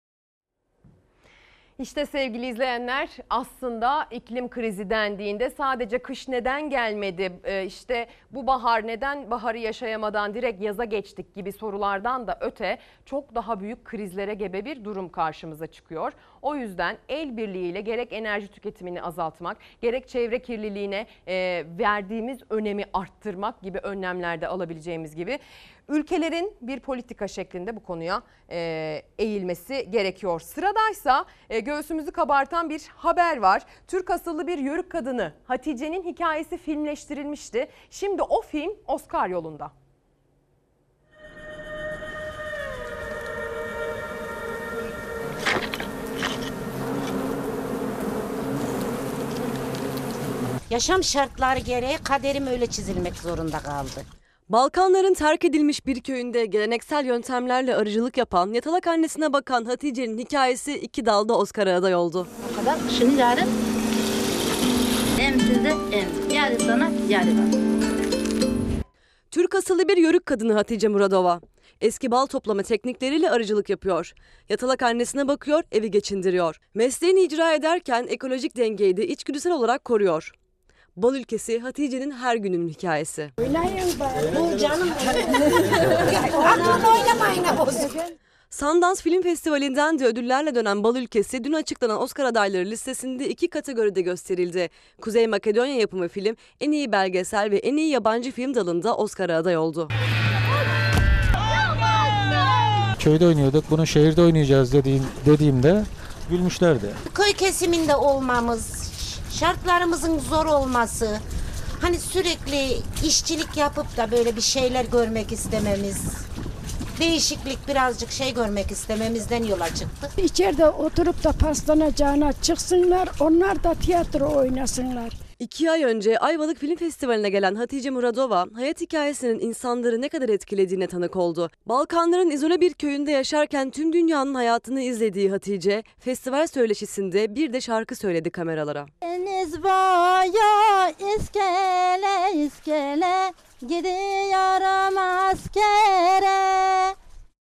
İşte sevgili izleyenler, aslında iklim krizi dendiğinde sadece kış neden gelmedi, işte bu bahar neden baharı yaşayamadan direkt yaza geçtik gibi sorulardan da öte çok daha büyük krizlere gebe bir durum karşımıza çıkıyor. O yüzden el birliğiyle gerek enerji tüketimini azaltmak, gerek çevre kirliliğine verdiğimiz önemi arttırmak gibi önlemlerde alabileceğimiz gibi ülkelerin bir politika şeklinde bu konuya eğilmesi gerekiyor. Sıradaysa göğsümüzü kabartan bir haber var. Türk asıllı bir yörük kadını Hatice'nin hikayesi filmleştirilmişti. Şimdi o film Oscar yolunda. Yaşam şartları gereği kaderim öyle çizilmek zorunda kaldı. Balkanların terk edilmiş bir köyünde geleneksel yöntemlerle arıcılık yapan, yatalak annesine bakan Hatice'nin hikayesi 2 dalda Oscar'a aday oldu. O kadar şunu yarın hem size hem yarın sana yarın bana. Türk asıllı bir yörük kadını Hatice Muradova. Eski bal toplama teknikleriyle arıcılık yapıyor. Yatalak annesine bakıyor, evi geçindiriyor. Mesleğini icra ederken ekolojik dengeyi de içgüdüsel olarak koruyor. Bal ülkesi Hatice'nin her gününün hikayesi. Oynayın bari. Bu canım. Oynamayın bozuk. Sundance Film Festivali'nden de ödüllerle dönen Bal ülkesi dün açıklanan Oscar adayları listesinde 2 kategoride gösterildi. Kuzey Makedonya yapımı film en iyi belgesel ve en iyi yabancı film dalında Oscar'a aday oldu. Köyde oynuyorduk, bunu şehirde oynayacağız dediğimde gülmüşlerdi. Köy kesiminde olmamız, şartlarımızın zor olması, hani sürekli işçilik yapıp da böyle bir şeyler görmek istememiz, değişiklik birazcık şey görmek istememizden yola çıktı. İçeride oturup da paslanacağına çıksınlar, onlar da tiyatro oynasınlar. 2 ay önce Ayvalık Film Festivali'ne gelen Hatice Muradova, hayat hikayesinin insanları ne kadar etkilediğine tanık oldu. Balkanların izole bir köyünde yaşarken tüm dünyanın hayatını izlediği Hatice, festival söyleşisinde bir de şarkı söyledi kameralara. Deniz boyu iskele iskele gidiyorum askere.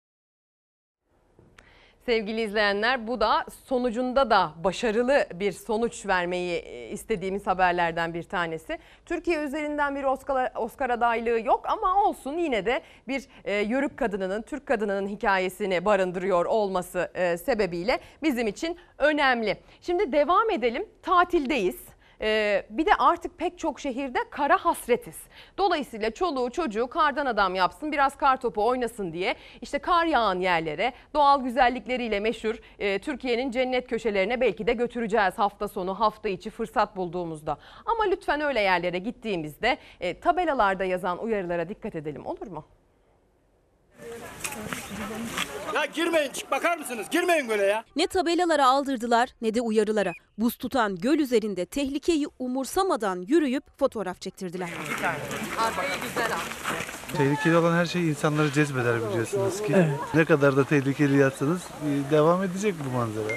Sevgili izleyenler, bu da sonucunda da başarılı bir sonuç vermeyi istediğimiz haberlerden bir tanesi. Türkiye üzerinden bir Oscar adaylığı yok ama olsun, yine de bir yörük kadınının, Türk kadınının hikayesini barındırıyor olması sebebiyle bizim için önemli. Şimdi devam edelim, tatildeyiz. Bir de artık pek çok şehirde kara hasretiz. Dolayısıyla çoluğu çocuğu kardan adam yapsın, biraz kar topu oynasın diye işte kar yağan yerlere, doğal güzellikleriyle meşhur Türkiye'nin cennet köşelerine belki de götüreceğiz hafta sonu, hafta içi fırsat bulduğumuzda. Ama lütfen öyle yerlere gittiğimizde tabelalarda yazan uyarılara dikkat edelim, olur mu? Ya girmeyin, bakar mısınız? Girmeyin böyle ya. Ne tabelalara aldırdılar ne de uyarılara. Buz tutan göl üzerinde tehlikeyi umursamadan yürüyüp fotoğraf çektirdiler. Arkayı güzel al. Tehlikeli olan her şey insanları cezbeder biliyorsunuz ki. Evet. Ne kadar da tehlikeli yapsanız devam edecek bu manzara.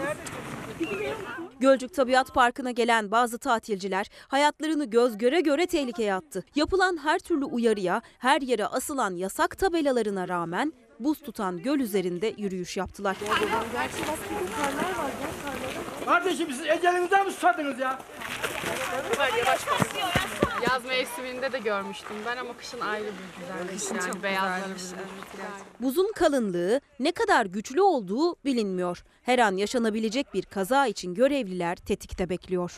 Gölcük Tabiat Parkı'na gelen bazı tatilciler hayatlarını göz göre göre tehlikeye attı. Yapılan her türlü uyarıya, her yere asılan yasak tabelalarına rağmen buz tutan göl üzerinde yürüyüş yaptılar. Kardeşim siz ecelinizden mi susadınız ya? Yavaş bas. Yaz mevsiminde de görmüştüm ben ama kışın ayrı bir güzelmiş. Yani beyazları Buzun kalınlığı ne kadar güçlü olduğu bilinmiyor. Her an yaşanabilecek bir kaza için görevliler tetikte bekliyor.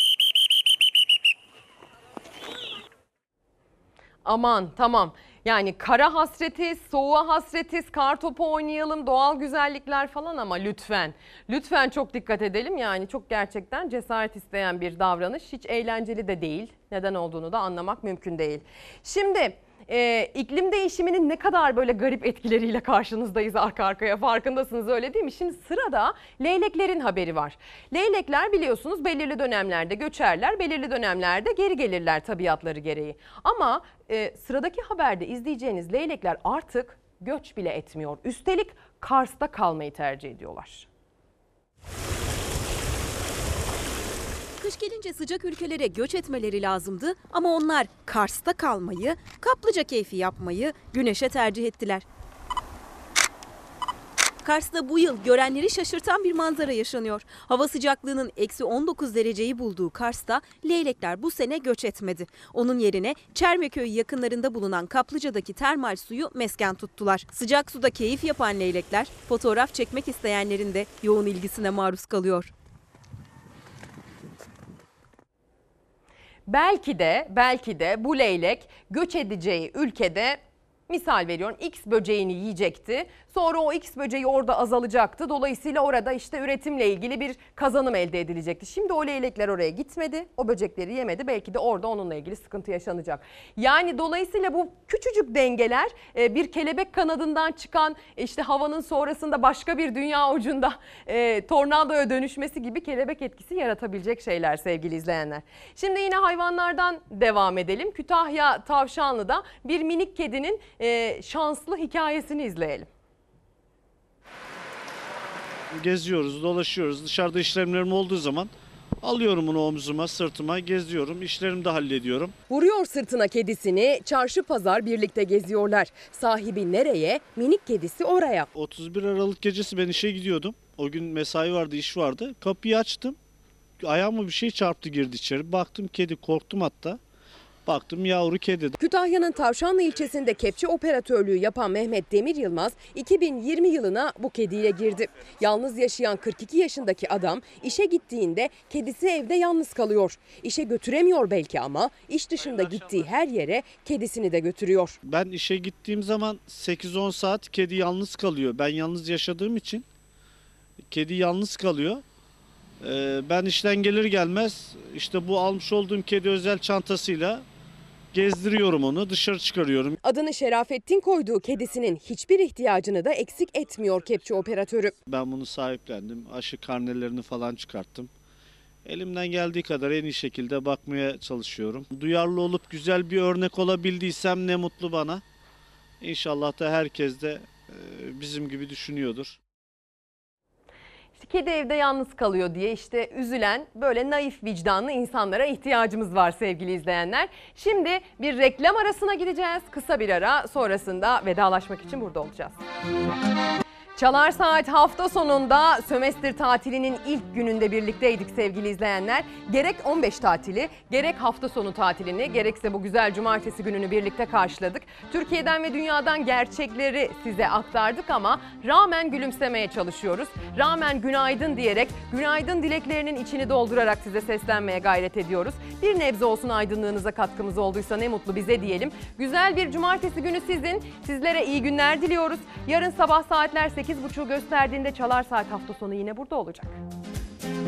Aman tamam. Yani kara hasretiz, soğuğa hasretiz, kar topu oynayalım, doğal güzellikler falan ama lütfen. Lütfen çok dikkat edelim yani çok gerçekten cesaret isteyen bir davranış. Hiç eğlenceli de değil. Neden olduğunu da anlamak mümkün değil. Şimdi iklim değişiminin ne kadar böyle garip etkileriyle karşınızdayız arka arkaya farkındasınız öyle değil mi? Şimdi sırada leyleklerin haberi var. Leylekler biliyorsunuz belirli dönemlerde göçerler, belirli dönemlerde geri gelirler tabiatları gereği. Ama sıradaki haberde izleyeceğiniz leylekler artık göç bile etmiyor. Üstelik Kars'ta kalmayı tercih ediyorlar. Kış gelince sıcak ülkelere göç etmeleri lazımdı ama onlar Kars'ta kalmayı, kaplıca keyfi yapmayı güneşe tercih ettiler. Kars'ta bu yıl görenleri şaşırtan bir manzara yaşanıyor. Hava sıcaklığının -19 dereceyi bulduğu Kars'ta leylekler bu sene göç etmedi. Onun yerine Çermeköy yakınlarında bulunan kaplıcadaki termal suyu mesken tuttular. Sıcak suda keyif yapan leylekler fotoğraf çekmek isteyenlerin de yoğun ilgisine maruz kalıyor. Belki de bu leylek göç edeceği ülkede misal veriyorum X böceğini yiyecekti. Sonra o X böceği orada azalacaktı. Dolayısıyla orada işte üretimle ilgili bir kazanım elde edilecekti. Şimdi o leylekler oraya gitmedi. O böcekleri yemedi. Belki de orada onunla ilgili sıkıntı yaşanacak. Yani dolayısıyla bu küçücük dengeler bir kelebek kanadından çıkan işte havanın sonrasında başka bir dünya ucunda tornadoya dönüşmesi gibi kelebek etkisi yaratabilecek şeyler sevgili izleyenler. Şimdi yine hayvanlardan devam edelim. Kütahya Tavşanlı'da bir minik kedinin şanslı hikayesini izleyelim. Geziyoruz, dolaşıyoruz. Dışarıda işlemlerim olduğu zaman alıyorum onu omzuma, sırtıma, geziyorum. İşlerimi de hallediyorum. Vuruyor sırtına kedisini, çarşı pazar birlikte geziyorlar. Sahibi nereye, minik kedisi oraya. 31 Aralık gecesi ben işe gidiyordum. O gün mesai vardı, iş vardı. Kapıyı açtım. Ayağıma bir şey çarptı, girdi içeri. Baktım kedi, korktum hatta. Baktım yavru kedi. Kütahya'nın Tavşanlı ilçesinde kepçe operatörlüğü yapan Mehmet Demir Yılmaz 2020 yılına bu kediyle girdi. Yalnız yaşayan 42 yaşındaki adam işe gittiğinde kedisi evde yalnız kalıyor. İşe götüremiyor belki ama iş dışında gittiği her yere kedisini de götürüyor. Ben işe gittiğim zaman 8-10 saat kedi yalnız kalıyor. Ben yalnız yaşadığım için kedi yalnız kalıyor. Ben işten gelir gelmez işte bu almış olduğum kedi özel çantasıyla gezdiriyorum onu, dışarı çıkarıyorum. Adını Şerafettin koyduğu kedisinin hiçbir ihtiyacını da eksik etmiyor kepçe operatörü. Ben bunu sahiplendim. Aşı karnelerini falan çıkarttım. Elimden geldiği kadar en iyi şekilde bakmaya çalışıyorum. Duyarlı olup güzel bir örnek olabildiysem ne mutlu bana. İnşallah da herkes de bizim gibi düşünüyordur. Kedi evde yalnız kalıyor diye işte üzülen böyle naif vicdanlı insanlara ihtiyacımız var sevgili izleyenler. Şimdi bir reklam arasına gideceğiz. Kısa bir ara sonrasında vedalaşmak için burada olacağız. Çalar Saat hafta sonunda sömestr tatilinin ilk gününde birlikteydik sevgili izleyenler. Gerek 15 tatili, gerek hafta sonu tatilini, gerekse bu güzel cumartesi gününü birlikte karşıladık. Türkiye'den ve dünyadan gerçekleri size aktardık ama rağmen gülümsemeye çalışıyoruz. Rağmen günaydın diyerek, günaydın dileklerinin içini doldurarak size seslenmeye gayret ediyoruz. Bir nebze olsun aydınlığınıza katkımız olduysa ne mutlu bize diyelim. Güzel bir cumartesi günü sizin, sizlere iyi günler diliyoruz. Yarın sabah saatler 8.30'u gösterdiğinde Çalar Saat hafta sonu yine burada olacak.